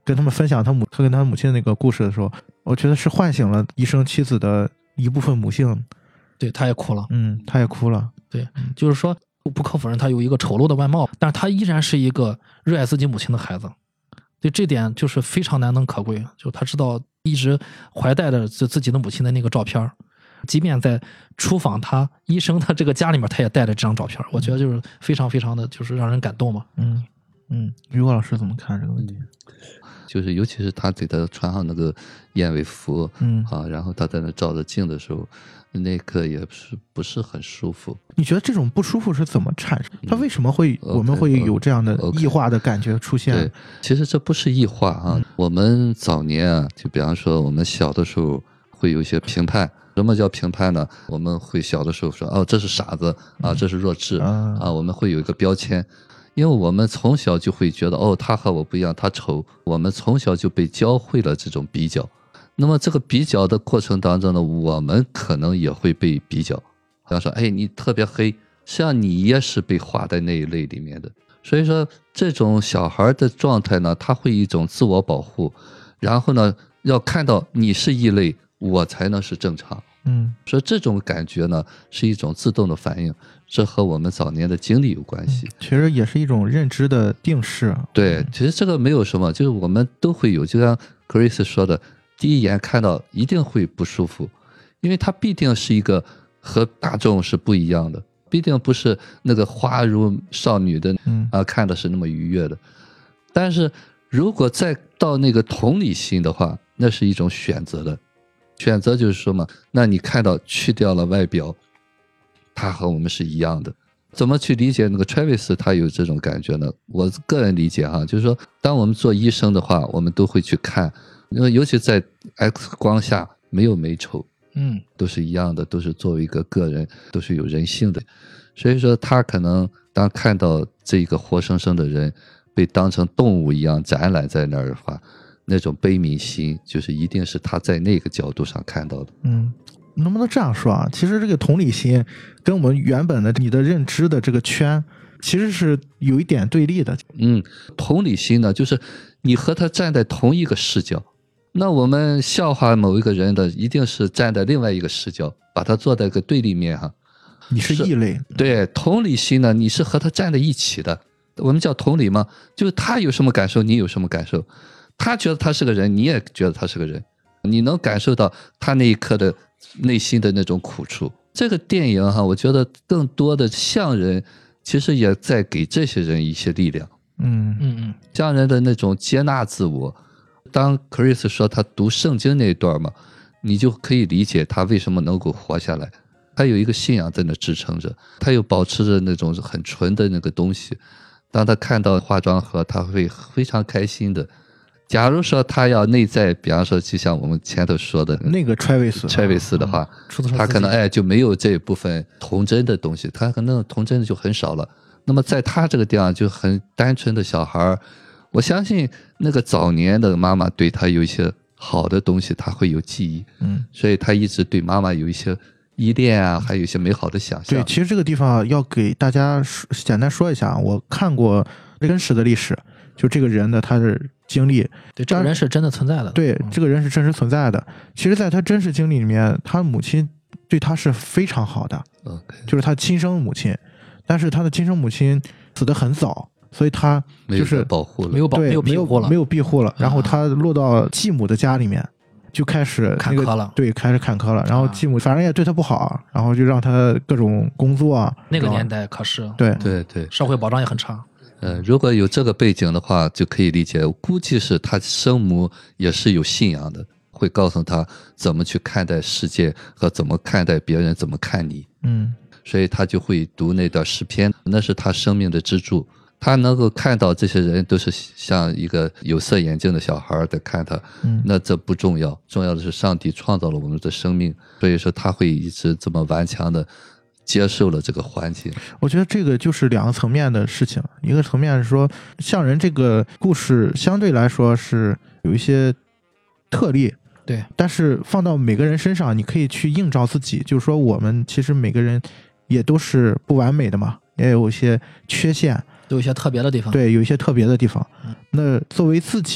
跟他们分享他母他跟他母亲那个故事的时候，我觉得是唤醒了医生妻子的一部分母性。 对，他也哭了。 嗯，他也哭了。 对，就是说不可否认他有一个丑陋的外貌，但是他依然是一个热爱自己母亲的孩子。对，这点就是非常难能可贵，就他知道一直怀带着自自己的母亲的那个照片，即便在出访他医生他这个家里面，他也带着这张照片，我觉得就是非常非常的就是让人感动嘛。 嗯嗯，于果老师怎么看这个问题？ 就是尤其是他给他穿上那个燕尾服， 嗯啊，然后他在那照着镜的时候，那一刻也是不是很舒服。 你觉得这种不舒服是怎么产生？他为什么会、 嗯、 我们会有这样的异化的感觉出现？ okay, okay, 对，其实这不是异化啊、嗯。我们早年啊，就比方说我们小的时候会有一些评判。什么叫评判呢？我们会小的时候说，哦，这是傻子啊，这是弱智、嗯、啊，我们会有一个标签。因为我们从小就会觉得，哦，他和我不一样，他丑。我们从小就被教会了这种比较。那么这个比较的过程当中呢，我们可能也会被比较。好像说，哎，你特别黑，实际上你也是被划在那一类里面的。所以说，这种小孩的状态呢，他会一种自我保护，然后呢，要看到你是异类，我才能是正常。 嗯， 所以这种感觉呢，是一种自动的反应，这和我们早年的经历有关系。 嗯、其实也是一种认知的定式。 对，其实这个没有什么，就是我们都会有，就像 Chris 说的，第一眼看到一定会不舒服，因为它必定是一个和大众是不一样的，必定不是那个花如少女的、 嗯、 啊看的是那么愉悦的。但是如果再到那个同理心的话，那是一种选择的。选择就是说嘛，那你看到去掉了外表，他和我们是一样的。怎么去理解那个 Travis 他有这种感觉呢？我个人理解哈，就是说当我们做医生的话，我们都会去看，因为尤其在 X 光下没有美丑， 嗯， 都是一样的，都是作为一个个人，都是有人性的。所以说他可能当看到这个活生生的人被当成动物一样展览在那儿的话，那种悲悯心就是一定是他在那个角度上看到的。 嗯，能不能这样说啊？其实这个同理心跟我们原本的你的认知的这个圈其实是有一点对立的。 嗯，同理心呢，就是你和他站在同一个视角。那我们笑话某一个人的，一定是站在另外一个视角，把他坐在一个对立面哈。 你是异类。 对，同理心呢，你是和他站在一起的。我们叫同理嘛，就是他有什么感受，你有什么感受。他觉得他是个人，你也觉得他是个人，你能感受到他那一刻的内心的那种苦处。这个电影哈，我觉得更多的像人，其实也在给这些人一些力量。 嗯嗯嗯， 像人的那种接纳自我。当 Chris 说他读圣经那一段嘛，你就可以理解他为什么能够活下来。他有一个信仰在那支撑着，他又保持着那种很纯的那个东西。当他看到化妆盒，他会非常开心的。假如说他要内在，比方说就像我们前头说的那个 Travis Travis 的话、嗯、他可能哎就没有这部分童真的东西，他可能童真的就很少了。那么在他这个地方就很单纯的小孩，我相信那个早年的妈妈对他有一些好的东西，他会有记忆， 嗯， 所以他一直对妈妈有一些依恋啊，还有一些美好的想象。 对，其实这个地方要给大家简单说一下，我看过真实的历史，就这个人的他的经历， 对，这个人是真的存在的。 对，这个人是真实存在的。其实在他真实经历里面，他母亲对他是非常好的， okay. 就是他亲生母亲，但是他的亲生母亲死得很早，所以他就是保护了， 没有保没有庇护了， 没有庇护了。然后他落到继母的家里面，就开始、那个、 坎坷了， 对，开始坎坷了。然后继母反正也对他不好，然后就让他各种工作啊。 那个年代可是对对对， 社会保障也很差。 呃，如果有这个背景的话，就可以理解，估计是他生母也是有信仰的，会告诉他怎么去看待世界和怎么看待别人，怎么看你。 嗯， 所以他就会读那段诗篇，那是他生命的支柱。他能够看到这些人都是像一个有色眼镜的小孩在看他， 嗯， 那这不重要，重要的是上帝创造了我们的生命，所以说他会一直这么顽强的接受了这个环境。 我觉得这个就是两个层面的事情，一个层面是说像人这个故事相对来说是有一些特例， 对， 但是放到每个人身上你可以去映照自己，就是说我们其实每个人也都是不完美的嘛，也有一些缺陷， 都有一些特别的地方。 对，有一些特别的地方、嗯、那作为自己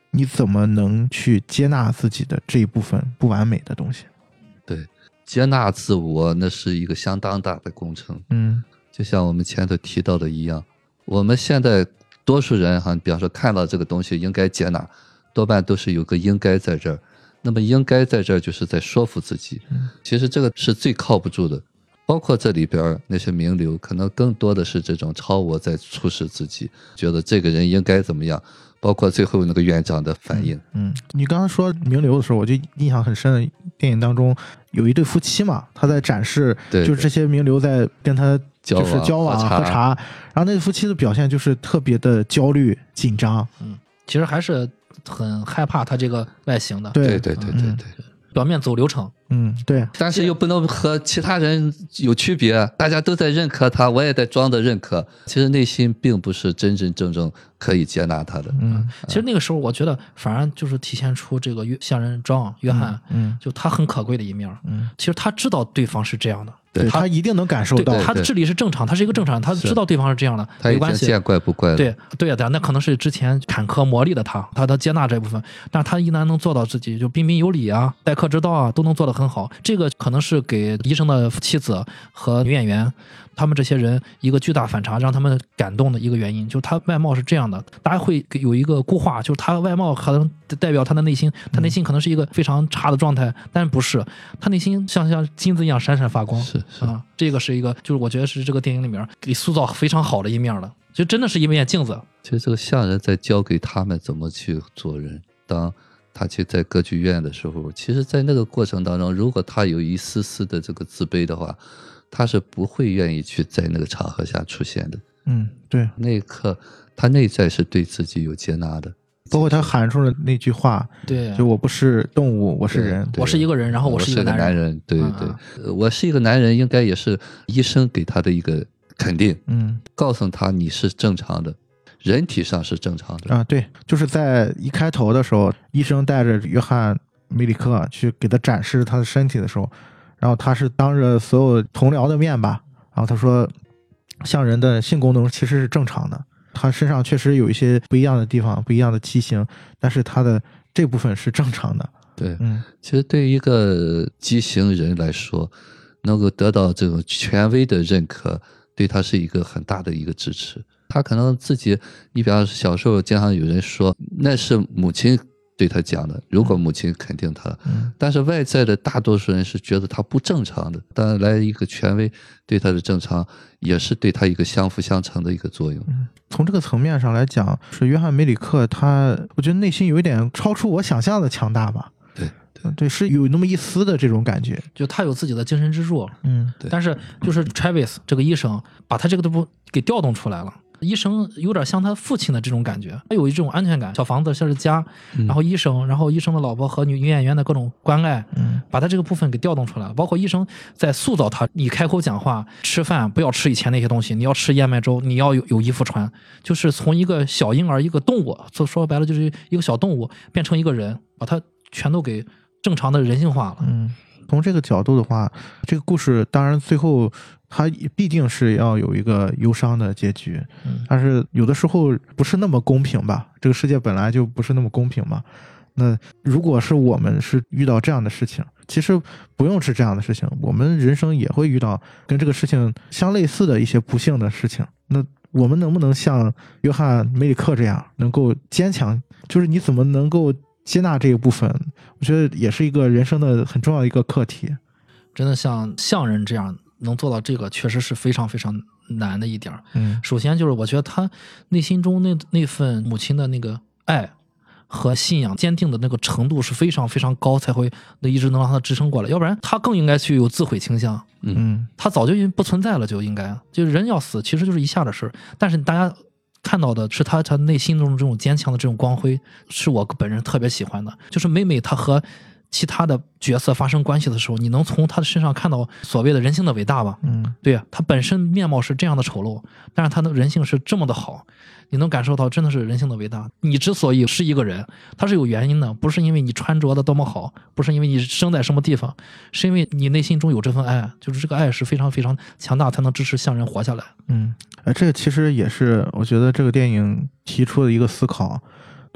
你怎么能去接纳自己的这一部分不完美的东西？ 对，接纳自我那是一个相当大的工程。 嗯， 就像我们前头提到的一样，我们现在多数人哈，比方说看到这个东西应该接纳，多半都是有个应该在这儿。那么应该在这儿就是在说服自己，其实这个是最靠不住的。包括这里边那些名流，可能更多的是这种超我在促使自己，觉得这个人应该怎么样。包括最后那个院长的反应。 嗯，嗯你刚刚说名流的时候，我就印象很深的，电影当中有一对夫妻嘛，他在展示， 对就是这些名流在跟他就是交往喝茶， 喝茶，然后那对夫妻的表现就是特别的焦虑紧张。 嗯，其实还是很害怕他这个外形的。 对对对对对对。 嗯表面走流程， 嗯，对， 但是又不能和其他人有区别，大家都在认可他，我也在装的认可，其实内心并不是真真正正可以接纳他的。 嗯， 其实那个时候我觉得反而就是体现出这个像人张约翰， 嗯， 就他很可贵的一面。嗯，其实他知道对方是这样的。 对，他一定能感受到， 他的智力是正常，他是一个正常人，他知道对方是这样的， 他没关系， 见怪不怪了。 对对的，那可能是之前坎坷磨砺的他，他他接纳这部分，但是他依然能做到自己就彬彬有礼啊，待客之道啊，都能做得很好。这个可能是给医生的妻子和女演员他们这些人一个巨大反差，让他们感动的一个原因，就是他外貌是这样的，大家会有一个固化，就是他外貌可能代表他的内心，他内心可能是一个非常差的状态，但不是，他内心像像金子一样闪闪发光。 是是啊，这个是一个，就是我觉得是这个电影里面给塑造非常好的一面了，就真的是一面镜子。 其实这个像人在教给他们怎么去做人。当他去在歌剧院的时候，其实在那个过程当中，如果他有一丝丝的这个自卑的话，他是不会愿意去在那个场合下出现的。 嗯，对， 那一刻他内在是对自己有接纳的， 包括他喊出了那句话， 对， 就我不是动物，我是人， 我是一个人，然后我是一个男人， 男人对对对、嗯，我是一个男人，应该也是医生给他的一个肯定， 嗯， 告诉他你是正常的，人体上是正常的啊，对，就是在一开头的时候，医生带着约翰梅里克去给他展示他的身体的时候，然后他是当着所有同僚的面吧，然后他说，像人的性功能其实是正常的，他身上确实有一些不一样的地方，不一样的畸形，但是他的这部分是正常的。 对， 嗯， 其实对于一个畸形人来说，能够得到这种权威的认可，对他是一个很大的一个支持。他可能自己，你比方说小时候经常有人说那是母亲对他讲的，如果母亲肯定他， 嗯， 但是外在的大多数人是觉得他不正常的，当然来一个权威对他的正常，也是对他一个相辅相成的一个作用。 嗯，从这个层面上来讲，是约翰梅里克他，我觉得内心有一点超出我想象的强大吧。 对对对，是有那么一丝的这种感觉， 就他有自己的精神支柱。 嗯， 对， 但是就是 Travis 这个医生把他这个都给调动出来了。医生有点像他父亲的这种感觉，他有一种安全感，小房子像是家， 嗯、 然后医生，然后医生的老婆和女女演员的各种关爱， 嗯， 把他这个部分给调动出来了。包括医生在塑造他，你开口讲话、吃饭不要吃以前那些东西，你要吃燕麦粥，你要有有衣服穿，就是从一个小婴儿、一个动物，说白了就是一个小动物变成一个人，把他全都给正常的人性化了。 嗯，从这个角度的话，这个故事当然最后它必定是要有一个忧伤的结局， 嗯， 但是有的时候不是那么公平吧，这个世界本来就不是那么公平嘛。那如果是我们是遇到这样的事情，其实不用是这样的事情，我们人生也会遇到跟这个事情相类似的一些不幸的事情。那我们能不能像约翰梅里克这样能够坚强，就是你怎么能够接纳这一部分，我觉得也是一个人生的很重要的一个课题。 真的像像人这样能做到这个，确实是非常非常难的一点。 嗯， 首先就是我觉得他内心中那那份母亲的那个爱和信仰坚定的那个程度是非常非常高，才会一直能让他支撑过来，要不然他更应该去有自毁倾向。 嗯， 他早就不存在了，就应该就是人要死其实就是一下的事，但是大家看到的是他他内心中这种坚强的这种光辉，是我本人特别喜欢的。就是每每他和其他的角色发生关系的时候，你能从他的身上看到所谓的人性的伟大吧？ 嗯， 对啊，他本身面貌是这样的丑陋，但是他的人性是这么的好，你能感受到真的是人性的伟大。你之所以是一个人，他是有原因的，不是因为你穿着的多么好，不是因为你生在什么地方，是因为你内心中有这份爱，就是这个爱是非常非常强大，才能支持像人活下来。 嗯，呃，这其实也是我觉得这个电影提出的一个思考。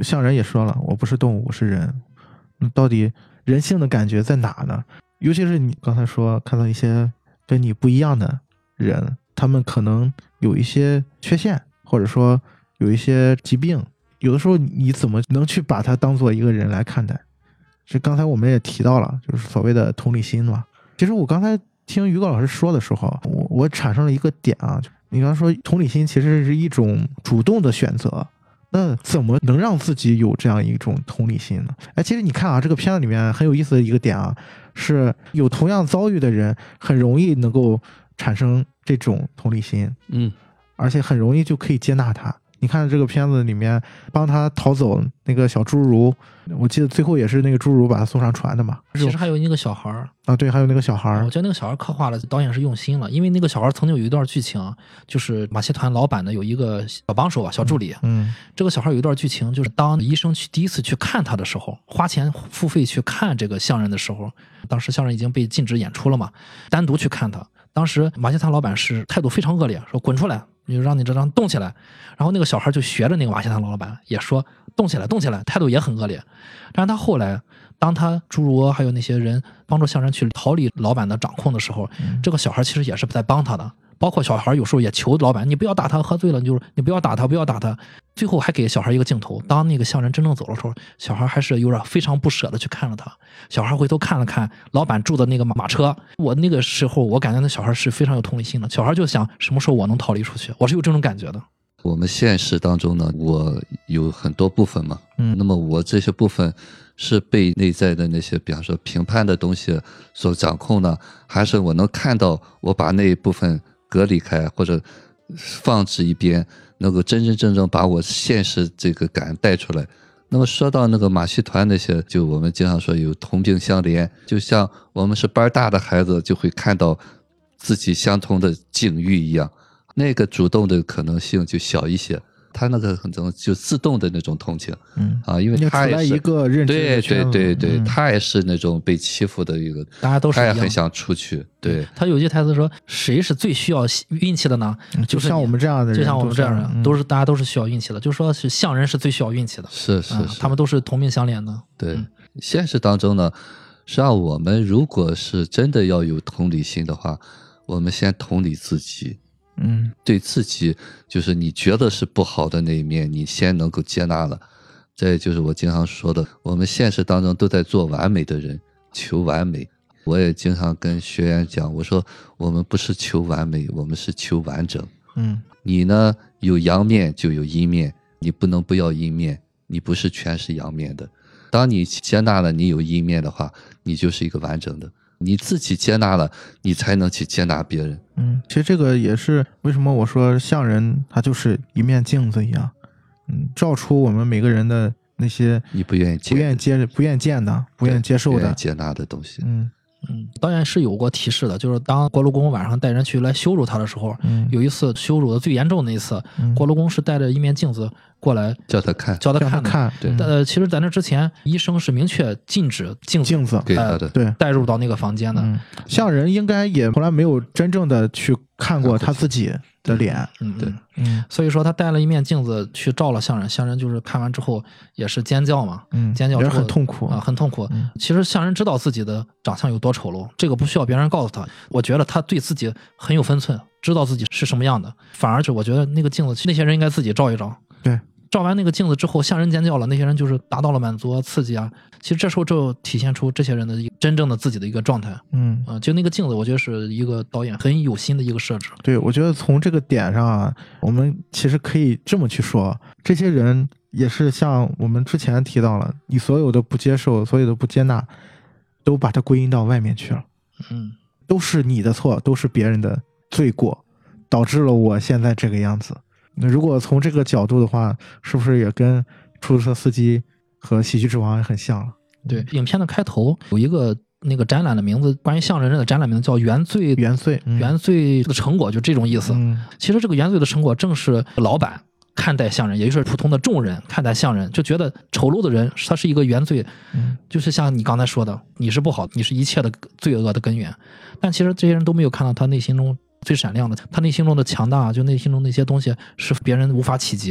象人也说了，我不是动物，我是人。那到底人性的感觉在哪呢？尤其是你刚才说看到一些跟你不一样的人，他们可能有一些缺陷，或者说有一些疾病，有的时候你怎么能去把它当做一个人来看待？这刚才我们也提到了，就是所谓的同理心嘛。其实我刚才听于高老师说的时候，我我产生了一个点啊，你刚才说同理心其实是一种主动的选择，那怎么能让自己有这样一种同理心呢？哎，其实你看啊，这个片子里面很有意思的一个点啊，是有同样遭遇的人很容易能够产生这种同理心， 嗯， 而且很容易就可以接纳他。你看这个片子里面帮他逃走那个小侏儒，我记得最后也是那个侏儒把他送上船的嘛。 其实还有那个小孩儿啊，对，还有那个小孩儿。 我觉得那个小孩刻画了，导演是用心了，因为那个小孩曾经有一段剧情，就是马戏团老板的有一个小帮手啊，小助理。 嗯， 这个小孩有一段剧情，就是当医生去第一次去看他的时候，花钱付费去看这个象人的时候，当时象人已经被禁止演出了嘛，单独去看他。当时马戏团老板是态度非常恶劣，说滚出来，你就让你这张动起来。然后那个小孩就学着那个马戏团老板也说动起来动起来，态度也很恶劣。但是他后来当他侏儒还有那些人帮助象人去逃离老板的掌控的时候， 嗯、 这个小孩其实也是在帮他的，包括小孩有时候也求老板，你不要打他，喝醉了你就你不要打他不要打他。最后还给小孩一个镜头，当那个象人真正走的时候，小孩还是有点非常不舍的去看了他。小孩回头看了看老板住的那个马车，我那个时候我感觉那小孩是非常有同理心的，小孩就想什么时候我能逃离出去，我是有这种感觉的。 我们现实当中呢，我有很多部分嘛， 嗯， 那么我这些部分是被内在的那些比方说评判的东西所掌控呢，还是我能看到我把那一部分隔离开或者放置一边，能够真真正正把我现实这个感带出来。那么说到那个马戏团那些，就我们经常说有同病相怜，就像我们是班大的孩子就会看到自己相同的境遇一样，那个主动的可能性就小一些，他那个可能就自动的那种同情， 嗯啊，因为他也是一个认知对对对对、 嗯， 他也是那种被欺负的一个， 大家都是一样， 他也很想出去。对， 他有句台词说：“谁是最需要运气的呢？ 嗯、 就像我们这样的人， 就像我们这样的人， 嗯、 都是大家都是需要运气的。就是说是象人是最需要运气的， 是是是、嗯， 他们都是同病相怜的。 对、 嗯， 现实当中呢，实际上我们如果是真的要有同理心的话，我们先同理自己。” 嗯， 对自己就是你觉得是不好的那一面，你先能够接纳了。这就是我经常说的，我们现实当中都在做完美的人，求完美。我也经常跟学员讲，我说我们不是求完美，我们是求完整。 嗯， 你呢有阳面就有阴面，你不能不要阴面，你不是全是阳面的。当你接纳了你有阴面的话，你就是一个完整的。你自己接纳了，你才能去接纳别人。 嗯，其实这个也是为什么我说象人他就是一面镜子一样，嗯，照出我们每个人的那些你不愿意不愿意接不愿意见的、不愿意接受的、 不愿意接纳的东西。 嗯嗯，导演是有过提示的，就是当国禄公晚上带人去来羞辱他的时候， 嗯， 有一次羞辱的最严重的一次，嗯、国禄公是带着一面镜子过来叫他看， 叫他看的。 看， 对。 呃，其实在那之前，医生是明确禁止镜子镜子给他的， 对， 带入到那个房间的。 嗯，象人应该也从来没有真正的去看过他自己的脸， 嗯， 对， 嗯， 所以说他带了一面镜子去照了象人，象人就是看完之后也是尖叫嘛， 嗯， 尖叫之后很痛苦啊，很痛苦。 嗯、 其实象人知道自己的长相有多丑陋，这个不需要别人告诉他。我觉得他对自己很有分寸，知道自己是什么样的。反而是我觉得那个镜子，那些人应该自己照一照。 对。 照完那个镜子之后，象人尖叫了，那些人就是达到了满足啊、刺激啊。其实这时候就体现出这些人的真正的自己的一个状态。 嗯啊、呃，就那个镜子，我觉得是一个导演很有心的一个设置。 对，我觉得从这个点上啊，我们其实可以这么去说，这些人也是像我们之前提到了，你所有的不接受、所有的不接纳，都把它归因到外面去了。 嗯， 都是你的错，都是别人的罪过，导致了我现在这个样子。那如果从这个角度的话，是不是也跟出租车司机和喜剧之王也很像了？ 对，影片的开头有一个那个展览的名字，关于象人的展览名字叫原罪原罪、嗯、 原罪的成果，就这种意思、 嗯、 其实这个原罪的成果正是老板看待象人，也就是普通的众人看待象人，就觉得丑陋的人他是一个原罪、 嗯、 就是像你刚才说的，你是不好，你是一切的罪恶的根源。但其实这些人都没有看到他内心中最闪亮的，他内心中的强大，就内心中那些东西是别人无法企及的。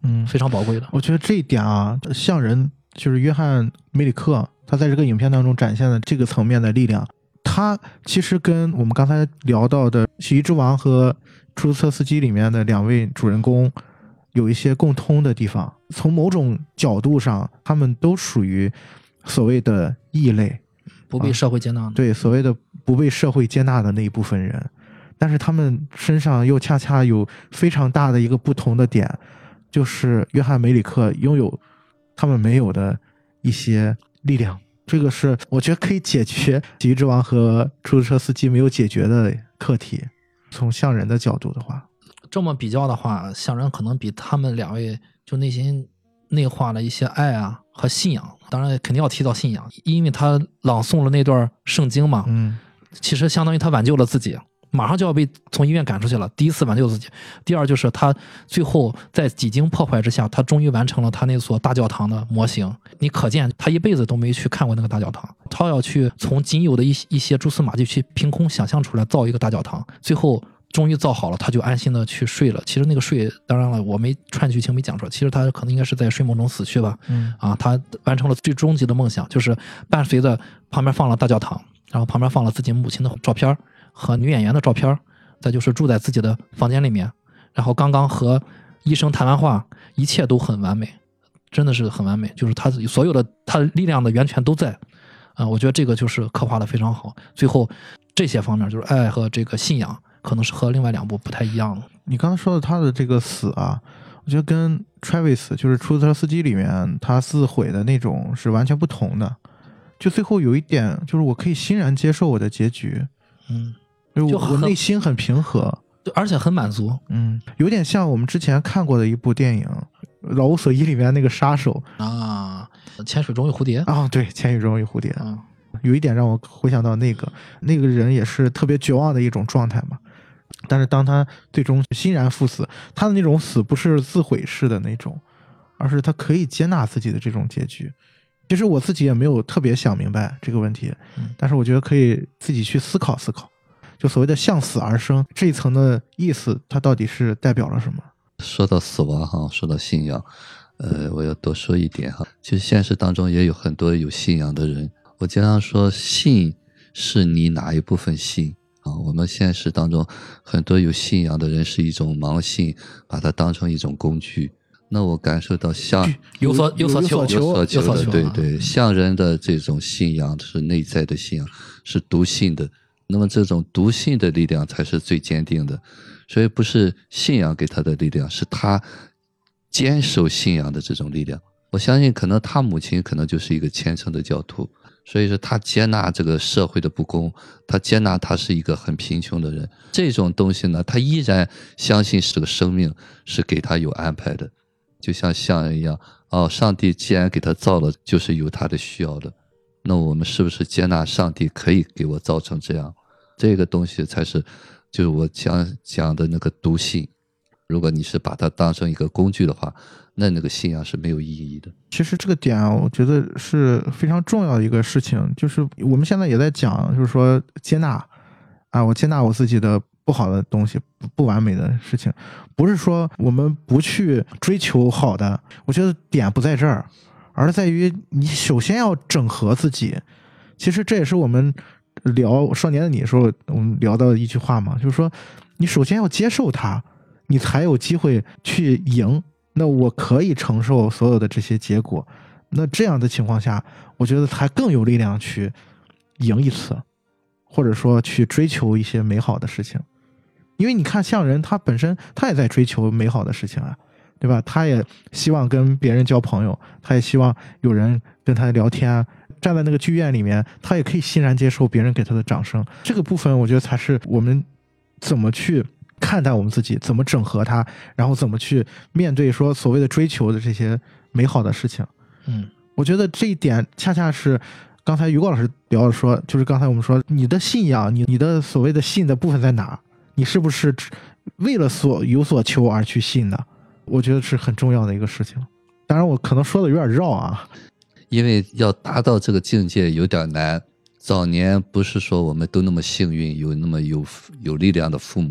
嗯， 非常宝贵的。 我觉得这一点啊，像人就是约翰梅里克，他在这个影片当中展现的这个层面的力量，他其实跟我们刚才聊到的《喜剧之王》和《出租车司机》里面的两位主人公有一些共通的地方。从某种角度上，他们都属于所谓的异类， 不被社会接纳的、 啊、对，所谓的不被社会接纳的那一部分人，但是他们身上又恰恰有非常大的一个不同的点，就是约翰梅里克拥有他们没有的一些力量，这个是我觉得可以解决《喜剧之王》和《出租车司机》没有解决的课题。从像人的角度的话， 这么比较的话，像人可能比他们两位就内心内化的一些爱啊和信仰，当然肯定要提到信仰，因为他朗诵了那段圣经嘛， 嗯， 其实相当于他挽救了自己，马上就要被从医院赶出去了，第一次挽救自己。第二就是他最后在几经破坏之下，他终于完成了他那所大教堂的模型。你可见他一辈子都没去看过那个大教堂，他要去从仅有的一一些蛛丝马迹去凭空想象出来造一个大教堂，最后终于造好了，他就安心的去睡了。其实那个睡，当然了，我没串剧情没讲出来，其实他可能应该是在睡梦中死去吧。 嗯啊，他完成了最终极的梦想，就是伴随着旁边放了大教堂，然后旁边放了自己母亲的照片和女演员的照片，再就是住在自己的房间里面，然后刚刚和医生谈完话，一切都很完美，真的是很完美，就是他所有的他力量的源泉都在。啊、呃，我觉得这个就是刻画的非常好。最后这些方面就是爱和这个信仰，可能是和另外两部不太一样的。 你刚才说的他的这个死啊，我觉得跟 Travis 就是出租车司机里面他自毁的那种是完全不同的。就最后有一点，就是我可以欣然接受我的结局， 嗯， 就是我我内心很平和， 而且很满足。 嗯，有点像我们之前看过的一部电影《老无所依》里面那个杀手啊，潜水中有蝴蝶啊，对，潜水中有蝴蝶， 嗯， 有一点让我回想到那个那个人也是特别绝望的一种状态嘛。但是当他最终欣然赴死，他的那种死不是自毁式的那种，而是他可以接纳自己的这种结局。其实我自己也没有特别想明白这个问题，但是我觉得可以自己去思考思考，就所谓的向死而生这一层的意思，它到底是代表了什么？ 说到死亡哈，说到信仰，呃，我要多说一点哈。其实现实当中也有很多有信仰的人，我经常说，信是你哪一部分信啊？我们现实当中很多有信仰的人是一种盲信，把它当成一种工具。那我感受到像有所有所求， 有所求的，对对， 嗯、 像人的这种信仰是内在的信仰，是笃信的。那么这种笃信的力量才是最坚定的，所以不是信仰给他的力量，是他坚守信仰的这种力量。我相信可能他母亲可能就是一个虔诚的教徒，所以说他接纳这个社会的不公，他接纳他是一个很贫穷的人，这种东西呢，他依然相信这个生命是给他有安排的。就像像人一样，哦，上帝既然给他造了，就是有他的需要的，那我们是不是接纳上帝可以给我造成这样？这个东西才是，就是我讲讲的那个笃信。如果你是把它当成一个工具的话，那那个信仰是没有意义的。 其实这个点我觉得是非常重要的一个事情，就是我们现在也在讲，就是说接纳啊，我接纳我自己的不好的东西，不完美的事情，不是说我们不去追求好的，我觉得点不在这儿，而在于你首先要整合自己。其实这也是我们聊少年的你的时候我们聊到一句话嘛，就是说你首先要接受它，你才有机会去赢。那我可以承受所有的这些结果，那这样的情况下，我觉得才更有力量去赢一次，或者说去追求一些美好的事情。因为你看像人他本身他也在追求美好的事情啊，对吧？他也希望跟别人交朋友，他也希望有人跟他聊天啊，站在那个剧院里面，他也可以欣然接受别人给他的掌声。这个部分我觉得才是我们怎么去看待我们自己，怎么整合它，然后怎么去面对说所谓的追求的这些美好的事情。 嗯， 我觉得这一点恰恰是刚才于果老师聊的说，就是刚才我们说你的信仰，你你的所谓的信的部分在哪？你是不是为了所有所求而去信的？我觉得是很重要的一个事情。当然我可能说的有点绕啊， 因为要达到这个境界有点难。早年不是说我们都那么幸运，有那么有有力量的父母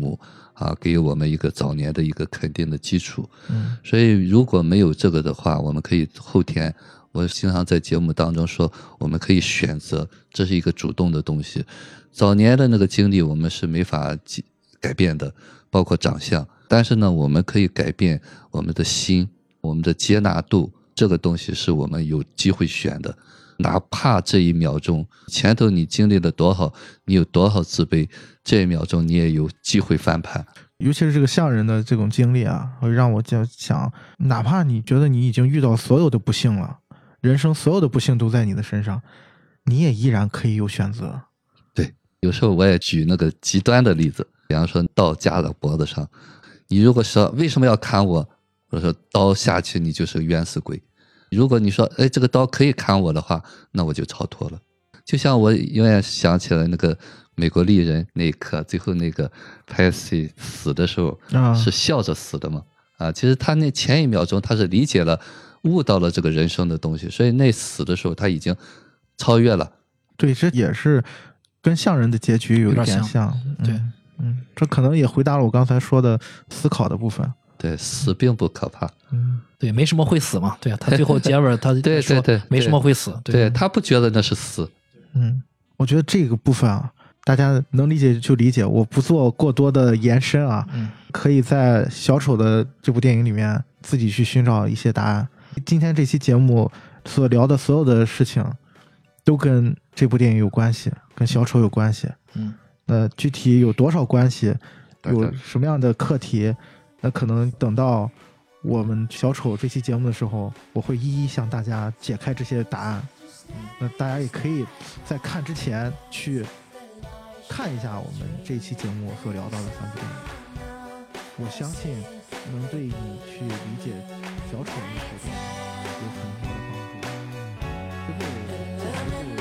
啊，给我们一个早年的一个肯定的基础。 嗯， 所以如果没有这个的话，我们可以后天，我经常在节目当中说，我们可以选择，这是一个主动的东西。早年的那个经历我们是没法改变的，包括长相，但是呢，我们可以改变我们的心，我们的接纳度，这个东西是我们有机会选的。哪怕这一秒钟前头你经历了多少，你有多少自卑，这一秒钟你也有机会翻盘。 尤其是这个相人的这种经历啊，会让我就想，哪怕你觉得你已经遇到所有的不幸了，人生所有的不幸都在你的身上，你也依然可以有选择。 对，有时候我也举那个极端的例子，比方说刀架在脖子上，你如果说为什么要砍我，或者说刀下去你就是个冤死鬼。如果你说哎这个刀可以砍我的话，那我就超脱了。就像我永远想起来那个美国丽人那一刻，最后那个 Patsy 死的时候是笑着死的嘛？啊，其实他那前一秒钟他是理解了悟到了这个人生的东西，所以那死的时候他已经超越了。 对，这也是跟相人的结局有一点像。 像嗯、 对， 嗯，这可能也回答了我刚才说的思考的部分。 对，死并不可怕。 嗯， 对，没什么会死嘛。对啊，他最后结尾他对对对， 没什么会死。 对，对他不觉得那是死。 嗯，我觉得这个部分啊，大家能理解就理解，我不做过多的延伸啊。 嗯， 可以在小丑的这部电影里面自己去寻找一些答案。今天这期节目所聊的所有的事情，都跟这部电影有关系，跟小丑有关系。 嗯， 那具体有多少关系，有什么样的课题，那可能等到我们小丑这期节目的时候，我会一一向大家解开这些答案。那大家也可以在看之前去看一下我们这一期节目所聊到的三部电影，我相信能对你去理解小丑的活动有很多的帮助。最后这一部在小丑当中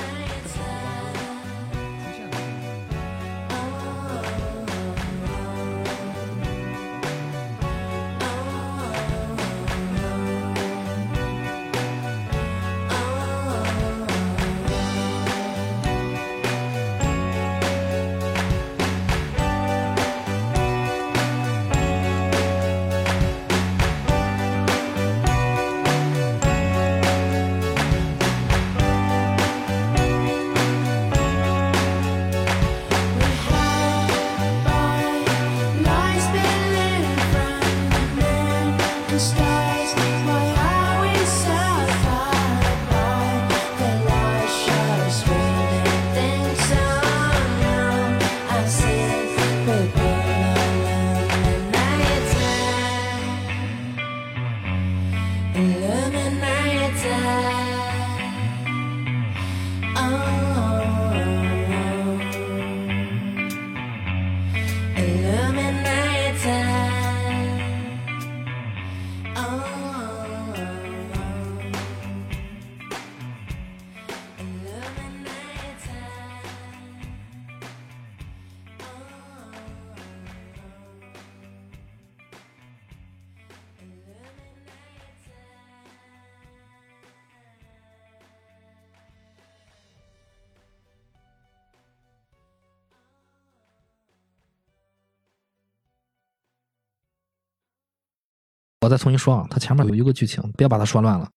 出现的我再重新说啊，它前面有一个剧情，别把它说乱了。